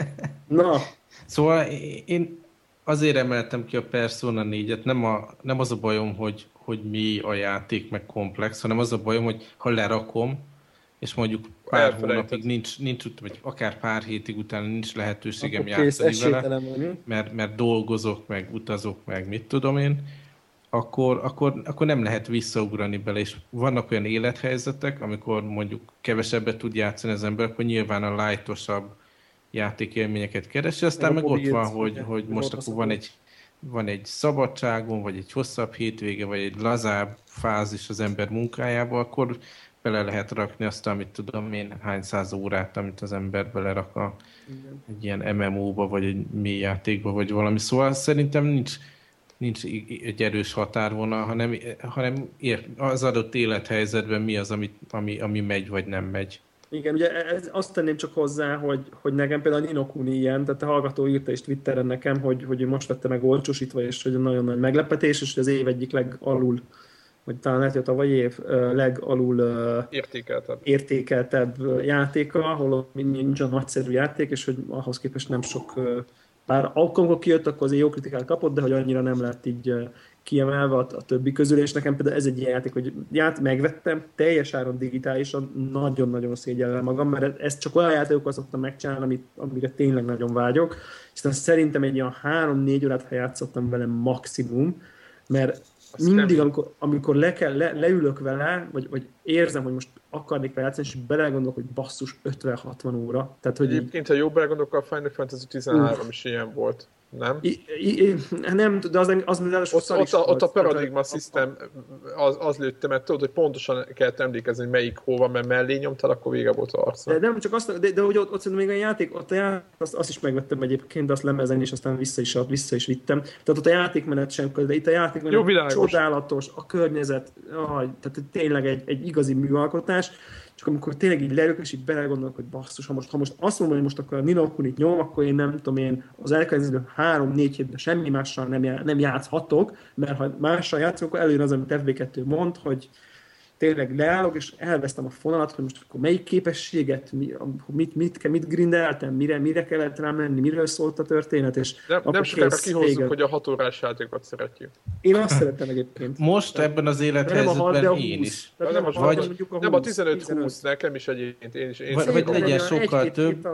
[SPEAKER 4] Na.
[SPEAKER 1] Szóval én azért emeltem ki a Persona négyet, nem, a, nem az a bajom, hogy, hogy mi a játék, meg komplex, hanem az a bajom, hogy ha lerakom, és mondjuk pár hónapig nincs, nincs, vagy akár pár hétig utána nincs lehetőségem akkor játszani vele, mert, mert dolgozok, meg utazok, meg mit tudom én, akkor, akkor, akkor nem lehet visszaugrani bele, és vannak olyan élethelyzetek, amikor mondjuk kevesebbet tud játszani az ember, akkor nyilván a lightosabb játékélményeket keresi, aztán meg, meg ott van, hogy, hogy most akkor van egy, van egy szabadságon, vagy egy hosszabb hétvége, vagy egy lazább fázis az ember munkájába, akkor bele lehet rakni azt, amit tudom én, hány száz órát, amit az ember belerak a, egy ilyen em em ó-ba, vagy egy mély játékba, vagy valami. Szóval szerintem nincs, nincs egy erős határvonal, hanem, hanem az adott élethelyzetben mi az, ami, ami, ami megy, vagy nem megy.
[SPEAKER 4] Igen, ugye ez, azt tenném csak hozzá, hogy, hogy nekem például a Ni no Kuni ilyen, tehát a hallgató írta is Twitteren nekem, hogy, hogy most vette meg olcsósítva, és hogy nagyon nagy meglepetés, és hogy az év egyik legalul, vagy talán lehet, hogy a tavalyi év legalul
[SPEAKER 3] értékeltebb.
[SPEAKER 4] értékeltebb játéka, ahol nincs a nagyszerű játék, és hogy ahhoz képest nem sok, bár amikor kijött, akkor azért jó kritikát kapott, de hogy annyira nem lett így kiemelve a, a többi közül, és nekem például ez egy ilyen játék, hogy ját, megvettem, teljes áron digitálisan, nagyon-nagyon szégyellem magam, mert ezt csak olyan játékokkal szoktam megcsinálni, amit, amire tényleg nagyon vágyok, és szerintem egy ilyen három-négy órát, ha játszottam vele maximum, mert azt mindig, amikor, amikor le kell, le, leülök vele, vagy, vagy érzem, hogy most akarnék vele játszani, és belegondolok, hogy basszus ötven-hatvan óra. Tehát, hogy
[SPEAKER 3] egyébként, így... ha jó belegondolok, a Final Fantasy tizenhárom uh. is ilyen volt, nem?
[SPEAKER 4] I, I, nem, de az, az, az
[SPEAKER 3] ott, ott, a, ott a Paradigma System az, az lőtte, mert tudod, hogy pontosan kellett emlékezni, hogy melyik hova, mert mellé nyomtál, akkor vége volt a arca.
[SPEAKER 4] De nem csak azt, de, de hogy ott, ott szerintem még a játék, ott a játék, azt, azt is megvettem egyébként, de azt lemezen, és aztán vissza is, vissza is vittem. Tehát ott a játékmenet sem, de itt a játékmenet csodálatos, a környezet, aj, tehát tényleg egy, egy igazi műalkotás. Csak amikor tényleg így leülök, és így belegondolok, hogy basszus, ha most, ha most azt mondom, hogy most akkor a Ni no Kunit nyom, akkor én nem tudom, én az elkövetkező három-négy hétben semmi mással nem, nem játszhatok, mert ha mással játszok, akkor előjön az, amit ef vé kettő mond, hogy tényleg leállok, és elvesztem a fonalat, hogy most akkor melyik képességet, mit, mit, mit grindeltem, mire, mire kellett rám menni, miről szólt a történet, és
[SPEAKER 3] nem, nem sokára kihozzuk, hogy a hat órás játékot szeretjük.
[SPEAKER 4] Én azt szeretem egyébként.
[SPEAKER 1] Most tehát, ebben az élethelyzetben nem én is.
[SPEAKER 3] Nem, nem, a, vagy, a, nem a tizenöt húsz, nekem is egyébként. Én is, én
[SPEAKER 1] vagy vagy legyen sokkal több,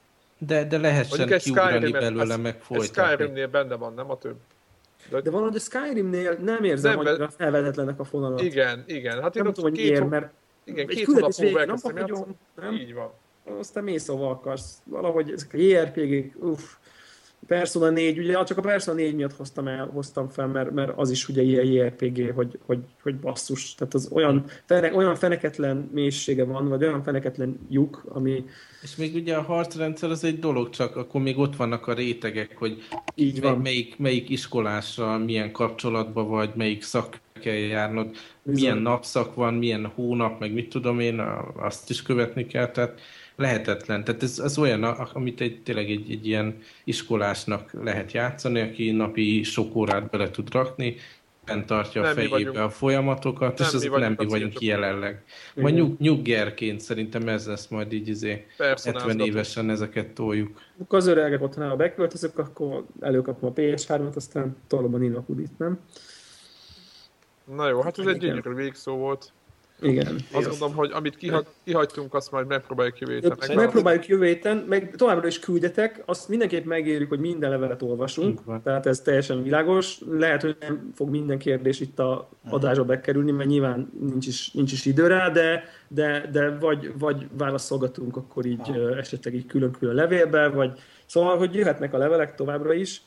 [SPEAKER 1] de, de lehessen kiugrani belőle, meg folytatni.
[SPEAKER 3] Skyrimnél benne van, nem a több.
[SPEAKER 4] De, de valahogy a Skyrimnél nem érzem, nem, hogy felvetetlenek a fonalat.
[SPEAKER 3] Igen, igen. Hát én
[SPEAKER 4] nem tudom, hogy ér, mert
[SPEAKER 3] igen, két hónap múlva elkezdtem játszani. Így van.
[SPEAKER 4] Aztán mész, ahova akarsz. Valahogy ezek a jé er pé gék, uff. Persona négy, ugye csak a Persona négy miatt hoztam, el, hoztam fel, mert, mert az is ugye ilyen jé er pé gé, hogy, hogy, hogy basszus. Tehát az olyan, fene, olyan feneketlen mélysége van, vagy olyan feneketlen lyuk, ami...
[SPEAKER 1] És még ugye a harcrendszer az egy dolog, csak akkor még ott vannak a rétegek, hogy így van. Melyik, melyik iskolással milyen kapcsolatban vagy, melyik szak kell járnod, bizony. Milyen napszak van, milyen hónap, meg mit tudom én, azt is követni kell, tehát lehetetlen. Tehát ez, ez olyan, amit egy, tényleg egy, egy ilyen iskolásnak lehet játszani, aki napi sok órát bele tud rakni, tartja a fejébe a folyamatokat, nem és azok nem mi vagyunk jelenleg. Majd nyug, nyuggerként szerintem ez lesz majd így izé hetven évesen ezeket toljuk.
[SPEAKER 4] Akkor az öregek otthon, ha beköltözök, akkor előkapom a pé es hármat, aztán tolom a Ni no Kunit, nem?
[SPEAKER 3] Na jó, hát ez egy gyönyörű végszó volt.
[SPEAKER 4] Igen.
[SPEAKER 3] Azt gondolom, hogy amit kihagy, kihagytunk, azt majd megpróbáljuk jövő héten.
[SPEAKER 4] Meg megpróbáljuk jövő héten, meg továbbra is küldjetek, azt mindenképp megérjük, hogy minden levelet olvasunk, tehát ez teljesen világos. Lehet, hogy nem fog minden kérdés itt a adásba bekerülni, mert nyilván nincs is, nincs is idő rá, de, de, de vagy, vagy válaszolgatunk akkor így ah. esetleg így külön-külön levélbe, vagy szóval, hogy jöhetnek a levelek továbbra is.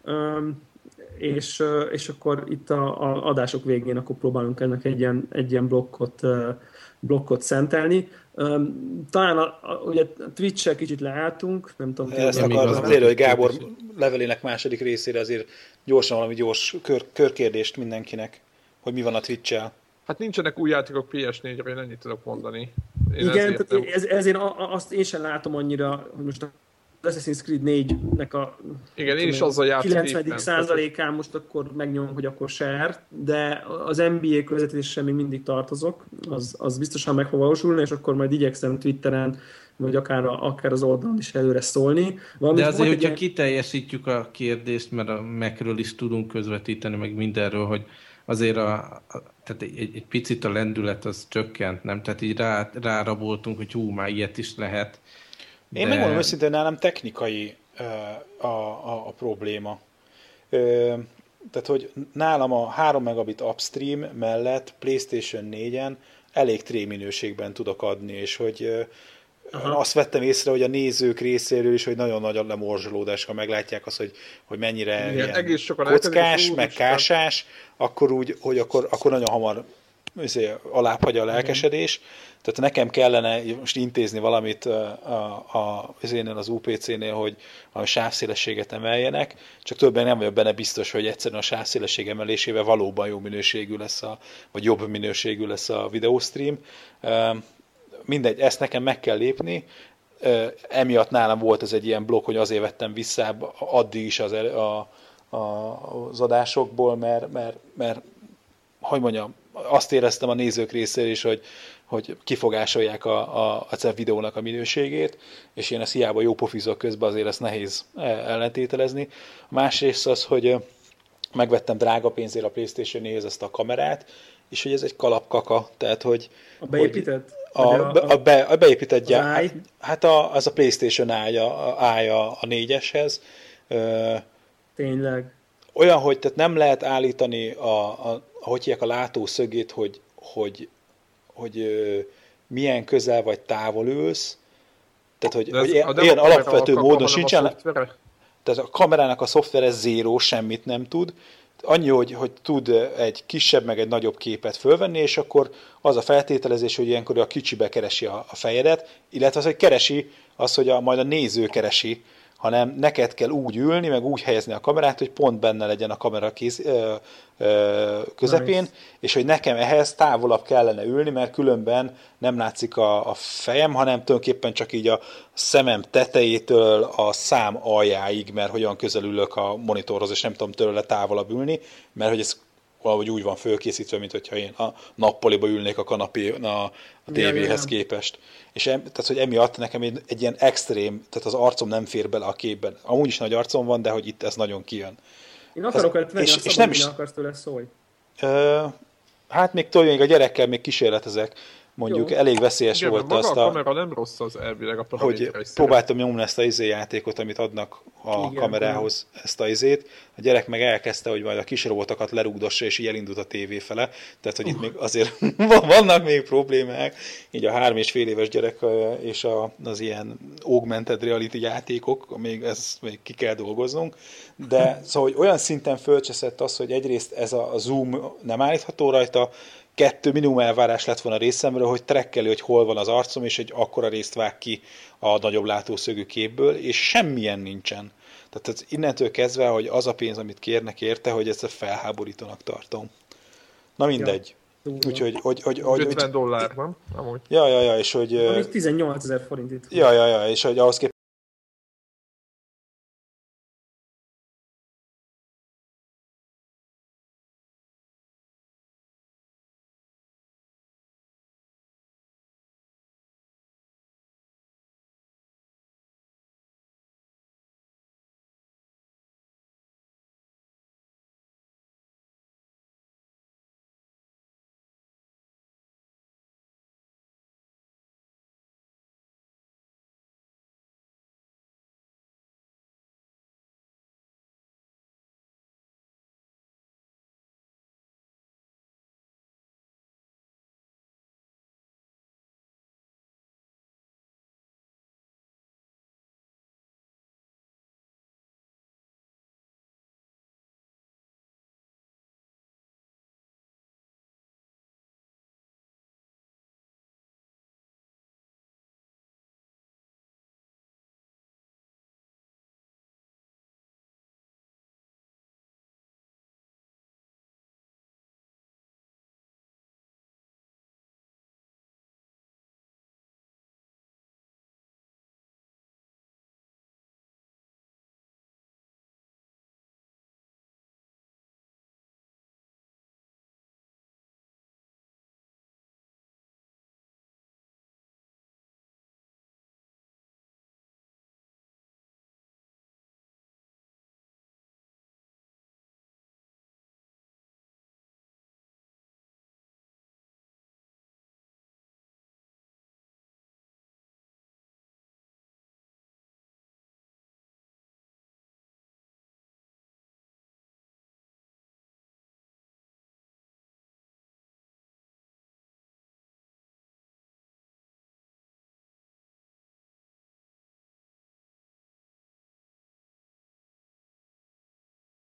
[SPEAKER 4] Um, És, és akkor itt a, a adások végén akkor próbálunk ennek egy ilyen, egy ilyen blokkot, blokkot szentelni. Talán a, a, ugye a Twitch-sel kicsit leálltunk, nem tudom.
[SPEAKER 2] Ezt akartam azért, hogy Gábor levelének második részére azért gyorsan valami gyors kör, körkérdést mindenkinek, hogy mi van a Twitch-el.
[SPEAKER 3] Hát nincsenek új játékok pé es négyre, én ennyit tudok mondani. Én
[SPEAKER 4] igen, tehát nem... ez, ezért azt én sem látom annyira, hogy most a Assassin's Creed négynek a
[SPEAKER 3] igen, én is azzal játszom
[SPEAKER 4] kilencvenedik százalékán most akkor megnyomom, hogy akkor share, de az en bé á közvetítéssel még mindig tartozok, az, az biztosan meg fog valósulni, és akkor majd igyekszem Twitteren, vagy akár, a, akár az oldalon is előre szólni.
[SPEAKER 1] Valamint de azért, hogyha egy... kiteljesítjük a kérdést, mert a Macről is tudunk közvetíteni, meg mindenről, hogy azért a, a, tehát egy, egy picit a lendület az csökkent, nem? Tehát így rá, ráraboltunk, hogy hú, már ilyet is lehet.
[SPEAKER 2] De... Én megmondom őszintén, hogy nálam technikai uh, a, a, a probléma. Uh, tehát, hogy nálam a három megabit upstream mellett PlayStation négyen elég tré minőségben tudok adni, és hogy uh, azt vettem észre, hogy a nézők részéről is, hogy nagyon nagy a lemorzsolódás, ha meglátják azt, hogy, hogy mennyire igen, egész kockás, meg kásás, akkor úgy, hogy akkor, akkor nagyon hamar alább hagyja a lelkesedés. Tehát nekem kellene most intézni valamit a, a, a, az u pé cé-nél, hogy a sávszélességet emeljenek, csak többen nem vagyok benne biztos, hogy egyszerűen a sávszélesség emelésével valóban jó minőségű lesz, a, vagy jobb minőségű lesz a videostream. Mindegy, ezt nekem meg kell lépni. Emiatt nálam volt ez egy ilyen blokk, hogy azért vettem vissza addig is az, a, a, az adásokból, mert, mert, mert hogy mondjam, azt éreztem a nézők részéről is, hogy, hogy kifogásolják a, a, a videónak a minőségét, és én ezt hiába jó pofizok közben, azért ezt nehéz ellentételezni. A másrészt az, hogy megvettem drága pénzért a PlayStation négyhez ezt a kamerát, és hogy ez egy kalapkaka, tehát hogy...
[SPEAKER 4] A beépített?
[SPEAKER 2] A, a, a, be, a beépített gyár, hát a, az a PlayStation ágya, ágya a négyeshez.
[SPEAKER 4] Tényleg?
[SPEAKER 2] Olyan, hogy tehát nem lehet állítani a, a hogy hívják a látószögét, hogy, hogy, hogy ö, milyen közel vagy távol ülsz. Tehát, hogy, hogy ilyen, ilyen alapvető módon sincsen. Tehát a kamerának a szoftvere zéró, semmit nem tud. Annyi, hogy, hogy tud egy kisebb, meg egy nagyobb képet fölvenni, és akkor az a feltételezés, hogy ilyenkor a kicsibe keresi a, a fejedet, illetve az, hogy keresi, az, hogy a, majd a néző keresi, hanem neked kell úgy ülni, meg úgy helyezni a kamerát, hogy pont benne legyen a kamera kéz, ö, ö, közepén, nice. És hogy nekem ehhez távolabb kellene ülni, mert különben nem látszik a, a fejem, hanem tulajdonképpen csak így a szemem tetejétől a szám aljáig, mert hogyan közel ülök a monitorhoz, és nem tudom tőle távolabb ülni, mert hogy ez valahogy úgy van fölkészítve, mint hogyha én a nappaliba ülnék a kanapé, a, a tévéhez képest. És em, tehát, hogy emiatt nekem egy, egy ilyen extrém, tehát az arcom nem fér bele a képben. Amúgy is nagy arcom van, de hogy itt ez nagyon kijön.
[SPEAKER 4] Én akarok előtt venni, és, és nem is akarsz tőle szólj.
[SPEAKER 2] Ö, hát még tudja, még a gyerekkel még kísérletezek. Mondjuk jó. Elég veszélyes igen, volt azt a...
[SPEAKER 3] a kamera nem rossz az elvileg a
[SPEAKER 2] hogy próbáltam nyomni ezt a izé játékot, amit adnak a igen, kamerához, igen. Ezt a izét. A gyerek meg elkezdte, hogy majd a kis robotokat lerúgdossa, és így elindult a tévé fele. Tehát, hogy uh. itt még azért vannak még problémák. Így a három és fél éves gyerek és a, az ilyen augmented reality játékok, még ezt még ki kell dolgoznunk. De szóval, hogy olyan szinten fölcseszett az, hogy egyrészt ez a zoom nem állítható rajta, kettő minimum elvárás lett volna a részemről, hogy trekkeli, hogy hol van az arcom, és egy akkora részt vág ki a nagyobb látószögű képből, és semmilyen nincsen. Tehát ez innentől kezdve, hogy az a pénz, amit kérnek érte, hogy ezt felháborítónak tartom. Na mindegy. Ja. Úgyhogy, hogy, hogy, hogy,
[SPEAKER 3] ötven dollár, nem? Amúgy.
[SPEAKER 2] Ja, ja, ja, és hogy...
[SPEAKER 4] Amíg tizennyolcezer forint itt.
[SPEAKER 2] Ja, ja, ja, és hogy ahhoz képest